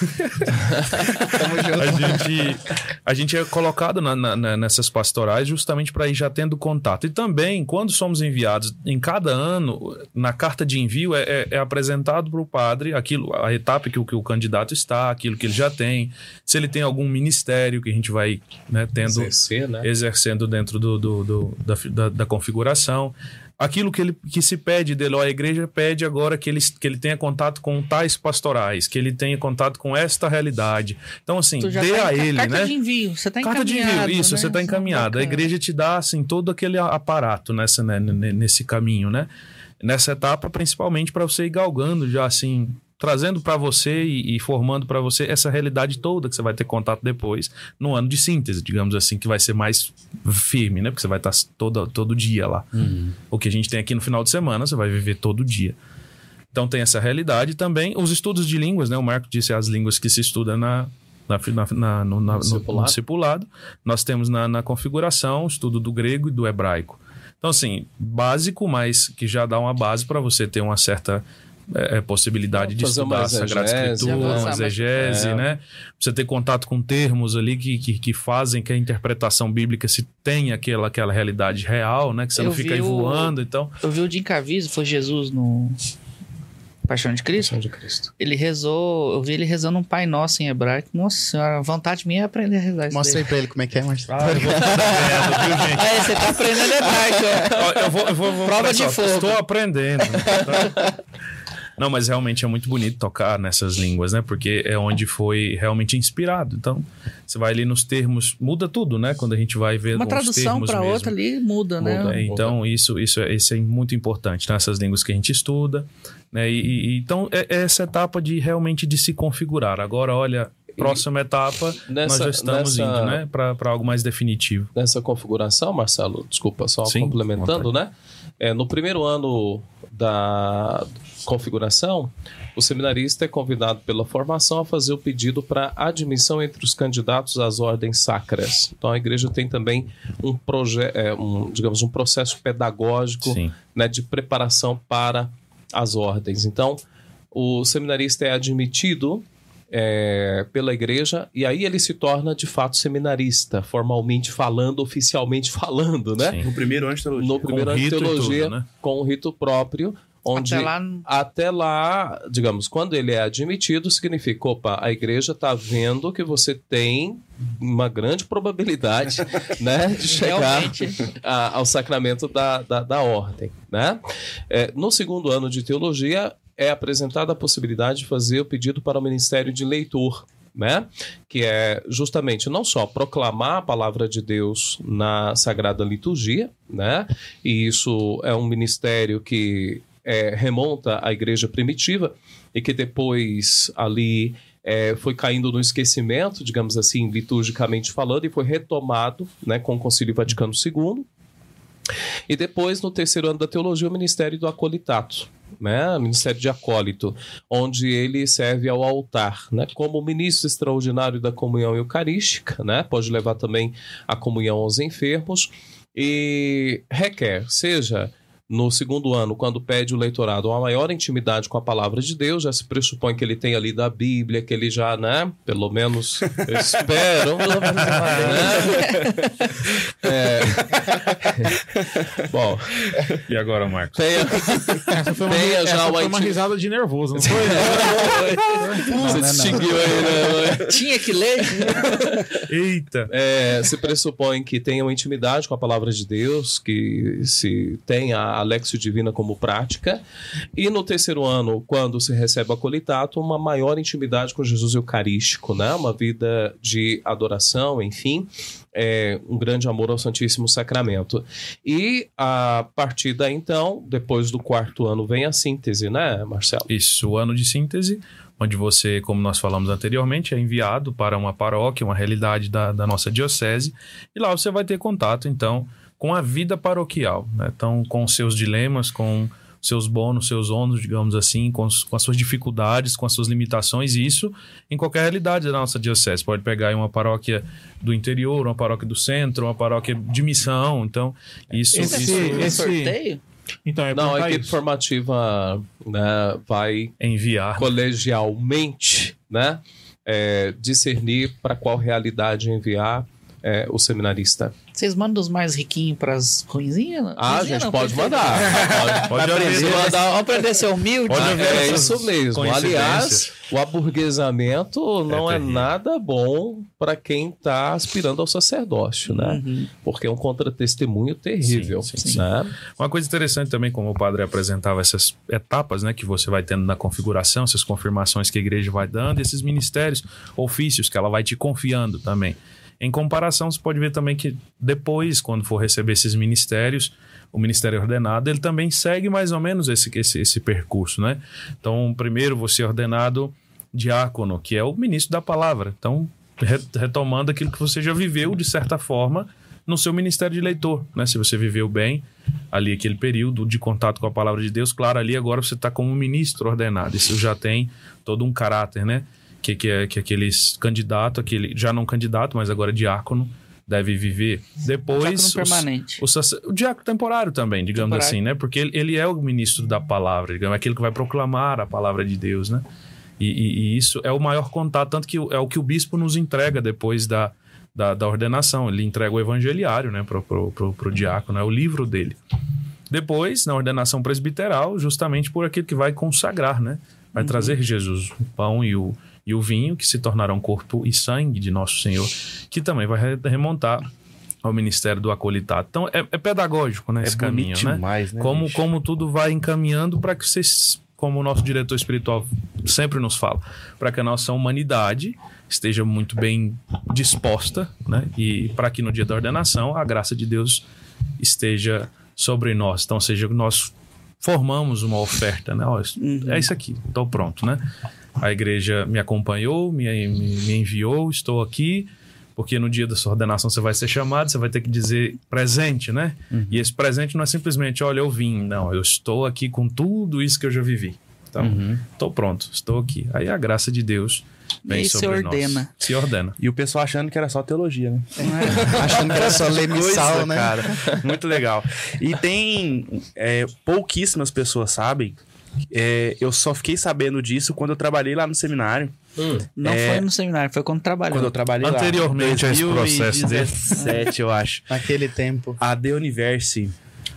Tamo junto. A gente é colocado nessas pastorais justamente para ir já tendo contato. E também, quando somos enviados, em cada ano, na carta de envio, é apresentado para o padre a etapa que o candidato está, aquilo que ele já tem, se ele tem algum ministério que a gente vai, né, exercendo dentro da configuração. Aquilo que se pede dele, a igreja pede agora que ele tenha contato com tais pastorais, que ele tenha contato com esta realidade. Então, assim, dê a ele, né? Carta de envio, você está encaminhado. Carta de envio, isso, né? Você está encaminhado. A igreja te dá, assim, todo aquele aparato nesse caminho, né? Nessa etapa, principalmente para você ir galgando já, assim, trazendo para você e formando para você essa realidade toda que você vai ter contato depois no ano de síntese, digamos assim, que vai ser mais firme, né? Porque você vai estar todo dia lá. O que a gente tem aqui no final de semana, você vai viver todo dia. Então tem essa realidade também. Os estudos de línguas, né? O Marco disse as línguas que se estuda no discipulado. Nós temos na configuração o estudo do grego e do hebraico. Então, assim, básico, mas que já dá uma base para você ter uma certa possibilidade de estudar a Sagrada Escritura, uma exegese, né? Você ter contato com termos ali que fazem que a interpretação bíblica se tenha aquela realidade real, né? Que você não fica aí voando, então... Eu vi o Jim Caviezel, foi Jesus no Paixão de Cristo? Paixão de Cristo. Ele rezou, eu vi ele rezando um Pai Nosso em hebraico. Nossa senhora, a vontade minha é aprender a rezar isso. Mostra aí pra ele como é que é, Marcelo. Eu vou aprendendo, viu, gente? Aí, você tá aprendendo hebraico. Eu vou Prova de fogo. Estou aprendendo. Tá? Não, mas realmente é muito bonito tocar nessas línguas, né? Porque é onde foi realmente inspirado. Então, você vai ali nos termos, muda tudo, né? Quando a gente vai ver uma tradução para outra ali muda, né? Então, isso é muito importante nessas línguas que a gente estuda, né? Então, é essa etapa de realmente de se configurar. Agora, olha, próxima etapa, nós já estamos indo, né? Para algo mais definitivo. Nessa configuração, Marcelo, desculpa, só Sim, complementando, né? No primeiro ano da configuração, o seminarista é convidado pela formação a fazer o pedido para admissão entre os candidatos às ordens sacras. Então, a igreja tem também um processo pedagógico, né, de preparação para as ordens. Então, o seminarista é admitido pela igreja, e aí ele se torna de fato seminarista, formalmente falando, oficialmente falando, né? Sim. No primeiro ano de teologia. No primeiro ano de teologia, tudo, né? Com o rito próprio, onde até lá, digamos, quando ele é admitido, significa, opa, a igreja está vendo que você tem uma grande probabilidade, né, de chegar ao sacramento da ordem, né? No segundo ano de teologia, é apresentada a possibilidade de fazer o pedido para o ministério de leitor, né? Que é justamente não só proclamar a palavra de Deus na Sagrada Liturgia, né? E isso é um ministério que remonta à igreja primitiva e que depois ali foi caindo no esquecimento, digamos assim, liturgicamente falando, e foi retomado, né, com o Concílio Vaticano II. E depois, no terceiro ano da teologia, o ministério do acolitato, né? O ministério de acólito, onde ele serve ao altar, né? Como ministro extraordinário da comunhão eucarística, né? Pode levar também a comunhão aos enfermos, e requer, seja no segundo ano, quando pede o leitorado uma maior intimidade com a palavra de Deus, já se pressupõe que ele tenha lido a Bíblia, que ele já, né, pelo menos, eu espero, Bom, e agora, Marcos? Essa foi uma risada de nervoso, não foi? Você distinguiu aí, né? Tinha que ler. Eita! Se pressupõe que tenha uma intimidade com a palavra de Deus, que se tenha a Lexio Divina como prática, e no terceiro ano, quando se recebe o acolitato, uma maior intimidade com Jesus Eucarístico, né? Uma vida de adoração, enfim, um grande amor ao Santíssimo Sacramento. E a partir daí, então, depois do quarto ano, vem a síntese, né, Marcelo? Isso, o ano de síntese, onde você, como nós falamos anteriormente, é enviado para uma paróquia, uma realidade da nossa diocese, e lá você vai ter contato, então, com a vida paroquial, né? Então, com os seus dilemas, com seus bônus, seus ônus, digamos assim, com as suas dificuldades, com as suas limitações, e isso em qualquer realidade da nossa diocese. Pode pegar aí uma paróquia do interior, uma paróquia do centro, uma paróquia de missão, então, isso... Esse sorteio? Então, não, a equipe formativa, né, vai enviar colegialmente, né, discernir para qual realidade enviar o seminarista. Vocês mandam os mais riquinhos para as ruinzinhas? A gente pode mandar. Pode aprender a ser humilde. É isso mesmo. Aliás, o aburguesamento não é nada bom para quem está aspirando ao sacerdócio, né? Uhum. Porque é um contra-testemunho terrível. Sim. Né? Uma coisa interessante também, como o padre apresentava essas etapas, né, que você vai tendo na configuração, essas confirmações que a igreja vai dando, esses ministérios, ofícios que ela vai te confiando também. Em comparação, você pode ver também que depois, quando for receber esses ministérios, o ministério ordenado, ele também segue mais ou menos esse percurso, né? Então, primeiro você é ordenado diácono, que é o ministro da palavra. Então, retomando aquilo que você já viveu, de certa forma, no seu ministério de leitor, né? Se você viveu bem ali aquele período de contato com a palavra de Deus, claro, ali agora você está como ministro ordenado. Isso já tem todo um caráter, né? Que aqueles candidato, aquele já não candidato, mas agora diácono, deve viver. Depois, diácono permanente. O diácono temporário também, digamos assim, né? Porque ele é o ministro da palavra, digamos, é aquele que vai proclamar a palavra de Deus, né? E isso é o maior contato, tanto que é o que o bispo nos entrega depois da ordenação. Ele entrega o evangeliário, né, pro diácono, é o livro dele. Depois, na ordenação presbiteral, justamente por aquilo que vai consagrar, né? Vai trazer Jesus, o pão e o vinho, que se tornarão corpo e sangue de nosso Senhor, que também vai remontar ao ministério do acolitado. Então, é pedagógico, né, esse caminho, né? Demais, né? Como tudo vai encaminhando para que vocês, como o nosso diretor espiritual sempre nos fala, para que a nossa humanidade esteja muito bem disposta, né? E para que no dia da ordenação a graça de Deus esteja sobre nós. Então, seja, nós formamos uma oferta, né? Ó, é isso aqui, estou pronto, né? A igreja me acompanhou, me enviou, estou aqui, porque no dia da sua ordenação você vai ser chamado, você vai ter que dizer presente, né? E esse presente não é simplesmente, olha, eu vim. Não, eu estou aqui com tudo isso que eu já vivi. Então, estou pronto, estou aqui. Aí a graça de Deus vem sobre nós. Se ordena. E o pessoal achando que era só teologia, né? Achando que era só ler missal, né? Cara, muito legal. E tem pouquíssimas pessoas sabem. Eu só fiquei sabendo disso quando eu trabalhei lá no seminário. Não foi no seminário, foi quando trabalhou. Quando eu trabalhei anteriormente lá. a esse processo dele. 2017, eu acho. Naquele tempo. A The Universe.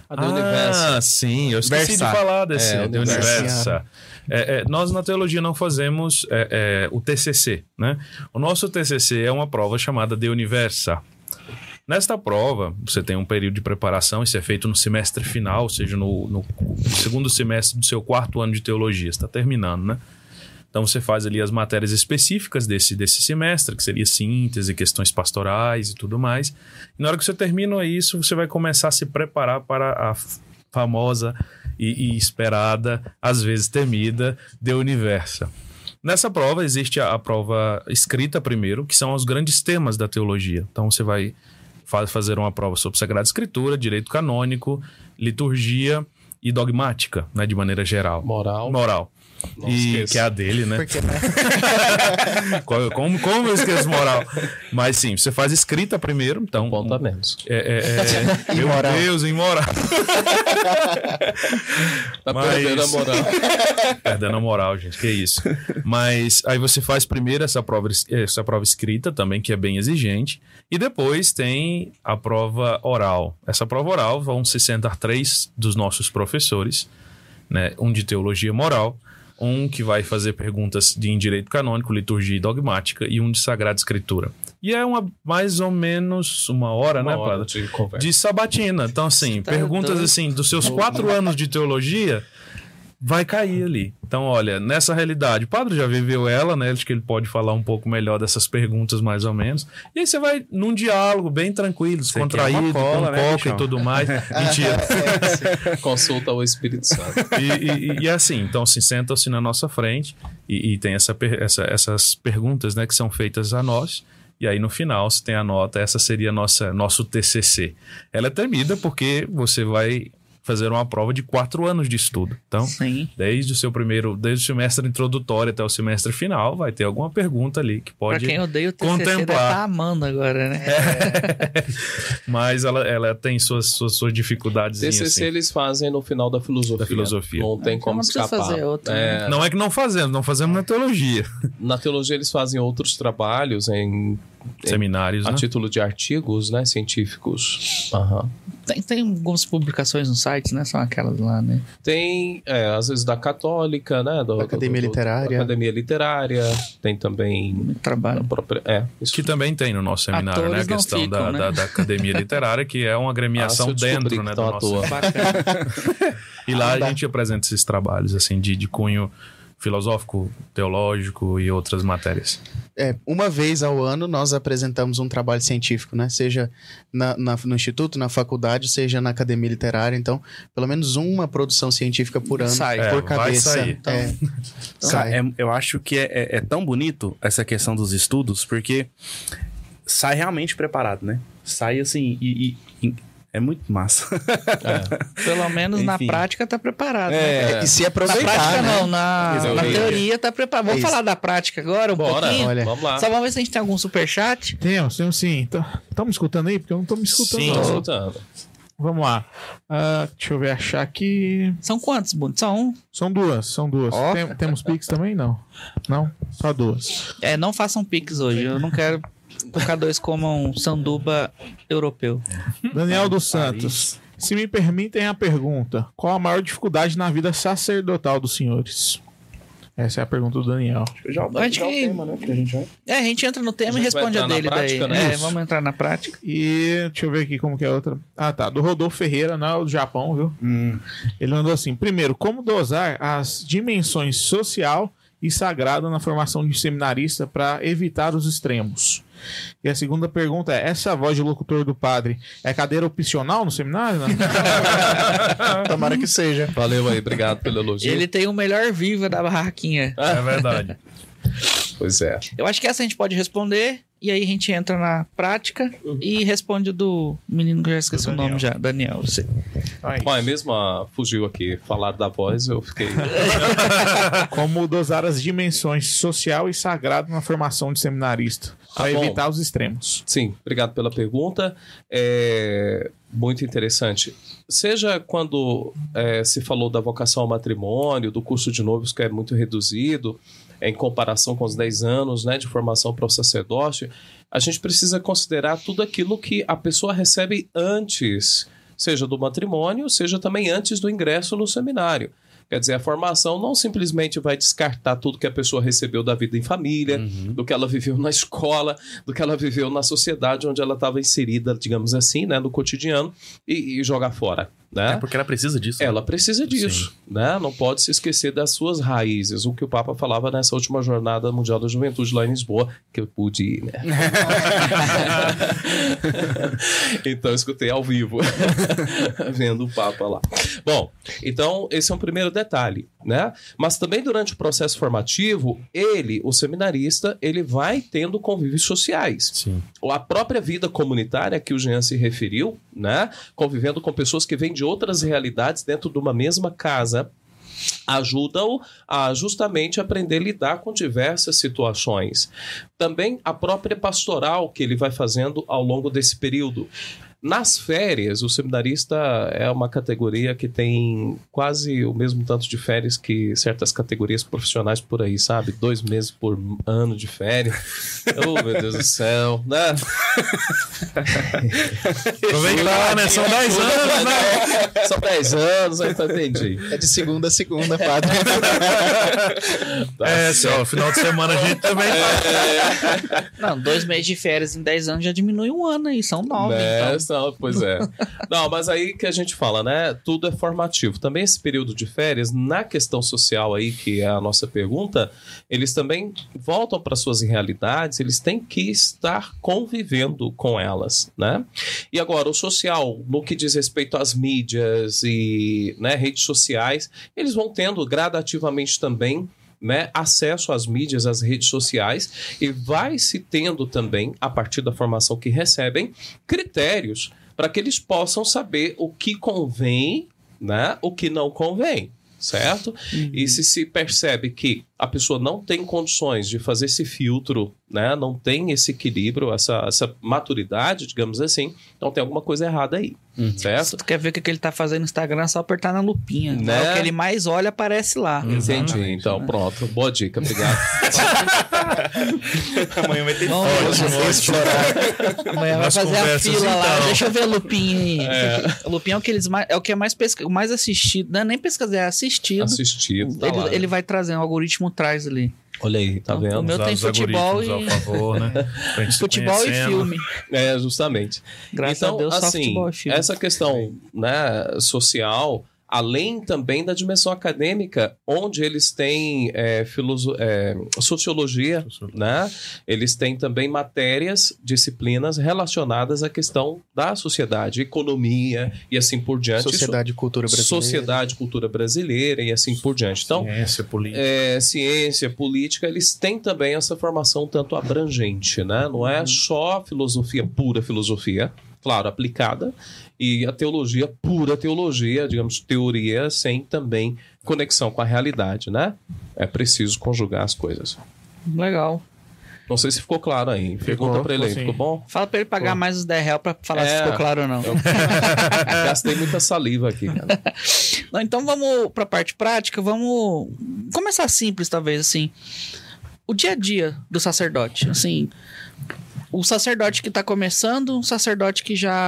Sim, eu esqueci de falar desse The Universa. Nós na teologia não fazemos o TCC, né? O nosso TCC é uma prova chamada The Universa. Nesta prova, você tem um período de preparação, isso é feito no semestre final, ou seja, no segundo semestre do seu 4º ano de teologia, está terminando, né? Então você faz ali as matérias específicas desse semestre, que seria síntese, questões pastorais e tudo mais. E na hora que você termina isso, você vai começar a se preparar para a famosa e esperada, às vezes temida, The Universa. Nessa prova existe a prova escrita primeiro, que são os grandes temas da teologia. Então você vai fazer uma prova sobre Sagrada Escritura, direito canônico, liturgia e dogmática, né, de maneira geral. Moral. Que é a dele, né? Porque, né? como eu esqueço moral? Mas sim, você faz escrita primeiro, então... Ponto a menos. Meu Deus, imoral. Tá perdendo a moral. Perdendo a moral, gente, que isso. Mas aí você faz primeiro essa prova escrita também, que é bem exigente, e depois tem a prova oral. Essa prova oral vão se sentar 3 dos nossos professores, né? Um de teologia moral, um que vai fazer perguntas em direito canônico, liturgia e dogmática, e um de Sagrada Escritura. E é mais ou menos uma hora, né, Padre? De sabatina. Então, assim, perguntas assim, dos seus 4 anos de teologia, vai cair ali. Então, olha, nessa realidade, o Padre já viveu ela, né? Acho que ele pode falar um pouco melhor dessas perguntas, mais ou menos. E aí você vai num diálogo bem tranquilo, descontraído, com coca e tudo mais. Mentira. Consulta o Espírito Santo. E assim, então se sentam-se na nossa frente e tem essas perguntas, né, que são feitas a nós. E aí, no final, se tem a nota, essa seria nosso TCC. Ela é temida porque você vai fazer uma prova de 4 anos de estudo. Então, desde o semestre introdutório até o semestre final, vai ter alguma pergunta ali que pode contemplar. Pra quem odeia o TCC, deve estar amando agora, né? Mas ela tem suas dificuldades. TCC assim. Eles fazem no final da filosofia. Não tem como escapar. Fazer outra, né? Não é que não fazemos na teologia. Na teologia eles fazem outros trabalhos em seminários, a título de artigos, né, científicos. Tem algumas publicações no site, né? São aquelas lá, né? Tem, às vezes da Católica, né? Academia Literária. Academia Literária. Tem também... Trabalho. Isso. Que também tem no nosso seminário, atores, né? A questão ficam, da Academia Literária, que é uma agremiação dentro, né? Do nosso... E lá a gente apresenta esses trabalhos, assim, de cunho filosófico, teológico e outras matérias. Uma vez ao ano nós apresentamos um trabalho científico, né? Seja no instituto, na faculdade, seja na academia literária. Então, pelo menos uma produção científica por ano, por cabeça. Vai sair. Então, eu acho que é tão bonito essa questão dos estudos, porque sai realmente preparado, né? Sai assim é muito massa. Pelo menos na prática tá preparado. Né? E se aproveitar, na prática né? não, na teoria tá preparado. Vamos falar da prática agora pouquinho? Olha. Vamos lá. Só vamos ver se a gente tem algum superchat. Temos sim. Estão me escutando aí? Porque eu não tô me escutando. Sim, escutando. Vamos lá. Deixa eu ver, achar aqui. São quantos, Bruno? São duas. Temos Pix também? Não, só 2. Não façam Pix hoje. Eu não quero que o K2 coma um sanduba europeu. Daniel dos Santos. Se me permitem a pergunta, qual a maior dificuldade na vida sacerdotal dos senhores? Essa é a pergunta do Daniel. A gente entra no tema e responde a dele prática, daí. Né? Vamos entrar na prática. E deixa eu ver aqui como que é a outra. Ah, tá. Do Rodolfo Ferreira, não é o do Japão, viu? Ele mandou assim: primeiro, como dosar as dimensões social e sagrada na formação de seminarista para evitar os extremos? E a segunda pergunta é: essa voz de locutor do padre é cadeira opcional no seminário? Né? Tomara que seja. Valeu aí, obrigado pelo elogio. Ele tem o melhor viva da barraquinha. É verdade. Pois é. Eu acho que essa a gente pode responder, e aí a gente entra na prática e responde do menino que eu já esqueci o nome já, Daniel. Bom, é mesmo fugiu aqui, falar da voz, eu fiquei... Como dosar as dimensões social e sagrado na formação de seminarista, para evitar os extremos. Sim, obrigado pela pergunta. Muito interessante. Seja quando se falou da vocação ao matrimônio, do curso de noivos que é muito reduzido, em comparação com os 10 anos, né, de formação para o sacerdócio, a gente precisa considerar tudo aquilo que a pessoa recebe antes, seja do matrimônio, seja também antes do ingresso no seminário. Quer dizer, a formação não simplesmente vai descartar tudo que a pessoa recebeu da vida em família, do que ela viveu na escola, do que ela viveu na sociedade onde ela estava inserida, digamos assim, né, no cotidiano, e jogar fora. Né? Porque ela precisa disso. Ela precisa disso, né? Não pode se esquecer das suas raízes. O que o Papa falava nessa última jornada mundial da juventude lá em Lisboa, que eu pude ir, né? Então eu escutei ao vivo, vendo o Papa lá. Bom, então esse é um primeiro detalhe, né? Mas também durante o processo formativo, o seminarista, ele vai tendo convívios sociais. Sim. A própria vida comunitária que o Jean se referiu, né? Convivendo com pessoas que vêm de outras realidades dentro de uma mesma casa, ajuda-o a justamente aprender a lidar com diversas situações. Também a própria pastoral que ele vai fazendo ao longo desse período. Nas férias, o seminarista é uma categoria que tem quase o mesmo tanto de férias que certas categorias profissionais por aí, sabe? 2 meses por ano de férias. Oh, meu Deus do céu, né? Aproveitar, né? São 10 anos, né? São 10 anos, aí entendi. É de segunda a segunda, padre. Final de semana a gente também Não, 2 meses de férias em 10 anos já diminui 1 ano aí, são 9. Então. Não, pois é. Não, mas aí que a gente fala, né? Tudo é formativo. Também esse período de férias, na questão social aí, que é a nossa pergunta, eles também voltam para suas realidades, eles têm que estar convivendo com elas, né? E agora, o social, no que diz respeito às mídias e, né, redes sociais, eles vão tendo gradativamente também, né, acesso às mídias, às redes sociais, e vai se tendo também, a partir da formação que recebem, critérios para que eles possam saber o que convém, né, o que não convém, certo? E se percebe que a pessoa não tem condições de fazer esse filtro, né, não tem esse equilíbrio, essa maturidade, digamos assim, então tem alguma coisa errada aí, certo? Se tu quer ver o que ele tá fazendo no Instagram, é só apertar na lupinha, né? O que ele mais olha aparece lá. Entendi, então pronto, boa dica, obrigado. Amanhã vai ter Amanhã vai fazer a fila lá, deixa eu ver a lupinha aí. A lupinha é o que é mais assistido, não é nem pesquisar, é assistido. Ele vai trazer um algoritmo traz ali. Olha aí, tá vendo? O meu tem futebol e... favor, né? Futebol e filme. Justamente. Graças a Deus, só futebol e filme. Essa questão, né, social, além também da dimensão acadêmica, onde eles têm sociologia, né? Eles têm também matérias, disciplinas relacionadas à questão da sociedade, economia e assim por diante. Sociedade e cultura brasileira. Sociedade, cultura brasileira e assim por diante. Então, ciência, política, eles têm também essa formação tanto abrangente, né? Não é só filosofia, pura filosofia, claro, aplicada, e a teologia, pura teologia, digamos, teoria, sem também conexão com a realidade, né? É preciso conjugar as coisas. Legal. Não sei se ficou claro aí. Pergunta pra ele aí, ficou bom? Fala pra ele pagar mais os R$10 pra falar se ficou claro ou não. Gastei muita saliva aqui, cara. Não, então vamos pra parte prática, vamos começar simples, talvez, assim. O dia a dia do sacerdote, assim... O sacerdote que está começando, um sacerdote que já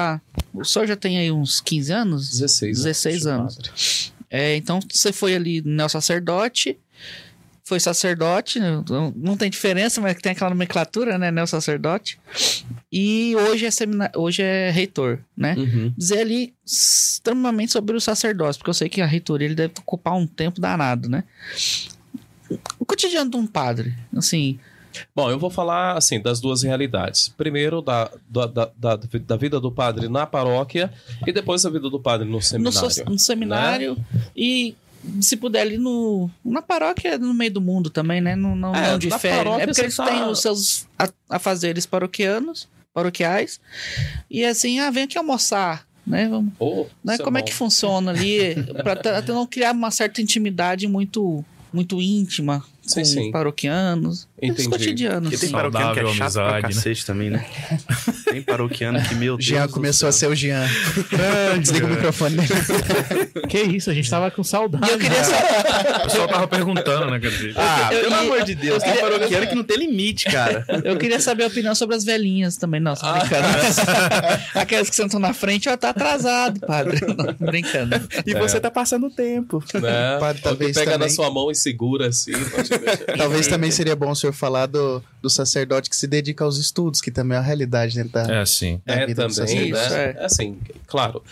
o senhor já tem aí uns 15 anos? 16 anos. Então, você foi ali no sacerdote, foi sacerdote, não tem diferença, mas tem aquela nomenclatura, né, neo-sacerdote. E hoje é reitor, né? Dizer ali extremamente sobre o sacerdócio, porque eu sei que a reitoria ele deve ocupar um tempo danado, né? O cotidiano de um padre, assim... Bom, eu vou falar, assim, das duas realidades. Primeiro, da vida do padre na paróquia e depois da vida do padre no seminário. No seminário, né? E... se puder ali na paróquia, no meio do mundo também, né? Não difere. É porque eles têm os seus afazeres paroquiais. E assim, vem aqui almoçar, né? Vamos, né? Como é que funciona ali? Pra não criar uma certa intimidade muito íntima com os paroquianos. Entendi. Cotidianos. Porque tem paroquiano que é chato pra cacete, né? Também, né? Tem paroquiano que, meu Deus. Jean começou a ser o Jean. Desliga o microfone dele. Que isso, a gente tava com saudade. Eu queria saber. O pessoal tava perguntando, né? Pelo amor de Deus, tem paroquiano que não tem limite, cara. Eu queria saber a opinião sobre as velhinhas também. Não, só brincando. Aquelas que sentam na frente, tá atrasado, padre. Não, brincando. E você tá passando o tempo. Né? Padre, talvez pega também... na sua mão e segura assim. Talvez também seria bom o senhor falar do sacerdote que se dedica aos estudos, que também é uma realidade dentro da, sim. da vida do também, sacerdote. né? Assim, claro.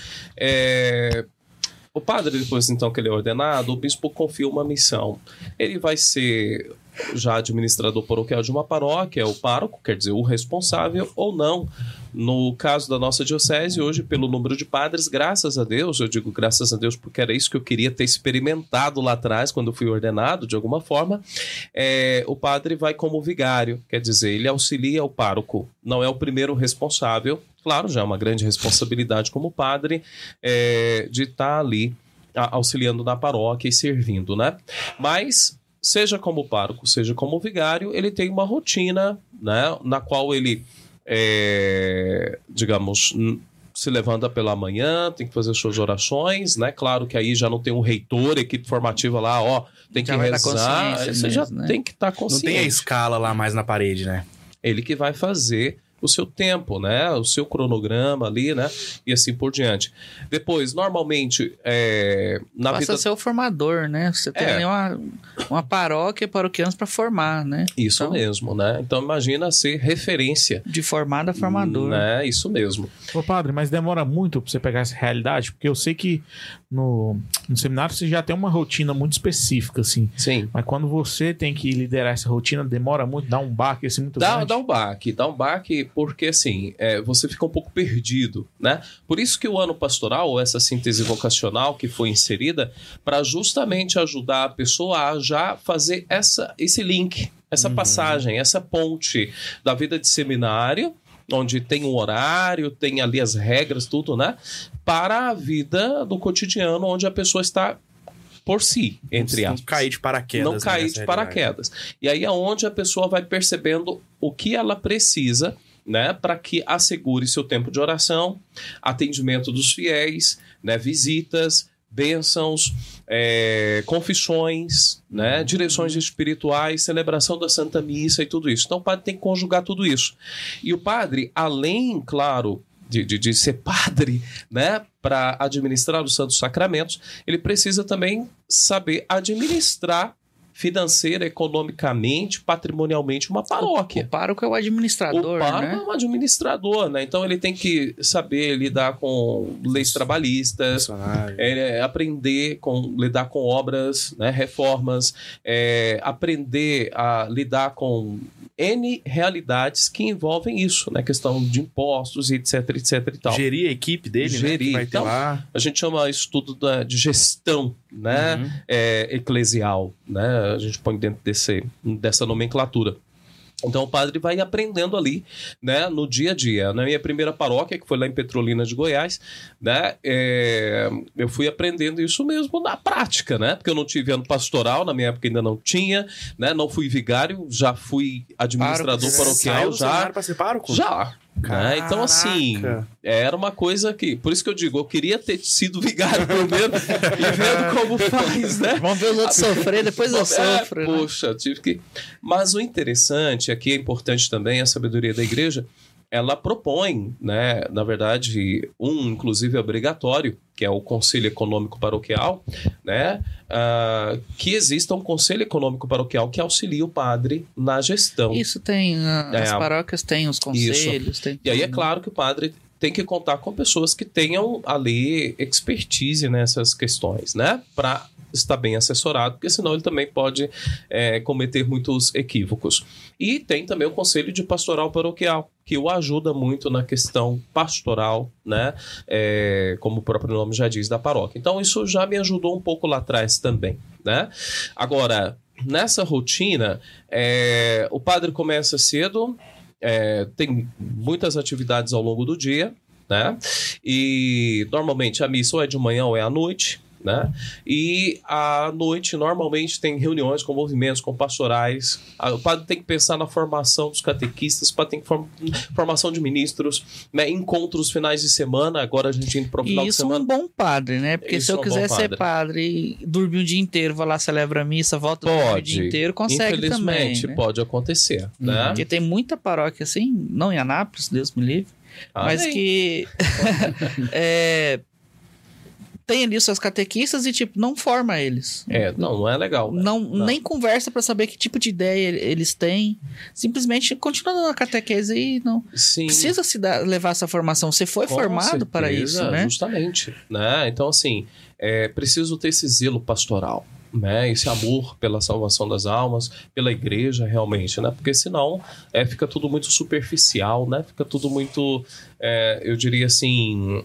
O padre, depois então que ele é ordenado, o bispo confia uma missão. Ele vai ser já administrador paroquial de uma paróquia, o pároco, quer dizer, o responsável ou não. No caso da nossa diocese, hoje, pelo número de padres, graças a Deus, eu digo graças a Deus porque era isso que eu queria ter experimentado lá atrás, quando eu fui ordenado, de alguma forma, o padre vai como vigário, quer dizer, ele auxilia o pároco, não é o primeiro responsável, claro, já é uma grande responsabilidade como padre, de estar ali auxiliando na paróquia e servindo, né? Mas... seja como pároco, seja como vigário, ele tem uma rotina, né, na qual ele, digamos, se levanta pela manhã, tem que fazer suas orações, né? Claro que aí já não tem um reitor, equipe formativa lá, tem que rezar, você já tem que estar consciente. Não tem a escala lá mais na parede, né? Ele que vai fazer o seu tempo, né? O seu cronograma ali, né? E assim por diante. Depois, normalmente, passa a ser o formador, né? Você tem ali uma paróquia, paroquianos para formar, né? Isso então, mesmo, né? Então, imagina ser referência. De formado a formador. Né? Isso mesmo. Ô, padre, mas demora muito para você pegar essa realidade? Porque eu sei que no seminário você já tem uma rotina muito específica, assim. Sim. Mas quando você tem que liderar essa rotina, demora muito, dá um baque assim muito grande? Dá um baque porque, assim, você fica um pouco perdido, né? Por isso que o ano pastoral, essa síntese vocacional que foi inserida, para justamente ajudar a pessoa a já fazer esse link, essa passagem, essa ponte da vida de seminário, onde tem um horário, tem ali as regras, tudo, né? Para a vida do cotidiano, onde a pessoa está por si, entre aspas. Não cair de paraquedas. Não cair de paraquedas. E aí é onde a pessoa vai percebendo o que ela precisa, né, para que assegure seu tempo de oração, atendimento dos fiéis, né, visitas, bênçãos, confissões, né, direções espirituais, celebração da Santa Missa e tudo isso. Então o padre tem que conjugar tudo isso. E o padre, além, claro, de ser padre, né, para administrar os santos sacramentos, ele precisa também saber administrar financeira, economicamente, patrimonialmente, uma paróquia. O pároco é o administrador, O pároco né? é um administrador, né? Então ele tem que saber lidar com leis trabalhistas, aprender lidar com obras, né, reformas, aprender a lidar com N realidades que envolvem isso, né? Questão de impostos, etc, etc e tal. Gerir a equipe dele, né? Que vai ter então, lá. A gente chama isso tudo de gestão, né? Eclesial, né? A gente põe dentro dessa nomenclatura. Então o padre vai aprendendo ali, né, no dia a dia. Na minha primeira paróquia, que foi lá em Petrolina de Goiás, né, eu fui aprendendo isso mesmo na prática, né, porque eu não tive ano pastoral, na minha época ainda não tinha, né, não fui vigário, já fui administrador paroquial, já. Para ser pároco? Já. Né? Então, assim, era uma coisa que... Por isso que eu digo, eu queria ter sido vigário primeiro e vendo como faz, né? Vamos ver os outros sofrer, depois eu sofro. Poxa, tive que... Mas o interessante, aqui é importante também, a sabedoria da igreja, ela propõe, né, na verdade, inclusive obrigatório, que é o Conselho Econômico Paroquial, né, que exista um Conselho Econômico Paroquial que auxilie o padre na gestão. Isso tem, as paróquias têm os conselhos. Tem e aí é claro que o padre tem que contar com pessoas que tenham ali expertise nessas questões, né, para estar bem assessorado, porque senão ele também pode cometer muitos equívocos. E tem também o Conselho de Pastoral Paroquial, que o ajuda muito na questão pastoral, né? Como o próprio nome já diz, da paróquia. Então, isso já me ajudou um pouco lá atrás também, né? Agora, nessa rotina, o padre começa cedo, tem muitas atividades ao longo do dia, né? E, normalmente, a missa ou é de manhã ou é à noite, né? E à noite normalmente tem reuniões com movimentos, com pastorais. O padre tem que pensar na formação dos catequistas, o padre tem que formação de ministros, né? Encontros finais de semana. Agora a gente indo para o final de semana. Isso é um bom padre, né? Porque se eu quiser ser padre, dormir o dia inteiro, vou lá, celebra a missa, volta o dia inteiro, consegue também, né? Pode acontecer, né? Porque tem muita paróquia assim, não em Anápolis, Deus me livre, mas que tem ali os seus catequistas e, tipo, não forma eles. Não é legal. Né? Não. Nem conversa pra saber que tipo de ideia eles têm. Simplesmente continua dando a catequese e não... Sim. Precisa levar essa formação. Você foi formado para isso, né? Justamente. Né? Então, assim, preciso ter esse zelo pastoral, né? Esse amor pela salvação das almas, pela igreja, realmente, né? Porque senão fica tudo muito superficial, né? Fica tudo muito, eu diria assim...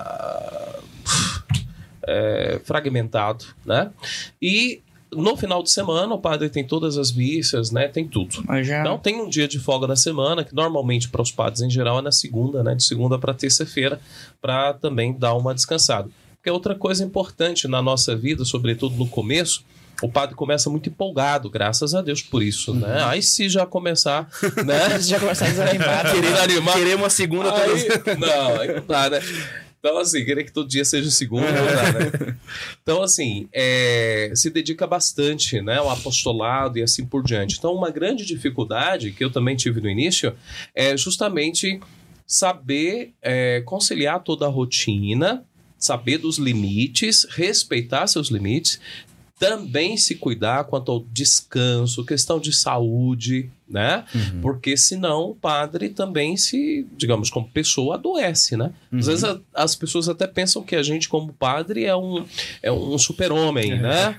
fragmentado, né? E no final de semana o padre tem todas as missas, né? Tem tudo. Então tem um dia de folga na semana, que normalmente para os padres em geral é na segunda, né? De segunda para terça-feira, para também dar uma descansada. Porque outra coisa importante na nossa vida, sobretudo no começo, o padre começa muito empolgado, graças a Deus por isso, né? Aí se já começar, né? Se já começar desanimado. Querer uma segunda... Aí não dá, né? Então, assim, querer que todo dia seja segunda, não dá, né? Então, assim, se dedica bastante, né, ao apostolado e assim por diante. Então, uma grande dificuldade que eu também tive no início é justamente saber conciliar toda a rotina, saber dos limites, respeitar seus limites, também se cuidar quanto ao descanso, questão de saúde, né? Porque senão o padre também digamos, como pessoa, adoece, né? Às vezes as pessoas até pensam que a gente, como padre, é um super-homem, né?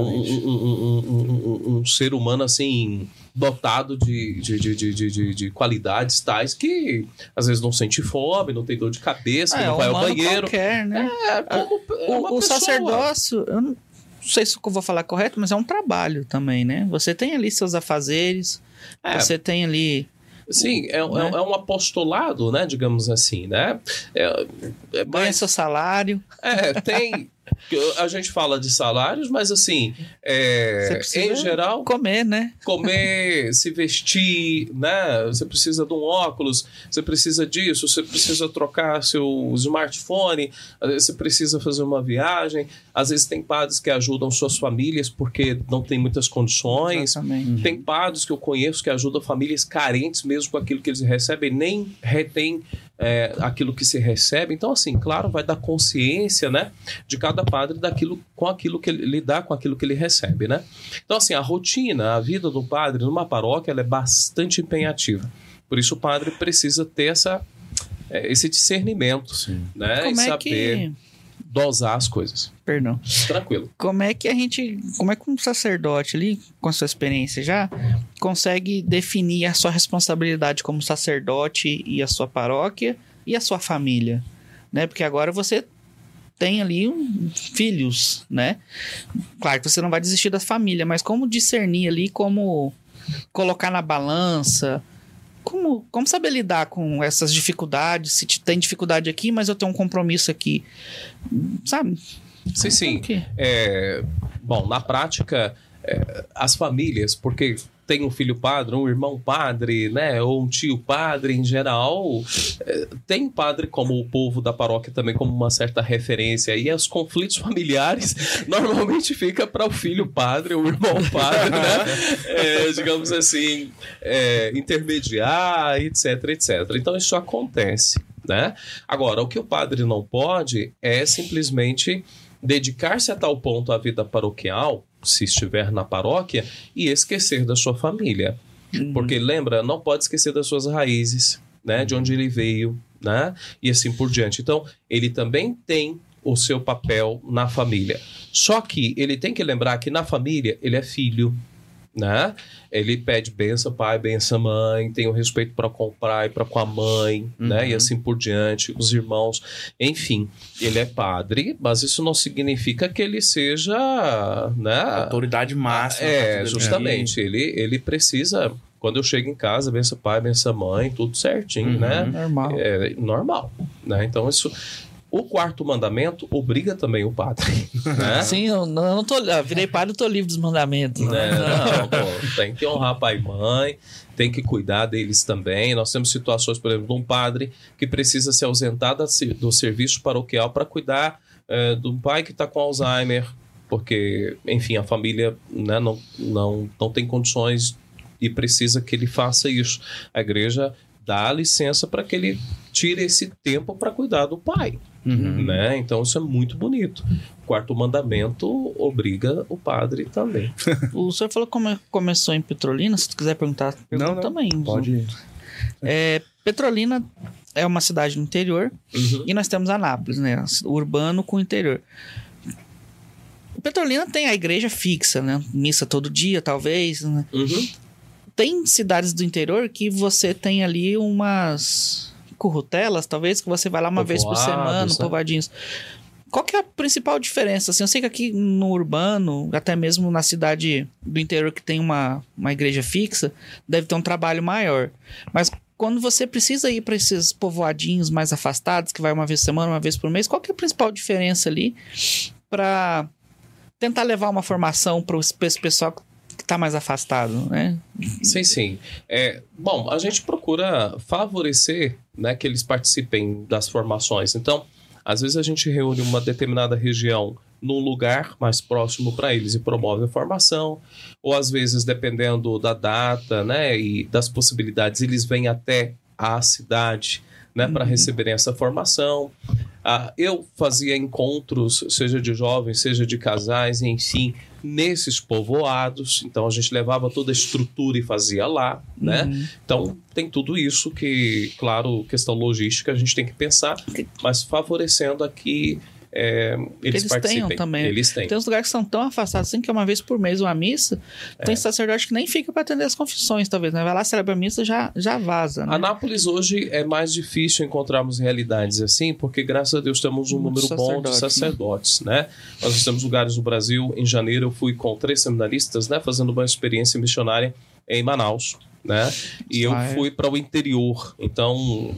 Um ser humano, assim, dotado de qualidades tais que às vezes não sente fome, não tem dor de cabeça, que não vai ao banheiro. Qualquer, né? O sacerdócio, eu não sei se eu vou falar correto, mas é um trabalho também, né? Você tem ali seus afazeres, você tem ali... Sim, é um apostolado, né? Digamos assim, né? Ganha seu salário. Tem... A gente fala de salários, mas assim, em geral... Comer, né? Comer, se vestir, né? Você precisa de um óculos, você precisa disso, você precisa trocar seu smartphone, às vezes você precisa fazer uma viagem, às vezes tem padres que ajudam suas famílias porque não tem muitas condições. Exatamente. Tem padres que eu conheço que ajudam famílias carentes mesmo com aquilo que eles recebem, nem retém aquilo que se recebe. Então, assim, claro, vai dar consciência, né, de cada padre com aquilo que ele lidar com aquilo que ele recebe, né? Então, assim, a rotina, a vida do padre numa paróquia, ela é bastante empenhativa. Por isso o padre precisa ter esse discernimento, né? Como e saber dosar as coisas. Perdão. Tranquilo. Como é que um sacerdote ali, com a sua experiência já, consegue definir a sua responsabilidade como sacerdote e a sua paróquia e a sua família, né? Porque agora você tem ali filhos, né? Claro que você não vai desistir da família, mas como discernir ali, como colocar na balança, como saber lidar com essas dificuldades, se tem dificuldade aqui, mas eu tenho um compromisso aqui, sabe? Sim. Bom, na prática, as famílias, porque tem um filho padre, um irmão padre, né? Ou um tio padre, em geral, tem padre como o povo da paróquia também como uma certa referência. E os conflitos familiares normalmente fica para o filho padre, o irmão padre, né? Digamos assim, intermediar, etc, etc. Então isso acontece, né? Agora, o que o padre não pode é simplesmente dedicar-se a tal ponto à vida paroquial, se estiver na paróquia, e esquecer da sua família. Porque, lembra, não pode esquecer das suas raízes, né? De onde ele veio, né? E assim por diante. Então, ele também tem o seu papel na família. Só que ele tem que lembrar que na família ele é filho, né? Ele pede benção pai, benção mãe, tem o respeito para com o pai, para com a mãe, né? E assim por diante, os irmãos, enfim, ele é padre, mas isso não significa que ele seja, né? A autoridade máxima. Justamente, ele precisa, quando eu chego em casa, benção pai, benção mãe, tudo certinho, né? Normal. Normal, né? Então isso... O quarto mandamento obriga também o padre, né? Sim, eu não tô... virei padre, eu tô livre dos mandamentos. Né? Não, tem que honrar pai e mãe, tem que cuidar deles também. Nós temos situações, por exemplo, de um padre que precisa se ausentar do serviço paroquial para cuidar de um pai que está com Alzheimer, porque, enfim, a família, né, não tem condições e precisa que ele faça isso. A igreja dá licença para que ele tire esse tempo para cuidar do pai. Né? Então isso é muito bonito. O quarto mandamento obriga o padre também. O senhor falou que começou em Petrolina. Se tu quiser perguntar, pergunta também. Pode ir. Petrolina é uma cidade no interior e nós temos Anápolis, né? Urbano com o interior. Petrolina tem a igreja fixa, né? Missa todo dia, talvez, né? Tem cidades do interior que você tem ali umas currutelas, talvez, que você vai lá uma vez por semana, povoadinhos. Qual que é a principal diferença? Assim, eu sei que aqui no urbano, até mesmo na cidade do interior que tem uma igreja fixa, deve ter um trabalho maior. Mas quando você precisa ir para esses povoadinhos mais afastados, que vai uma vez por semana, uma vez por mês, qual que é a principal diferença ali para tentar levar uma formação para esse pessoal que está mais afastado, né? Sim. Bom, a gente procura favorecer, né, que eles participem das formações. Então, às vezes a gente reúne uma determinada região num lugar mais próximo para eles e promove a formação, ou às vezes, dependendo da data, né, e das possibilidades, eles vêm até a cidade, né, para receberem essa formação. Eu fazia encontros, seja de jovens, seja de casais, enfim, nesses povoados. Então a gente levava toda a estrutura e fazia lá, né? Então tem tudo isso que, claro, questão logística a gente tem que pensar, mas favorecendo aqui eles participem. Tenham também. Eles têm. Tem uns lugares que são tão afastados assim que uma vez por mês uma missa, tem sacerdote que nem fica para atender as confissões, talvez, né? Vai lá, celebra a missa, já vaza, né? Anápolis hoje é mais difícil encontrarmos realidades assim, porque graças a Deus temos um número bom de sacerdotes, né? Nós temos lugares no Brasil. Em janeiro eu fui com 3 seminaristas, né, fazendo uma experiência missionária em Manaus, né? E eu fui para o interior. Então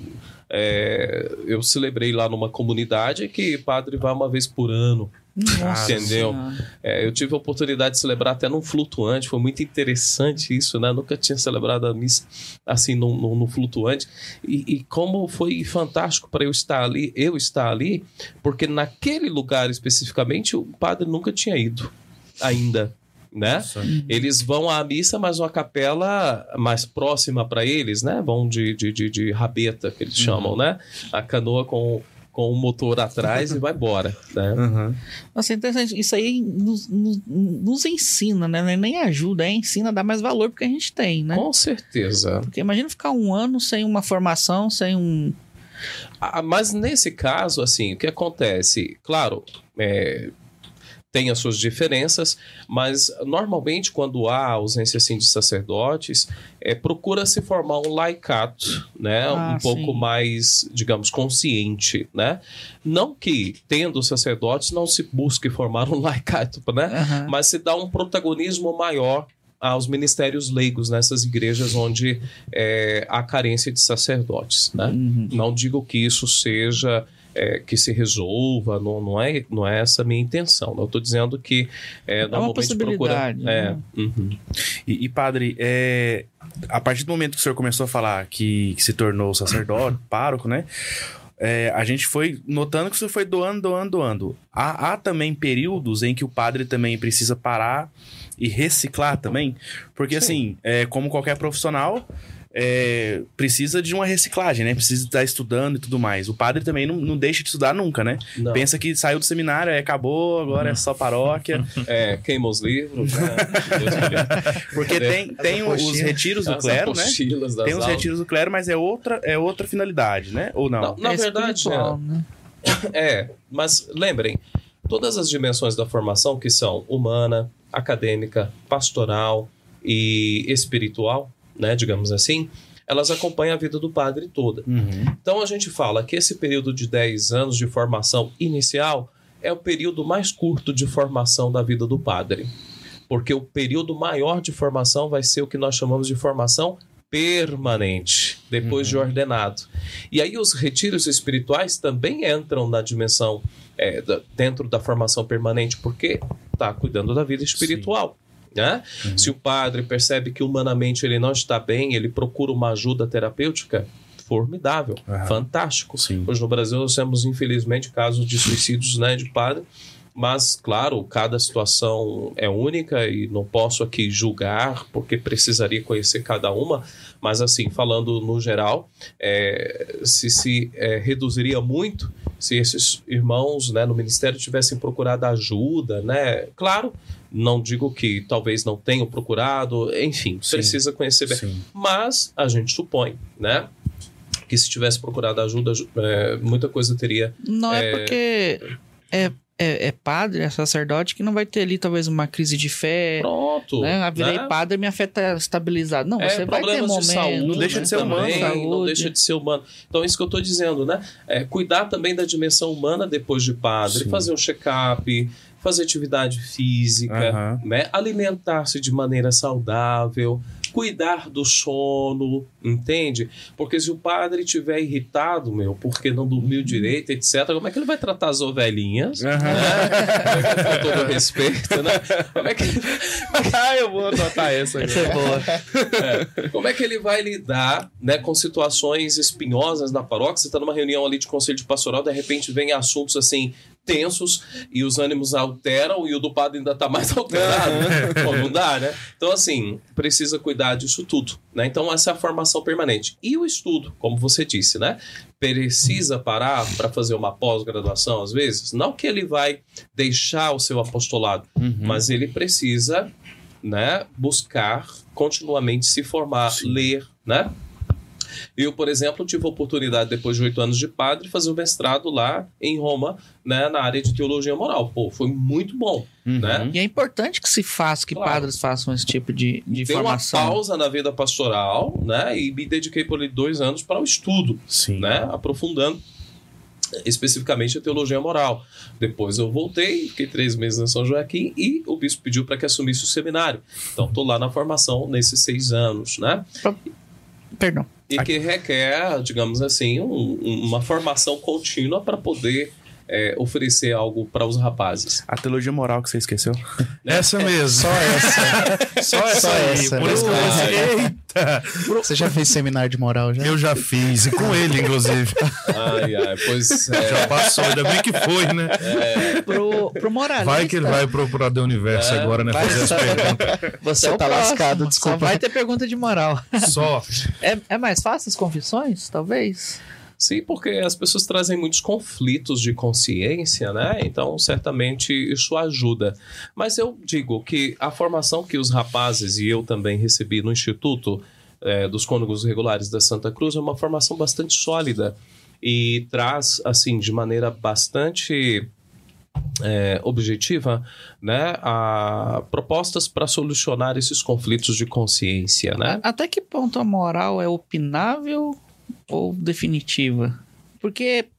eu celebrei lá numa comunidade que padre vai uma vez por ano. Nossa, entendeu? Eu tive a oportunidade de celebrar até num flutuante. Foi muito interessante isso, né? Eu nunca tinha celebrado a missa assim no flutuante. E como foi fantástico para eu estar ali, porque naquele lugar especificamente o padre nunca tinha ido ainda, né? Eles vão à missa, mas uma capela mais próxima para eles, né? Vão de rabeta, que eles chamam, né? A canoa com o motor atrás e vai embora, né? Nossa, interessante. Isso aí nos ensina, né? Nem ajuda, ensina a dar mais valor porque a gente tem, né? Com certeza. Porque imagina ficar um ano sem uma formação, sem um... Mas nesse caso, assim, o que acontece? Claro, tem as suas diferenças, mas normalmente quando há ausência assim, de sacerdotes, procura-se formar um laicato, né? Um pouco mais, digamos, consciente, né? Não que, tendo sacerdotes, não se busque formar um laicato, né? Mas se dá um protagonismo maior aos ministérios leigos nessas igrejas onde há carência de sacerdotes, né? Não digo que isso seja que se resolva, não é essa a minha intenção. Eu estou dizendo que uma possibilidade, procura... Uhum. E padre, a partir do momento que o senhor começou a falar que se tornou sacerdote, pároco, né? A gente foi notando que o senhor foi doando. Há também períodos em que o padre também precisa parar e reciclar também? Porque, assim, como qualquer profissional... precisa de uma reciclagem, né? Precisa estar estudando e tudo mais. O padre também não deixa de estudar nunca, né? Não. Pensa que saiu do seminário, acabou, agora é só paróquia. Queima os livros, né? Porque tem os retiros do clero, né? Tem os retiros do clero, mas é outra finalidade, né? Ou não? Na verdade, né? Mas lembrem, todas as dimensões da formação que são humana, acadêmica, pastoral e espiritual, né, digamos assim, elas acompanham a vida do padre toda. Uhum. Então a gente fala que esse período de 10 anos de formação inicial é o período mais curto de formação da vida do padre. Porque o período maior de formação vai ser o que nós chamamos de formação permanente, depois de ordenado. E aí os retiros espirituais também entram na dimensão dentro da formação permanente, porque está cuidando da vida espiritual. Né? Se o padre percebe que humanamente ele não está bem, ele procura uma ajuda terapêutica, formidável, fantástico. Sim. Hoje no Brasil nós temos infelizmente casos de suicídios, né, de padre, mas claro, cada situação é única e não posso aqui julgar porque precisaria conhecer cada uma, mas assim, falando no geral, se reduziria muito se esses irmãos, né, no ministério tivessem procurado ajuda, né? Claro, não digo que talvez não tenham procurado, enfim, precisa conhecer bem. Sim. Mas a gente supõe, né, que se tivesse procurado ajuda, muita coisa teria... Não porque é padre, é sacerdote, que não vai ter ali talvez uma crise de fé. Pronto. Né? Virei né? padre, minha fé tá estabilizada. Não, você vai ter momentos. De saúde, não deixa de ser também, humano. não deixa de ser humano. Então é isso que eu estou dizendo, né? Cuidar também da dimensão humana depois de padre, fazer um check-up, fazer atividade física, né? Alimentar-se de maneira saudável, cuidar do sono, entende? Porque se o padre estiver irritado, porque não dormiu direito, etc., como é que ele vai tratar as ovelhinhas? Né? Com todo respeito, né? Como é que... eu vou anotar essa agora. Essa é boa. Como é que ele vai lidar, né, com situações espinhosas na paróquia? Você está numa reunião ali de conselho de pastoral, de repente vem assuntos assim tensos e os ânimos alteram e o do padre ainda está mais alterado. Pô, não dá, né? Então, assim, precisa cuidar disso tudo, né? Então, essa é a formação permanente. E o estudo, como você disse, né? Precisa parar para fazer uma pós-graduação, às vezes? Não que ele vai deixar o seu apostolado, mas ele precisa, né, buscar continuamente se formar, ler, né? Eu, por exemplo, tive a oportunidade, depois de 8 anos de padre, fazer um mestrado lá em Roma, né, na área de teologia moral. Pô, foi muito bom, né? E é importante que se faça, que padres façam esse tipo de formação. Dei uma pausa na vida pastoral, né, e me dediquei por 2 anos para o estudo, né, aprofundando especificamente a teologia moral. Depois eu voltei, fiquei 3 meses em São Joaquim e o bispo pediu para que assumisse o seminário. Então, estou lá na formação nesses 6 anos, né? Perdão. E que requer, digamos assim, uma formação contínua para poder oferecer algo para os rapazes. A teologia moral que você esqueceu? Essa mesmo. Só essa. Só essa aí. Por isso que eu eita! Você já fez seminário de moral já? Eu já fiz, e com ele, inclusive. Ai, pois já passou, ainda bem que foi, né? Pro moralista. Vai que ele vai procurar do universo agora, né? Fazer as perguntas. Você tá lascado, desculpa. Só vai ter pergunta de moral. Só. É mais fácil as confissões, talvez? Sim, porque as pessoas trazem muitos conflitos de consciência, né? Então, certamente, isso ajuda. Mas eu digo que a formação que os rapazes e eu também recebi no Instituto dos Cônegos Regulares da Santa Cruz é uma formação bastante sólida e traz, assim, de maneira bastante objetiva, né, propostas para solucionar esses conflitos de consciência, né? Até que ponto a moral é opinável ou definitiva? Porque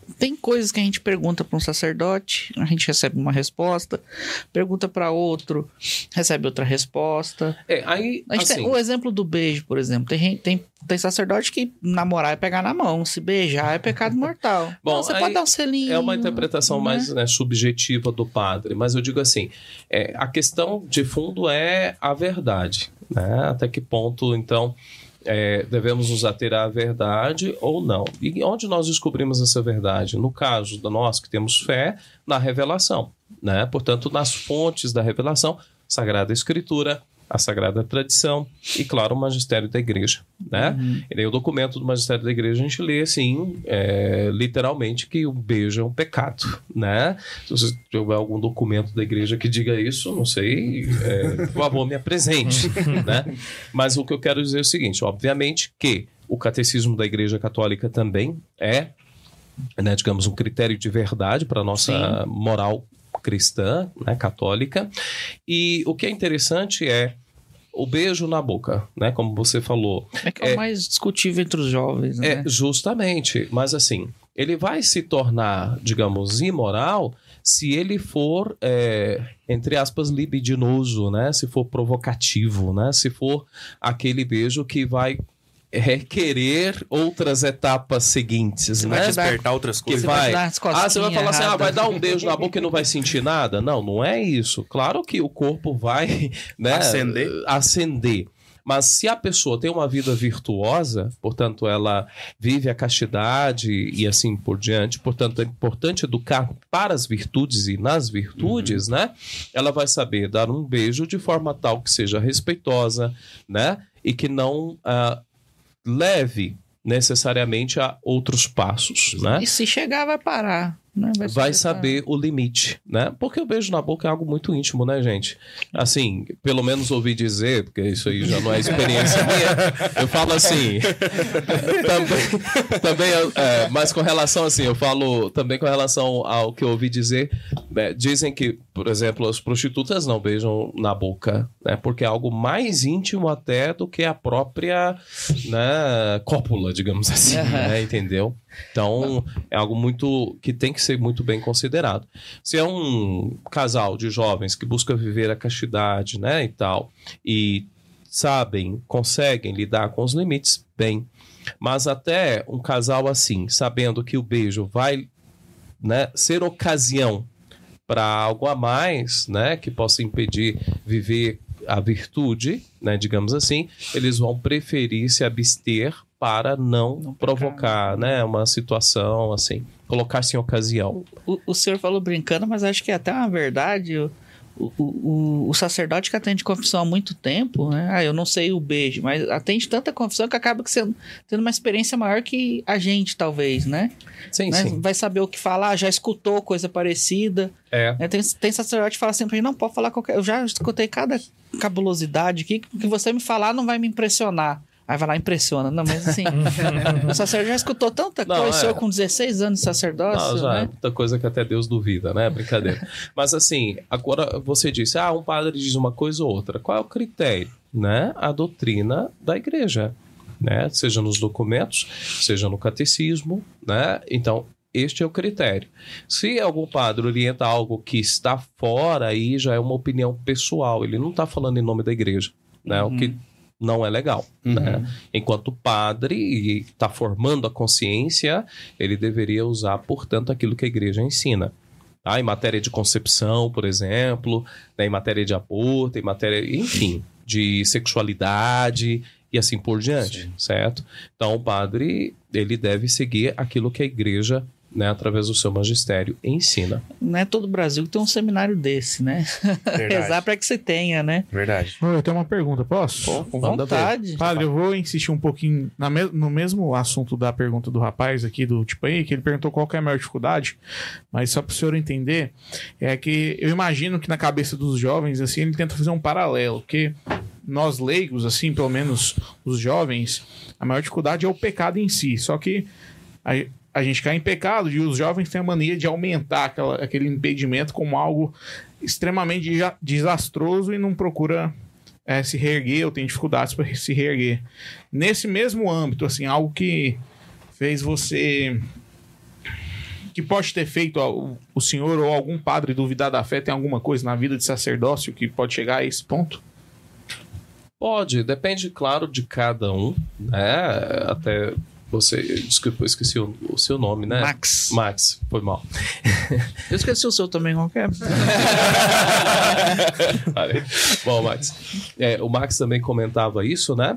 tem coisas que a gente pergunta para um sacerdote, a gente recebe uma resposta, pergunta para outro, recebe outra resposta. Aí, a gente assim, tem o exemplo do beijo, por exemplo. Tem sacerdote que namorar é pegar na mão, se beijar é pecado mortal. Bom, não, você pode dar um selinho. É uma interpretação mais subjetiva do padre, mas eu digo assim, a questão de fundo é a verdade, né? Até que ponto, então, devemos nos ater à verdade ou não. E onde nós descobrimos essa verdade? No caso de nós que temos fé, na revelação, né? Portanto, nas fontes da revelação, Sagrada Escritura, a Sagrada Tradição e, claro, o Magistério da Igreja, né? E daí o documento do Magistério da Igreja a gente lê, assim, literalmente, que o beijo é um pecado, né? Se você tiver algum documento da Igreja que diga isso, não sei, por favor, me apresente, né? Mas o que eu quero dizer é o seguinte, obviamente que o Catecismo da Igreja Católica também é, né, digamos, um critério de verdade para a nossa moral cristã, né, católica. E o que é interessante é o beijo na boca, né, como você falou. É o mais discutível entre os jovens, né? Justamente, mas assim, ele vai se tornar, digamos, imoral se ele for, entre aspas, libidinoso, né, se for provocativo, né, se for aquele beijo que vai requerer outras etapas seguintes, né? Vai despertar outras coisas. Você vai falar assim, vai dar um beijo na boca e não vai sentir nada? Não é isso. Claro que o corpo vai, né, acender. Mas se a pessoa tem uma vida virtuosa, portanto, ela vive a castidade e assim por diante, portanto, é importante educar para as virtudes e nas virtudes, né? Ela vai saber dar um beijo de forma tal que seja respeitosa, né? E que não leve necessariamente a outros passos, né? E se chegar, vai parar. Né? Vai saber o limite, né? Porque o beijo na boca é algo muito íntimo, né, gente? Assim, pelo menos ouvi dizer, porque isso aí já não é experiência minha, eu falo assim, também mas com relação assim, eu falo também com relação ao que eu ouvi dizer, né? Dizem que, por exemplo, as prostitutas não beijam na boca, né? Porque é algo mais íntimo até do que a própria, né, cópula, digamos assim, né? Entendeu? Então, é algo muito que tem que ser muito bem considerado. Se é um casal de jovens que busca viver a castidade, né, e tal, e conseguem lidar com os limites, bem. Mas até um casal assim, sabendo que o beijo vai, né, ser ocasião para algo a mais, né, que possa impedir viver a virtude, né, digamos assim, eles vão preferir se abster para não provocar, né, uma situação assim, colocar-se em ocasião. O senhor falou brincando, mas acho que é até uma verdade. O sacerdote que atende confissão há muito tempo, né? Eu não sei o beijo, mas atende tanta confissão que acaba tendo uma experiência maior que a gente, talvez, né? Sim, né? sim. Vai saber o que falar, já escutou coisa parecida. Né? Tem sacerdote que fala assim pra mim, não pode falar qualquer... Eu já escutei cada cabulosidade aqui, que você me falar não vai me impressionar. Aí vai lá e impressiona. Não, mas assim, o sacerdote já escutou tanta coisa, o senhor com 16 anos de sacerdócio, já né? É muita coisa que até Deus duvida, né? Brincadeira. Mas assim, agora você disse, um padre diz uma coisa ou outra. Qual é o critério? Né? A doutrina da igreja, né? Seja nos documentos, seja no catecismo, né? Então, este é o critério. Se algum padre orienta algo que está fora, aí já é uma opinião pessoal. Ele não está falando em nome da igreja, né? O que não é legal, né? Enquanto padre e está formando a consciência, ele deveria usar, portanto, aquilo que a igreja ensina. Em matéria de concepção, por exemplo, né? Em matéria de aborto, em matéria, enfim, de sexualidade e assim por diante, certo? Então, o padre, ele deve seguir aquilo que a igreja, né, através do seu magistério, ensina. Não é todo o Brasil que tem um seminário desse, né? Rezar para que você tenha, né? Verdade. Eu tenho uma pergunta, posso? Com vontade. Padre, eu vou insistir um pouquinho no mesmo assunto da pergunta do rapaz aqui, do tipo aí, que ele perguntou qual que é a maior dificuldade, mas só para o senhor entender, é que eu imagino que na cabeça dos jovens, assim, ele tenta fazer um paralelo, porque nós leigos, assim, pelo menos os jovens, a maior dificuldade é o pecado em si, só que a gente cai em pecado e os jovens têm a mania de aumentar aquele impedimento como algo extremamente desastroso e não procura se reerguer ou tem dificuldades para se reerguer. Nesse mesmo âmbito, assim, algo que fez você que pode ter feito o senhor ou algum padre duvidar da fé? Tem alguma coisa na vida de sacerdócio que pode chegar a esse ponto? Pode, depende, claro, de cada um, né? Até você... Desculpa, eu esqueci o seu nome, né? Max, foi mal. Eu esqueci o seu também, qualquer. Bom, Max, o Max também comentava isso, né?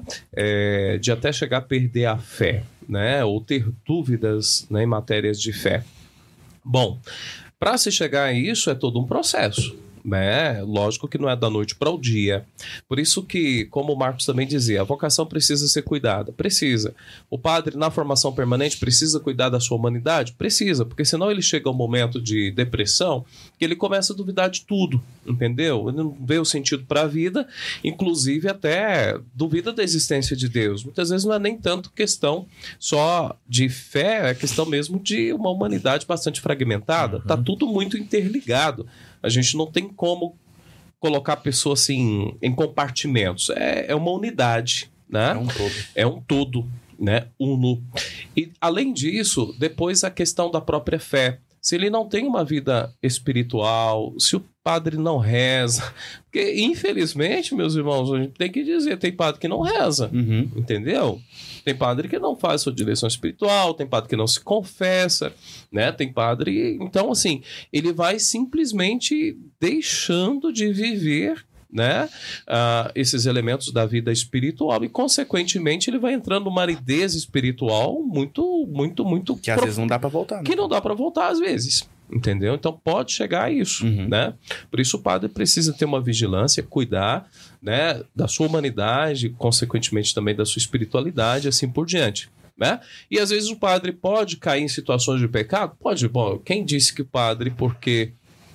De até chegar a perder a fé, né? Ou ter dúvidas, né, em matérias de fé. Bom, para se chegar a isso é todo um processo, né? Lógico que não é da noite para o dia. Por isso que, como o Marcos também dizia, a vocação precisa ser cuidada. Precisa. O padre, na formação permanente, precisa cuidar da sua humanidade? Precisa, porque senão ele chega a um momento de depressão que ele começa a duvidar de tudo, entendeu? Ele não vê o sentido para a vida, inclusive até duvida da existência de Deus. Muitas vezes não é nem tanto questão só de fé, é questão mesmo de uma humanidade bastante fragmentada. Tá tudo muito interligado. A gente não tem como colocar a pessoa assim em compartimentos. É uma unidade, né? É um todo, né? Uno. E, além disso, depois a questão da própria fé. Se ele não tem uma vida espiritual, se o padre não reza... Porque, infelizmente, meus irmãos, a gente tem que dizer, tem padre que não reza, entendeu? Tem padre que não faz sua direção espiritual, tem padre que não se confessa, né? Tem padre... Então, assim, ele vai simplesmente deixando de viver, né? Esses elementos da vida espiritual e, consequentemente, ele vai entrando numa aridez espiritual muito que às vezes não dá para voltar, né? Que não dá para voltar às vezes, entendeu? Então pode chegar a isso, né? Por isso o padre precisa ter uma vigilância, cuidar, né, da sua humanidade, consequentemente também da sua espiritualidade, assim por diante, né? E às vezes o padre pode cair em situações de pecado? Pode. Bom, quem disse que o padre, porque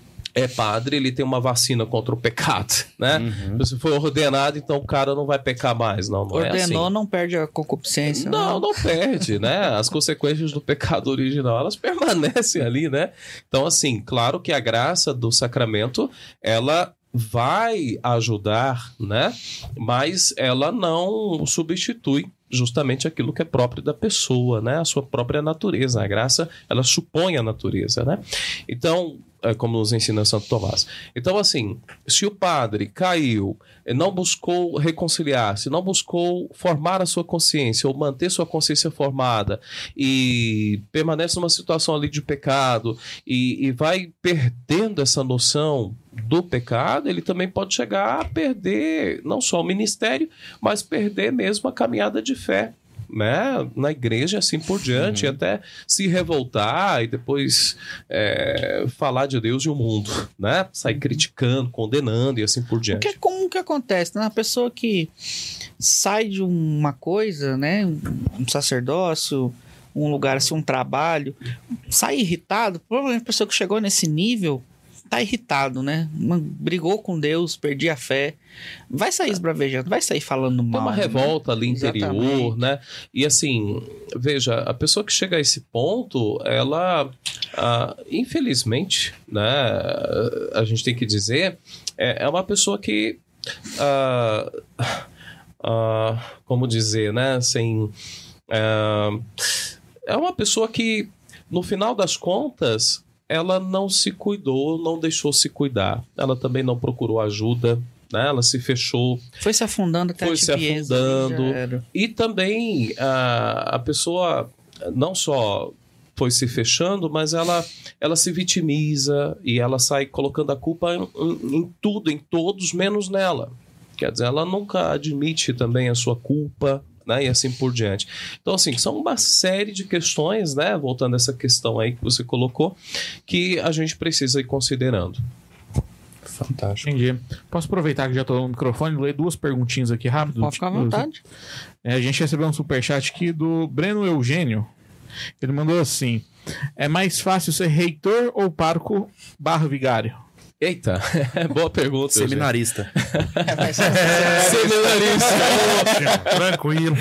é padre, ele tem uma vacina contra o pecado, né? Se for ordenado, então o cara não vai pecar mais. Não Ordenou, é assim. Não perde a concupiscência. Não perde, né? As consequências do pecado original, elas permanecem ali, né? Então, assim, claro que a graça do sacramento, ela vai ajudar, né? Mas ela não substitui justamente aquilo que é próprio da pessoa, né? A sua própria natureza. A graça, ela supõe a natureza, né? Então, como nos ensina Santo Tomás. Então, assim, se o padre caiu, não buscou reconciliar-se, não buscou formar a sua consciência ou manter sua consciência formada e permanece numa situação ali de pecado e vai perdendo essa noção do pecado, ele também pode chegar a perder não só o ministério, mas perder mesmo a caminhada de fé, né, na igreja, assim por diante, e até se revoltar e depois falar de Deus e o mundo, né, sair criticando, condenando e assim por diante. Como que acontece, né? A pessoa que sai de uma coisa, né, um sacerdócio, um lugar assim, um trabalho, sai irritado, provavelmente a pessoa que chegou nesse nível tá irritado, né? Brigou com Deus, perdi a fé. Vai sair esbravejando, vai sair falando mal. Tem uma revolta ali interior, né? E assim, veja, a pessoa que chega a esse ponto, ela, infelizmente, né? A gente tem que dizer, é uma pessoa que, como dizer, né? Assim, é uma pessoa que, no final das contas, ela não se cuidou, não deixou se cuidar. Ela também não procurou ajuda, né? Ela se fechou. Foi se afundando até a tibieza. Foi se afundando. E também a pessoa não só foi se fechando, mas ela se vitimiza e ela sai colocando a culpa em tudo, em todos, menos nela. Quer dizer, ela nunca admite também a sua culpa, né, e assim por diante. Então, assim, são uma série de questões, né, voltando a essa questão aí que você colocou, que a gente precisa ir considerando. Fantástico. Entendi. Posso aproveitar que já estou no microfone e ler duas perguntinhas aqui rápido? Pode ficar à vontade. A gente recebeu um superchat aqui do Breno Eugênio. Ele mandou assim: é mais fácil ser reitor ou pároco / vigário? Eita, boa pergunta. Seminarista. Seminarista. Tranquilo.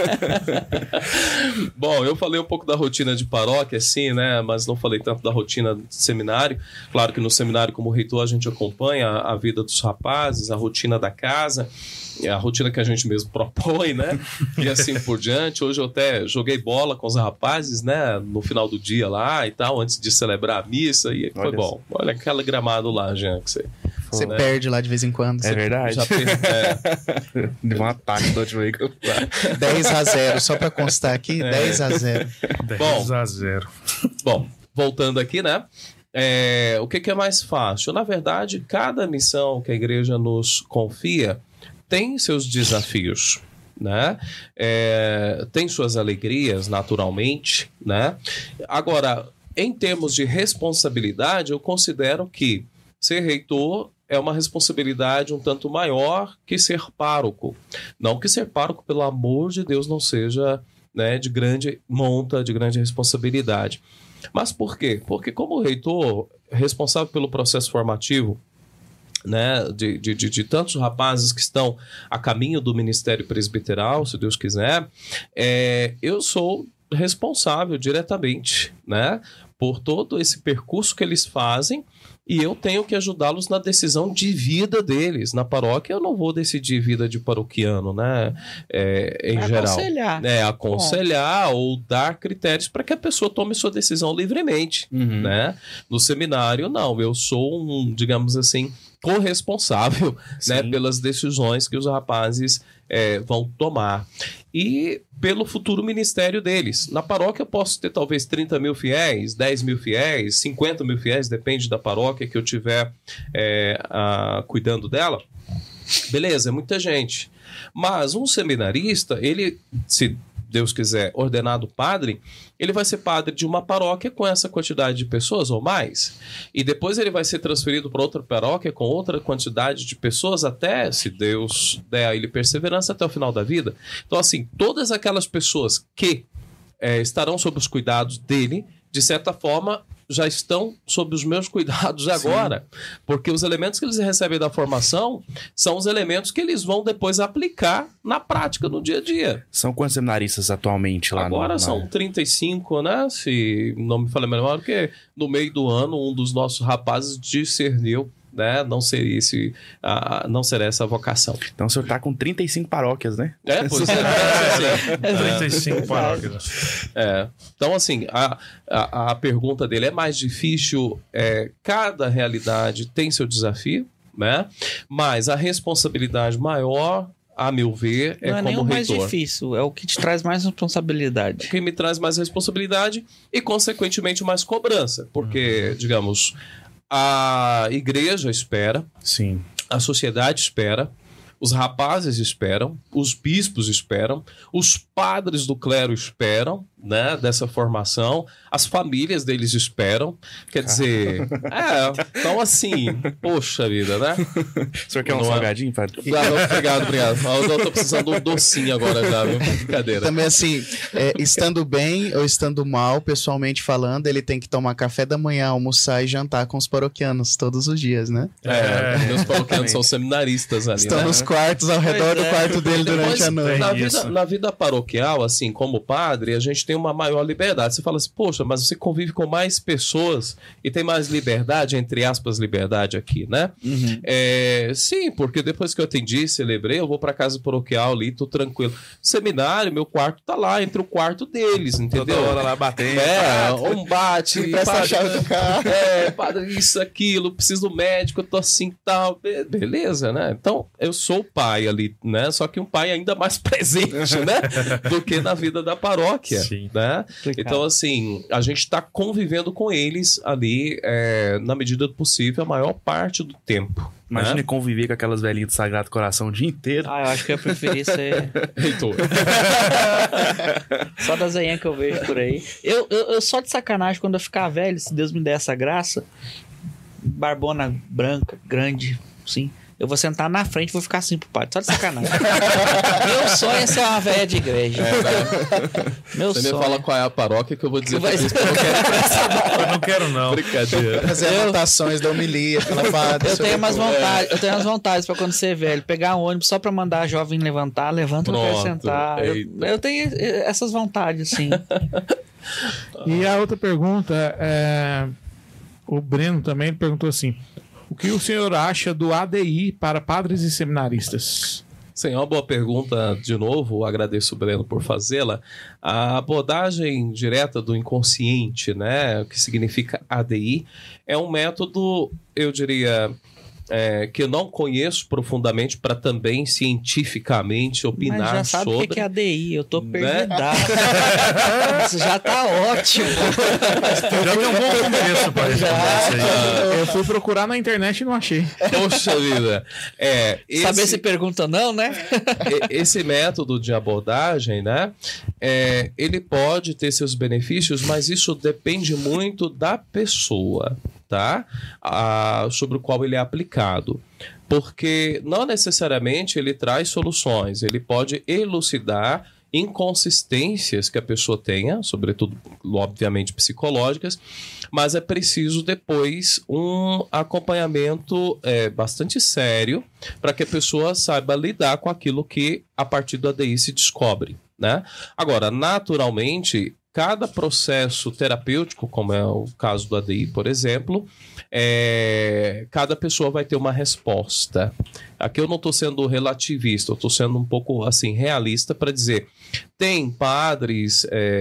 Bom, eu falei um pouco da rotina de paróquia, sim, né? Mas não falei tanto da rotina de seminário. Claro que no seminário, como reitor, a gente acompanha a vida dos rapazes, a rotina da casa. a rotina que a gente mesmo propõe, né? E assim por diante. Hoje eu até joguei bola com os rapazes, né? No final do dia lá e tal, antes de celebrar a missa, e foi bom. Olha aquele gramado lá, Jean, que você né? Perde lá de vez em quando. É verdade. Já deu um ataque do outro 10-0, só pra constar aqui, 10-0. 10-0. Bom, voltando aqui, né? O que é mais fácil? Na verdade, cada missão que a igreja nos confia tem seus desafios, né? Tem suas alegrias, naturalmente, né? Agora, em termos de responsabilidade, eu considero que ser reitor é uma responsabilidade um tanto maior que ser pároco. Não que ser pároco, pelo amor de Deus, não seja, né, de grande monta, de grande responsabilidade. Mas por quê? Porque como reitor, responsável pelo processo formativo, né, de tantos rapazes que estão a caminho do ministério presbiteral, se Deus quiser, eu sou responsável diretamente, né, por todo esse percurso que eles fazem, e eu tenho que ajudá-los na decisão de vida deles. Na paróquia eu não vou decidir vida de paroquiano, né? Em geral. Aconselhar ou dar critérios para que a pessoa tome sua decisão livremente, né? No seminário, não. Eu sou digamos assim, corresponsável, né, pelas decisões que os rapazes vão tomar. E pelo futuro ministério deles. Na paróquia eu posso ter talvez 30 mil fiéis, 10 mil fiéis, 50 mil fiéis, depende da paróquia que eu estiver cuidando dela. Beleza, é muita gente. Mas um seminarista, ele, se Deus quiser, ordenado padre, ele vai ser padre de uma paróquia com essa quantidade de pessoas ou mais. E depois ele vai ser transferido para outra paróquia com outra quantidade de pessoas até, se Deus der a ele perseverança, até o final da vida. Então, assim, todas aquelas pessoas que estarão sob os cuidados dele, de certa forma, já estão sob os meus cuidados agora. Sim. Porque os elementos que eles recebem da formação são os elementos que eles vão depois aplicar na prática, no dia a dia. São quantos seminaristas atualmente lá? Agora são 35, né? Se não me falha a memória, porque no meio do ano um dos nossos rapazes discerniu, né? Não será essa a vocação. Então o senhor está com 35 paróquias, né? Pois é. 35 paróquias. Então, assim, a pergunta dele é mais difícil. Cada realidade tem seu desafio, né? Mas a responsabilidade maior, a meu ver, não como reitor. Não é nem o mais difícil, é o que te traz mais responsabilidade. O que me traz mais responsabilidade e, consequentemente, mais cobrança. Porque, digamos, a igreja espera, sim, a sociedade espera, os rapazes esperam, os bispos esperam, os padres do clero esperam, né, dessa formação, as famílias deles esperam. Quer dizer, então assim, poxa vida, né? O senhor quer um salgadinho, padre? Obrigado. Eu tô precisando de um docinho agora já, viu? Brincadeira. Também assim, estando bem ou estando mal, pessoalmente falando, ele tem que tomar café da manhã, almoçar e jantar com os paroquianos todos os dias, né? Meus paroquianos são seminaristas ali. Estão nos quartos, ao redor do quarto dele durante a noite. Na vida paroquial, assim, como padre, a gente tem uma maior liberdade. Você fala assim, poxa, mas você convive com mais pessoas e tem mais liberdade, entre aspas, liberdade aqui, né? Sim, porque depois que eu atendi, celebrei, eu vou pra casa paroquial ali, tô tranquilo. Seminário, meu quarto tá lá, entre o quarto deles, entendeu? Toda hora lá batendo. Um bate, padre, isso, aquilo, preciso do médico, eu tô assim, tal. Beleza, né? Então, eu sou o pai ali, né? Só que um pai ainda mais presente, né? Do que na vida da paróquia. Sim. Né? Então, assim, a gente está convivendo com eles ali, na medida do possível, a maior parte do tempo. Imagina conviver com aquelas velhinhas do Sagrado Coração o dia inteiro. Eu acho que eu preferi ser reitor. Só da zeinha que eu vejo por aí. Eu só de sacanagem, quando eu ficar velho, se Deus me der essa graça, barbona branca, grande, sim, eu vou sentar na frente e vou ficar assim pro padre, só de sacanagem. Meu sonho é ser uma velha de igreja. Meu Você sonho. me fala qual é a paróquia que eu vou dizer que pra você que eu não quero. Eu não quero, não. Brincadeira. Fazer anotações da homilia pela padre. Eu tenho umas vontades pra quando ser velho, pegar um ônibus só pra mandar a jovem levantar, levanta, eu quero sentar. Eu tenho essas vontades, sim. E a outra pergunta, o Breno também perguntou assim: o que o senhor acha do ADI para padres e seminaristas? Sim, é uma boa pergunta de novo, agradeço o Breno por fazê-la. A abordagem direta do inconsciente, né, o que significa ADI, é um método, eu diria, que eu não conheço profundamente para também cientificamente opinar sobre. Mas já sabe o que é ADI, eu tô perdidaço. Isso já tá ótimo. Já tem um bom começo para responder isso aí. Eu fui procurar na internet e não achei. Poxa vida. Saber se pergunta não, né? Esse método de abordagem, né? Ele pode ter seus benefícios, mas isso depende muito da pessoa, tá? Sobre o qual ele é aplicado. Porque não necessariamente ele traz soluções, ele pode elucidar inconsistências que a pessoa tenha, sobretudo, obviamente, psicológicas, mas é preciso depois um acompanhamento bastante sério para que a pessoa saiba lidar com aquilo que a partir do ADI se descobre, né? Agora, naturalmente, cada processo terapêutico, como é o caso do ADI, por exemplo, cada pessoa vai ter uma resposta. Aqui eu não estou sendo relativista, eu estou sendo um pouco assim realista para dizer, tem padres,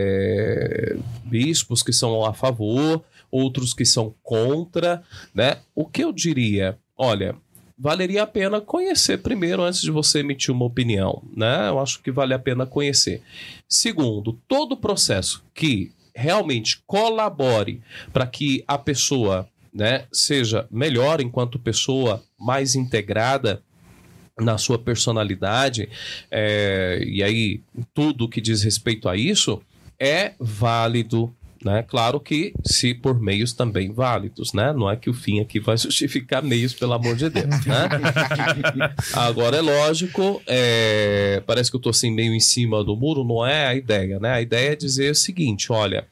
bispos que são a favor, outros que são contra, né? O que eu diria? Olha, valeria a pena conhecer primeiro antes de você emitir uma opinião, né? Eu acho que vale a pena conhecer. Segundo, todo processo que realmente colabore para que a pessoa, né, seja melhor enquanto pessoa, mais integrada na sua personalidade, e aí tudo que diz respeito a isso é válido, né? Claro que se por meios também válidos, né? Não é que o fim aqui vai justificar meios, pelo amor de Deus, né? Agora é lógico, parece que eu estou assim meio em cima do muro, não é a ideia, né? A ideia é dizer o seguinte, olha,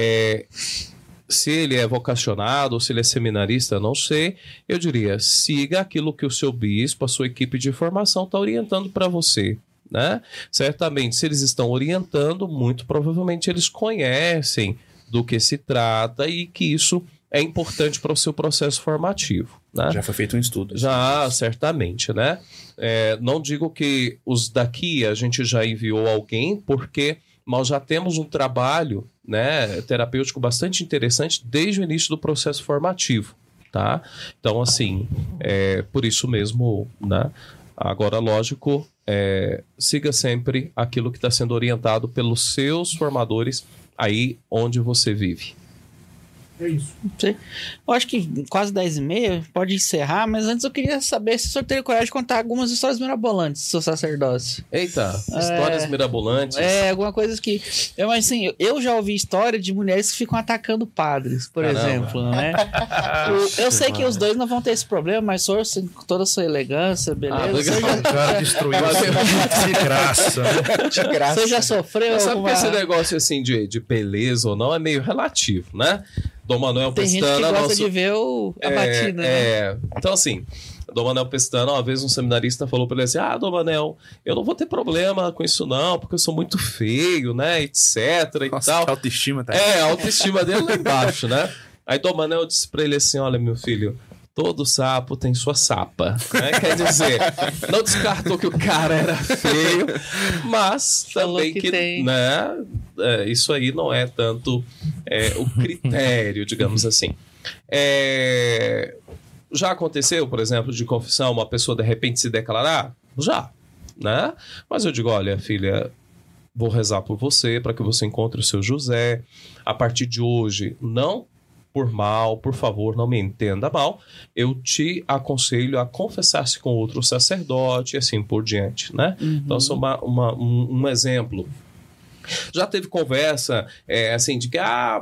se ele é vocacionado ou se ele é seminarista, não sei, eu diria, siga aquilo que o seu bispo, a sua equipe de formação está orientando para você, né? Certamente, se eles estão orientando, muito provavelmente eles conhecem do que se trata e que isso é importante para o seu processo formativo, né? Já foi feito um estudo. Já, certamente, né? Não digo que os daqui a gente já enviou alguém, porque nós já temos um trabalho, né, terapêutico bastante interessante desde o início do processo formativo, tá? Então, assim, por isso mesmo, né? Agora, lógico, siga sempre aquilo que está sendo orientado pelos seus formadores aí onde você vive. É isso. Eu acho que quase 10h30 pode encerrar, mas antes eu queria saber se o senhor teria coragem de contar algumas histórias mirabolantes do seu sacerdócio. Eita, histórias mirabolantes. Alguma coisa que... Mas assim, eu já ouvi história de mulheres que ficam atacando padres, por exemplo, né? Eu sei que os dois não vão ter esse problema, mas o senhor, com toda a sua elegância, beleza? O cara destruiu de graça. De graça. Você já sofreu Mas sabe alguma... que esse negócio assim de beleza ou não é meio relativo, né? Dom Manuel Tem Pestana... gente que gosta de ver a batida, né? Então, assim, Dom Manuel Pestana, uma vez um seminarista falou para ele assim, Dom Manuel, eu não vou ter problema com isso não, porque eu sou muito feio, né, etc. Nossa, e tal. A autoestima tá a autoestima dele lá embaixo, né? Aí Dom Manuel disse para ele assim, olha, meu filho, todo sapo tem sua sapa, né? Quer dizer, não descartou que o cara era feio, mas também que tem. Né, isso aí não é tanto o critério, digamos assim. Já aconteceu, por exemplo, de confissão, uma pessoa de repente se declarar? Já, né? Mas eu digo, olha, filha, vou rezar por você para que você encontre o seu José. A partir de hoje, não por mal, por favor, não me entenda mal, eu te aconselho a confessar-se com outro sacerdote e assim por diante, né? Uhum. Então, isso é um exemplo. Já teve conversa, assim, de que,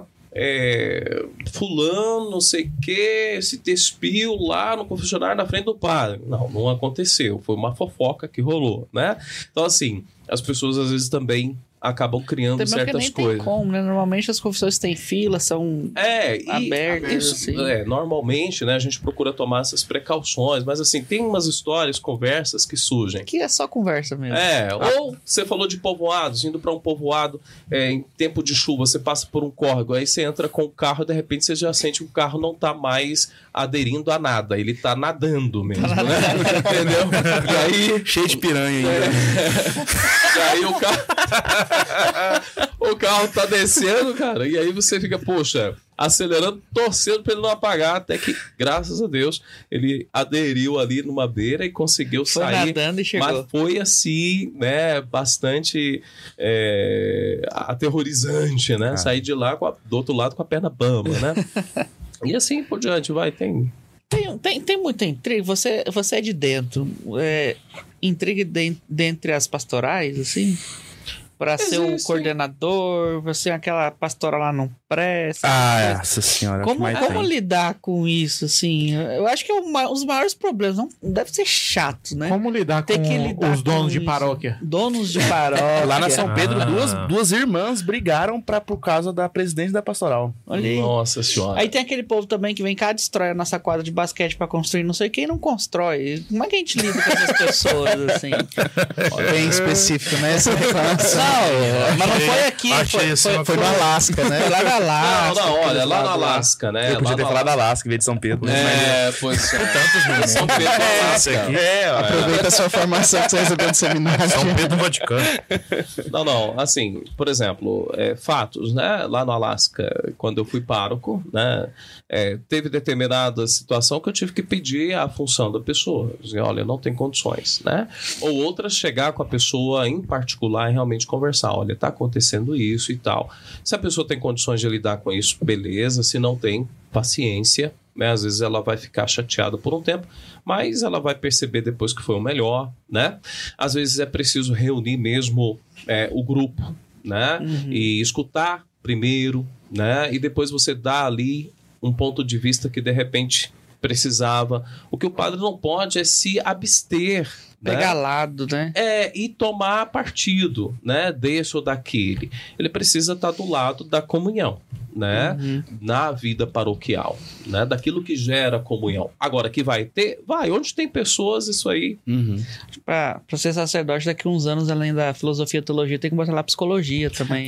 fulano, não sei o que, se despiu lá no confessionário na frente do padre. Não aconteceu, foi uma fofoca que rolou, né? Então, assim, as pessoas às vezes também acabam criando certas nem coisas. Tem como, né? Normalmente as confissões têm fila, são abertas. Assim. Normalmente, né, a gente procura tomar essas precauções, mas assim, tem umas histórias, conversas que surgem. Que é só conversa mesmo. Ou você falou de povoados, indo para um povoado em tempo de chuva, você passa por um córrego, aí você entra com o carro e de repente você já sente que o carro não tá mais aderindo a nada, ele tá nadando mesmo, né? Entendeu? E aí... Cheio de piranha ainda. E aí o carro tá descendo, cara, e aí você fica, poxa, acelerando, torcendo pra ele não apagar, até que, graças a Deus, ele aderiu ali numa beira e conseguiu sair. Nadando e chegou. Mas foi assim, né, bastante aterrorizante, né? Sair de lá do outro lado com a perna bamba, né? E assim por diante, tem muita intriga. Você é de dentro. Intriga dentre as pastorais, assim? Pra ser o coordenador, você aquela pastora lá não presta. Nossa senhora. Como lidar com isso, assim? Eu acho que os maiores problemas não deve ser chato, né? Como lidar com os donos de paróquia? Donos de paróquia. Lá na São Pedro, duas irmãs brigaram por causa da presidente da pastoral. Olha aí. Nossa senhora. Aí tem aquele povo também que vem cá, destrói a nossa quadra de basquete pra construir não sei quem, não constrói. Como é que a gente lida com essas pessoas, assim? Bem específico, né? Essa reclamação. Mas não foi aqui, foi no Alasca, né? Foi lá na Alasca. Não, olha, lá no Alasca, né? Eu podia ter falado Alasca em vez de São Pedro. Pois é. Tantos minutos. São Pedro do Alasca. Aproveita a sua formação que você recebeu do seminário. São Pedro do Vaticano. Não, assim, por exemplo, fatos, né? Lá no Alasca, quando eu fui pároco, né? Teve determinada situação que eu tive que pedir a função da pessoa. Dizer, olha, não tem condições, né? Ou outras, chegar com a pessoa em particular e realmente conversar. Olha, tá acontecendo isso e tal. Se a pessoa tem condições de lidar com isso, beleza. Se não tem, paciência, né? Às vezes ela vai ficar chateada por um tempo, mas ela vai perceber depois que foi o melhor, né? Às vezes é preciso reunir mesmo o grupo, né? E escutar primeiro, né? E depois você dá ali um ponto de vista que de repente precisava. O que o padre não pode é se abster, pegar lado, né? E tomar partido, né? Desse ou daquele. Ele precisa estar do lado da comunhão, né? Na vida paroquial, né? Daquilo que gera comunhão. Agora, que vai ter? Vai. Onde tem pessoas, isso aí. Pra ser sacerdote, daqui a uns anos, além da filosofia e teologia, tem que botar lá psicologia também.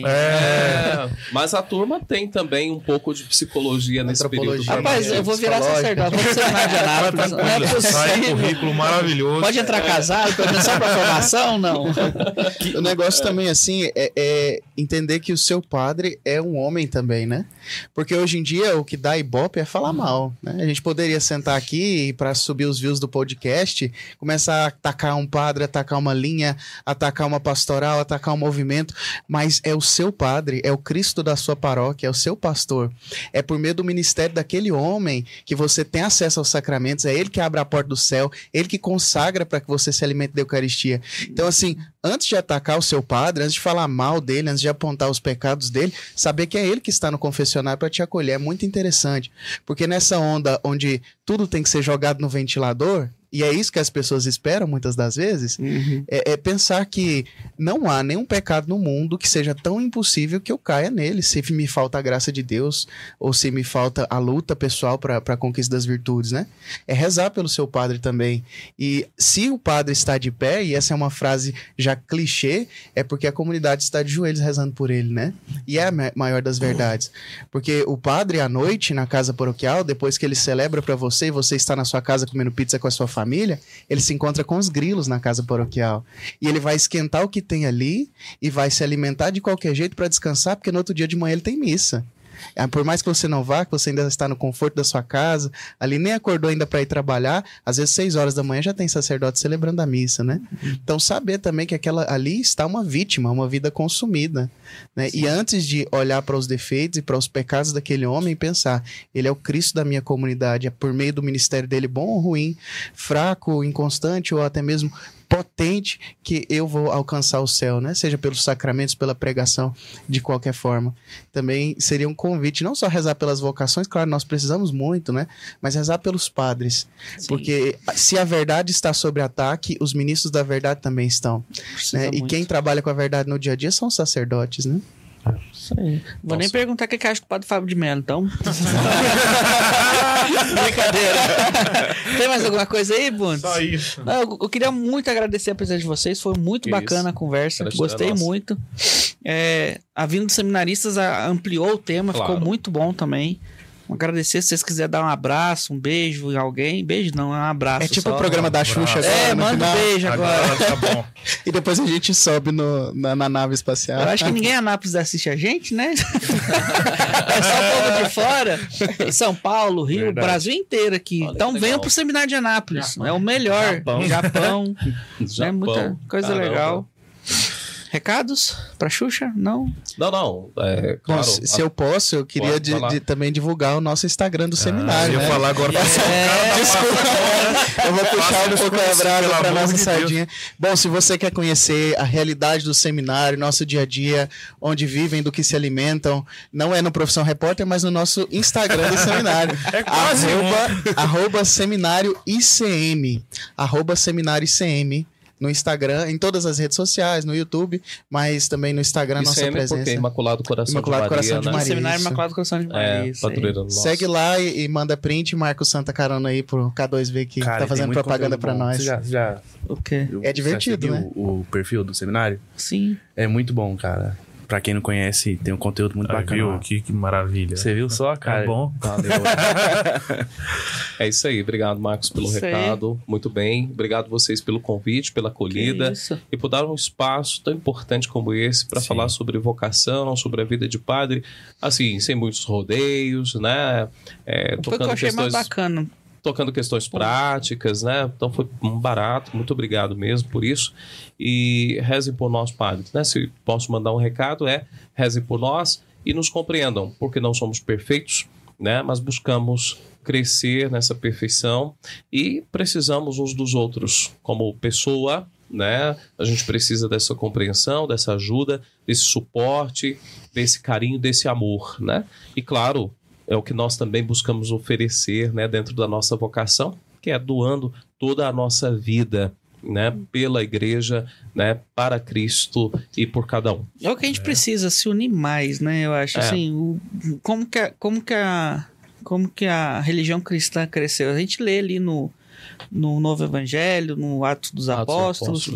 Mas a turma tem também um pouco de psicologia nesse período. Rapaz, eu vou virar sacerdote, vou ser seminário de Anápolis. Não é possível. Currículo maravilhoso. Pode entrar casado, só pra formação, não. O negócio também, assim, é entender que o seu padre é um homem também, né? Porque hoje em dia o que dá ibope é falar mal, né? A gente poderia sentar aqui para subir os views do podcast, começar a atacar um padre, atacar uma linha, atacar uma pastoral, atacar um movimento, mas é o seu padre, é o Cristo da sua paróquia, é o seu pastor. É por meio do ministério daquele homem que você tem acesso aos sacramentos, é ele que abre a porta do céu, ele que consagra para que você se alimente da Eucaristia. Então, assim, antes de atacar o seu padre, antes de falar mal dele, antes de apontar os pecados dele, saber que é ele que está no confessionário para te acolher é muito interessante. Porque nessa onda onde tudo tem que ser jogado no ventilador, e é isso que as pessoas esperam muitas das vezes, é pensar que não há nenhum pecado no mundo que seja tão impossível que eu caia nele, se me falta a graça de Deus, ou se me falta a luta pessoal para a conquista das virtudes, né? É rezar pelo seu padre também. E se o padre está de pé, e essa é uma frase já clichê, é porque a comunidade está de joelhos rezando por ele, né? E é a maior das verdades. Porque o padre, à noite, na casa paroquial, depois que ele celebra para você, e você está na sua casa comendo pizza com a sua família, ele se encontra com os grilos na casa paroquial. E ele vai esquentar o que tem ali e vai se alimentar de qualquer jeito para descansar, porque no outro dia de manhã ele tem missa. Por mais que você não vá, que você ainda está no conforto da sua casa, ali nem acordou ainda para ir trabalhar, às vezes 6 horas da manhã já tem sacerdote celebrando a missa, né? Então saber também que ali está uma vítima, uma vida consumida, né? E antes de olhar para os defeitos e para os pecados daquele homem, pensar, ele é o Cristo da minha comunidade, é por meio do ministério dele, bom ou ruim, fraco, inconstante ou até mesmo potente que eu vou alcançar o céu, né? Seja pelos sacramentos, pela pregação, de qualquer forma. Também seria um convite, não só rezar pelas vocações, claro, nós precisamos muito, né? Mas rezar pelos padres. Sim. Porque se a verdade está sob ataque, os ministros da verdade também estão. Né? E quem trabalha com a verdade no dia a dia são os sacerdotes, né? Isso aí. Vou nem perguntar o que acha do padre Fábio de Mello, então. Brincadeira. Tem mais alguma coisa aí, Bundes? Só isso. Não, eu queria muito agradecer a presença de vocês. Foi muito bacana a conversa. Gostei muito. A vinda dos seminaristas ampliou o tema, ficou muito bom também. Agradecer, se vocês quiserem dar um abraço, um beijo em alguém. Beijo não, é um abraço. É tipo o programa da Xuxa agora. Manda um beijo agora. Tá bom. E depois a gente sobe na nave espacial. Eu acho que ninguém em Anápolis assiste a gente, né? É só o povo de fora. São Paulo, Rio, verdade. Brasil inteiro aqui. Olha, então venham pro Seminário de Anápolis. Japão. É o melhor. Japão. É muita coisa legal. Recados pra Xuxa? Não? Não. Claro, bom, se eu posso, eu queria também divulgar o nosso Instagram do seminário. Eu ia falar agora. Desculpa. Eu vou puxar um pouco a brasa pra nossa sardinha. Bom, se você quer conhecer a realidade do seminário, nosso dia a dia, onde vivem, do que se alimentam, não é no Profissão Repórter, mas no nosso Instagram do seminário. @ seminário ICM. @ seminário ICM. No Instagram, em todas as redes sociais, no YouTube, mas também no Instagram, nossa presença. Porque Imaculado Coração de Maria. Seminário Imaculado Coração de Maria. Segue lá e manda print, marca o Santa Carona aí pro K2V que tá fazendo propaganda pra nós. Já. O quê? É divertido, né? O perfil do seminário? Sim. É muito bom, cara. Pra quem não conhece, tem um conteúdo muito bacana. Viu? Que maravilha. Você viu só, cara? É bom. Valeu. É isso aí. Obrigado, Marcos, pelo recado. Muito bem. Obrigado vocês pelo convite, pela acolhida e por dar um espaço tão importante como esse para falar sobre vocação, sobre a vida de padre, assim, sem muitos rodeios, né? Foi o que eu achei mais bacana. Tocando questões práticas, né? Então foi um barato. Muito obrigado mesmo por isso. E rezem por nós, padres, né? Se posso mandar um recado, rezem por nós e nos compreendam, porque não somos perfeitos, né? Mas buscamos crescer nessa perfeição e precisamos uns dos outros como pessoa, né? A gente precisa dessa compreensão, dessa ajuda, desse suporte, desse carinho, desse amor, né? E claro, é o que nós também buscamos oferecer, né, dentro da nossa vocação, que é doando toda a nossa vida, né, pela igreja, né, para Cristo e por cada um. É o que a gente precisa, se unir mais, né? Eu acho assim, como que a religião cristã cresceu? A gente lê ali no Novo Evangelho, no Atos dos Apóstolos.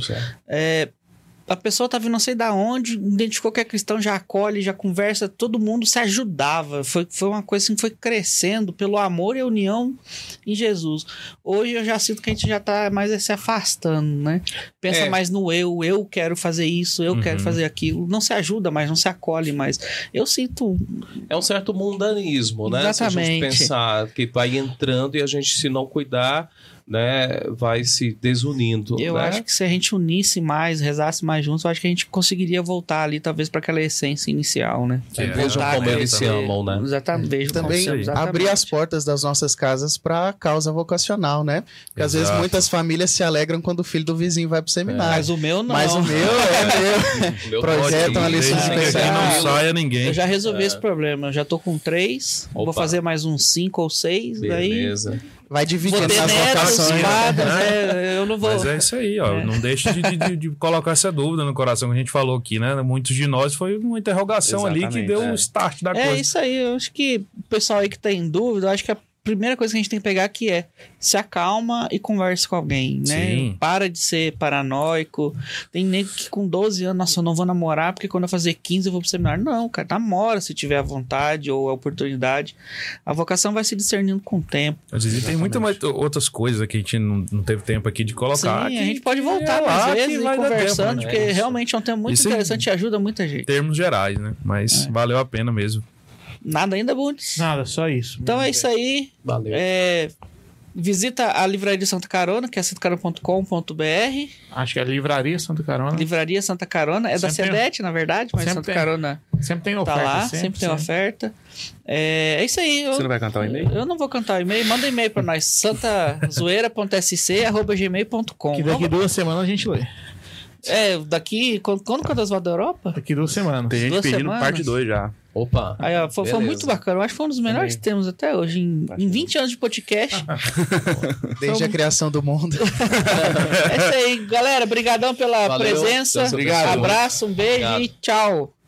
A pessoa tá vindo não sei da onde, identificou que é cristão, já acolhe, já conversa, todo mundo se ajudava. Foi uma coisa assim que foi crescendo pelo amor e a união em Jesus. Hoje eu já sinto que a gente já tá mais se afastando, né? Pensa mais no eu quero fazer isso, eu quero fazer aquilo. Não se ajuda mais, não se acolhe mais. Eu sinto... É um certo mundanismo, né? Exatamente. Se a gente pensar que vai entrando e a gente, se não cuidar, né, vai se desunindo. Eu acho que se a gente unisse mais, rezasse mais juntos, eu acho que a gente conseguiria voltar ali, talvez, para aquela essência inicial, né? Vejam como eles se amam, né? Exatamente. Também abrir as portas das nossas casas para a causa vocacional, né? Porque às vezes muitas famílias se alegram quando o filho do vizinho vai pro seminário. Mas o meu não. Mas o meu é meu. Projetam ali lições especiais. Não saia ninguém. Eu já resolvi esse problema. Eu já tô com 3. Vou fazer mais uns 5 ou 6. Beleza. Daí... Vai dividindo as vocações. Eu não vou... Mas é isso aí, ó. Não deixe de colocar essa dúvida no coração que a gente falou aqui, né? Muitos de nós foi uma interrogação ali que deu o start da coisa. É isso aí. Eu acho que o pessoal aí que tá em dúvida, eu acho que a primeira coisa que a gente tem que pegar aqui é se acalma e converse com alguém, né? Sim. Para de ser paranoico. Tem nego que com 12 anos, nossa, eu não vou namorar porque quando eu fazer 15 eu vou pro seminário. Não, cara, namora se tiver a vontade ou a oportunidade. A vocação vai se discernindo com o tempo. Mas existem muitas outras coisas que a gente não teve tempo aqui de colocar. Sim, a gente pode voltar às vezes e conversando, tempo, né? Porque realmente é um tema muito interessante e ajuda muita gente. Em termos gerais, né? Mas valeu a pena mesmo. Nada ainda, Bundes? Nada, só isso. Então é isso aí. Valeu. Visita a Livraria Santa Carona, que é santacarona.com.br. Acho que é Livraria Santa Carona. Livraria Santa Carona. É da Cedete, na verdade, mas Santa Carona sempre tem tá oferta. Lá, sempre tem oferta. É isso aí. Você não vai cantar o e-mail? Eu não vou cantar o e-mail. Manda e-mail pra nós. santazoeira.sc@gmail.com. Que daqui 2 semanas a gente lê. Daqui... Quando que é das Voz da Europa? Daqui 2 semanas. Tem gente pedindo parte 2 já. Opa! Aí, ó, foi muito bacana. Eu acho que foi um dos melhores que temos até hoje. Em 20 anos de podcast. Desde a criação do mundo. É isso aí, galera. Obrigadão pela presença. Obrigado. Abraço, um beijo e tchau.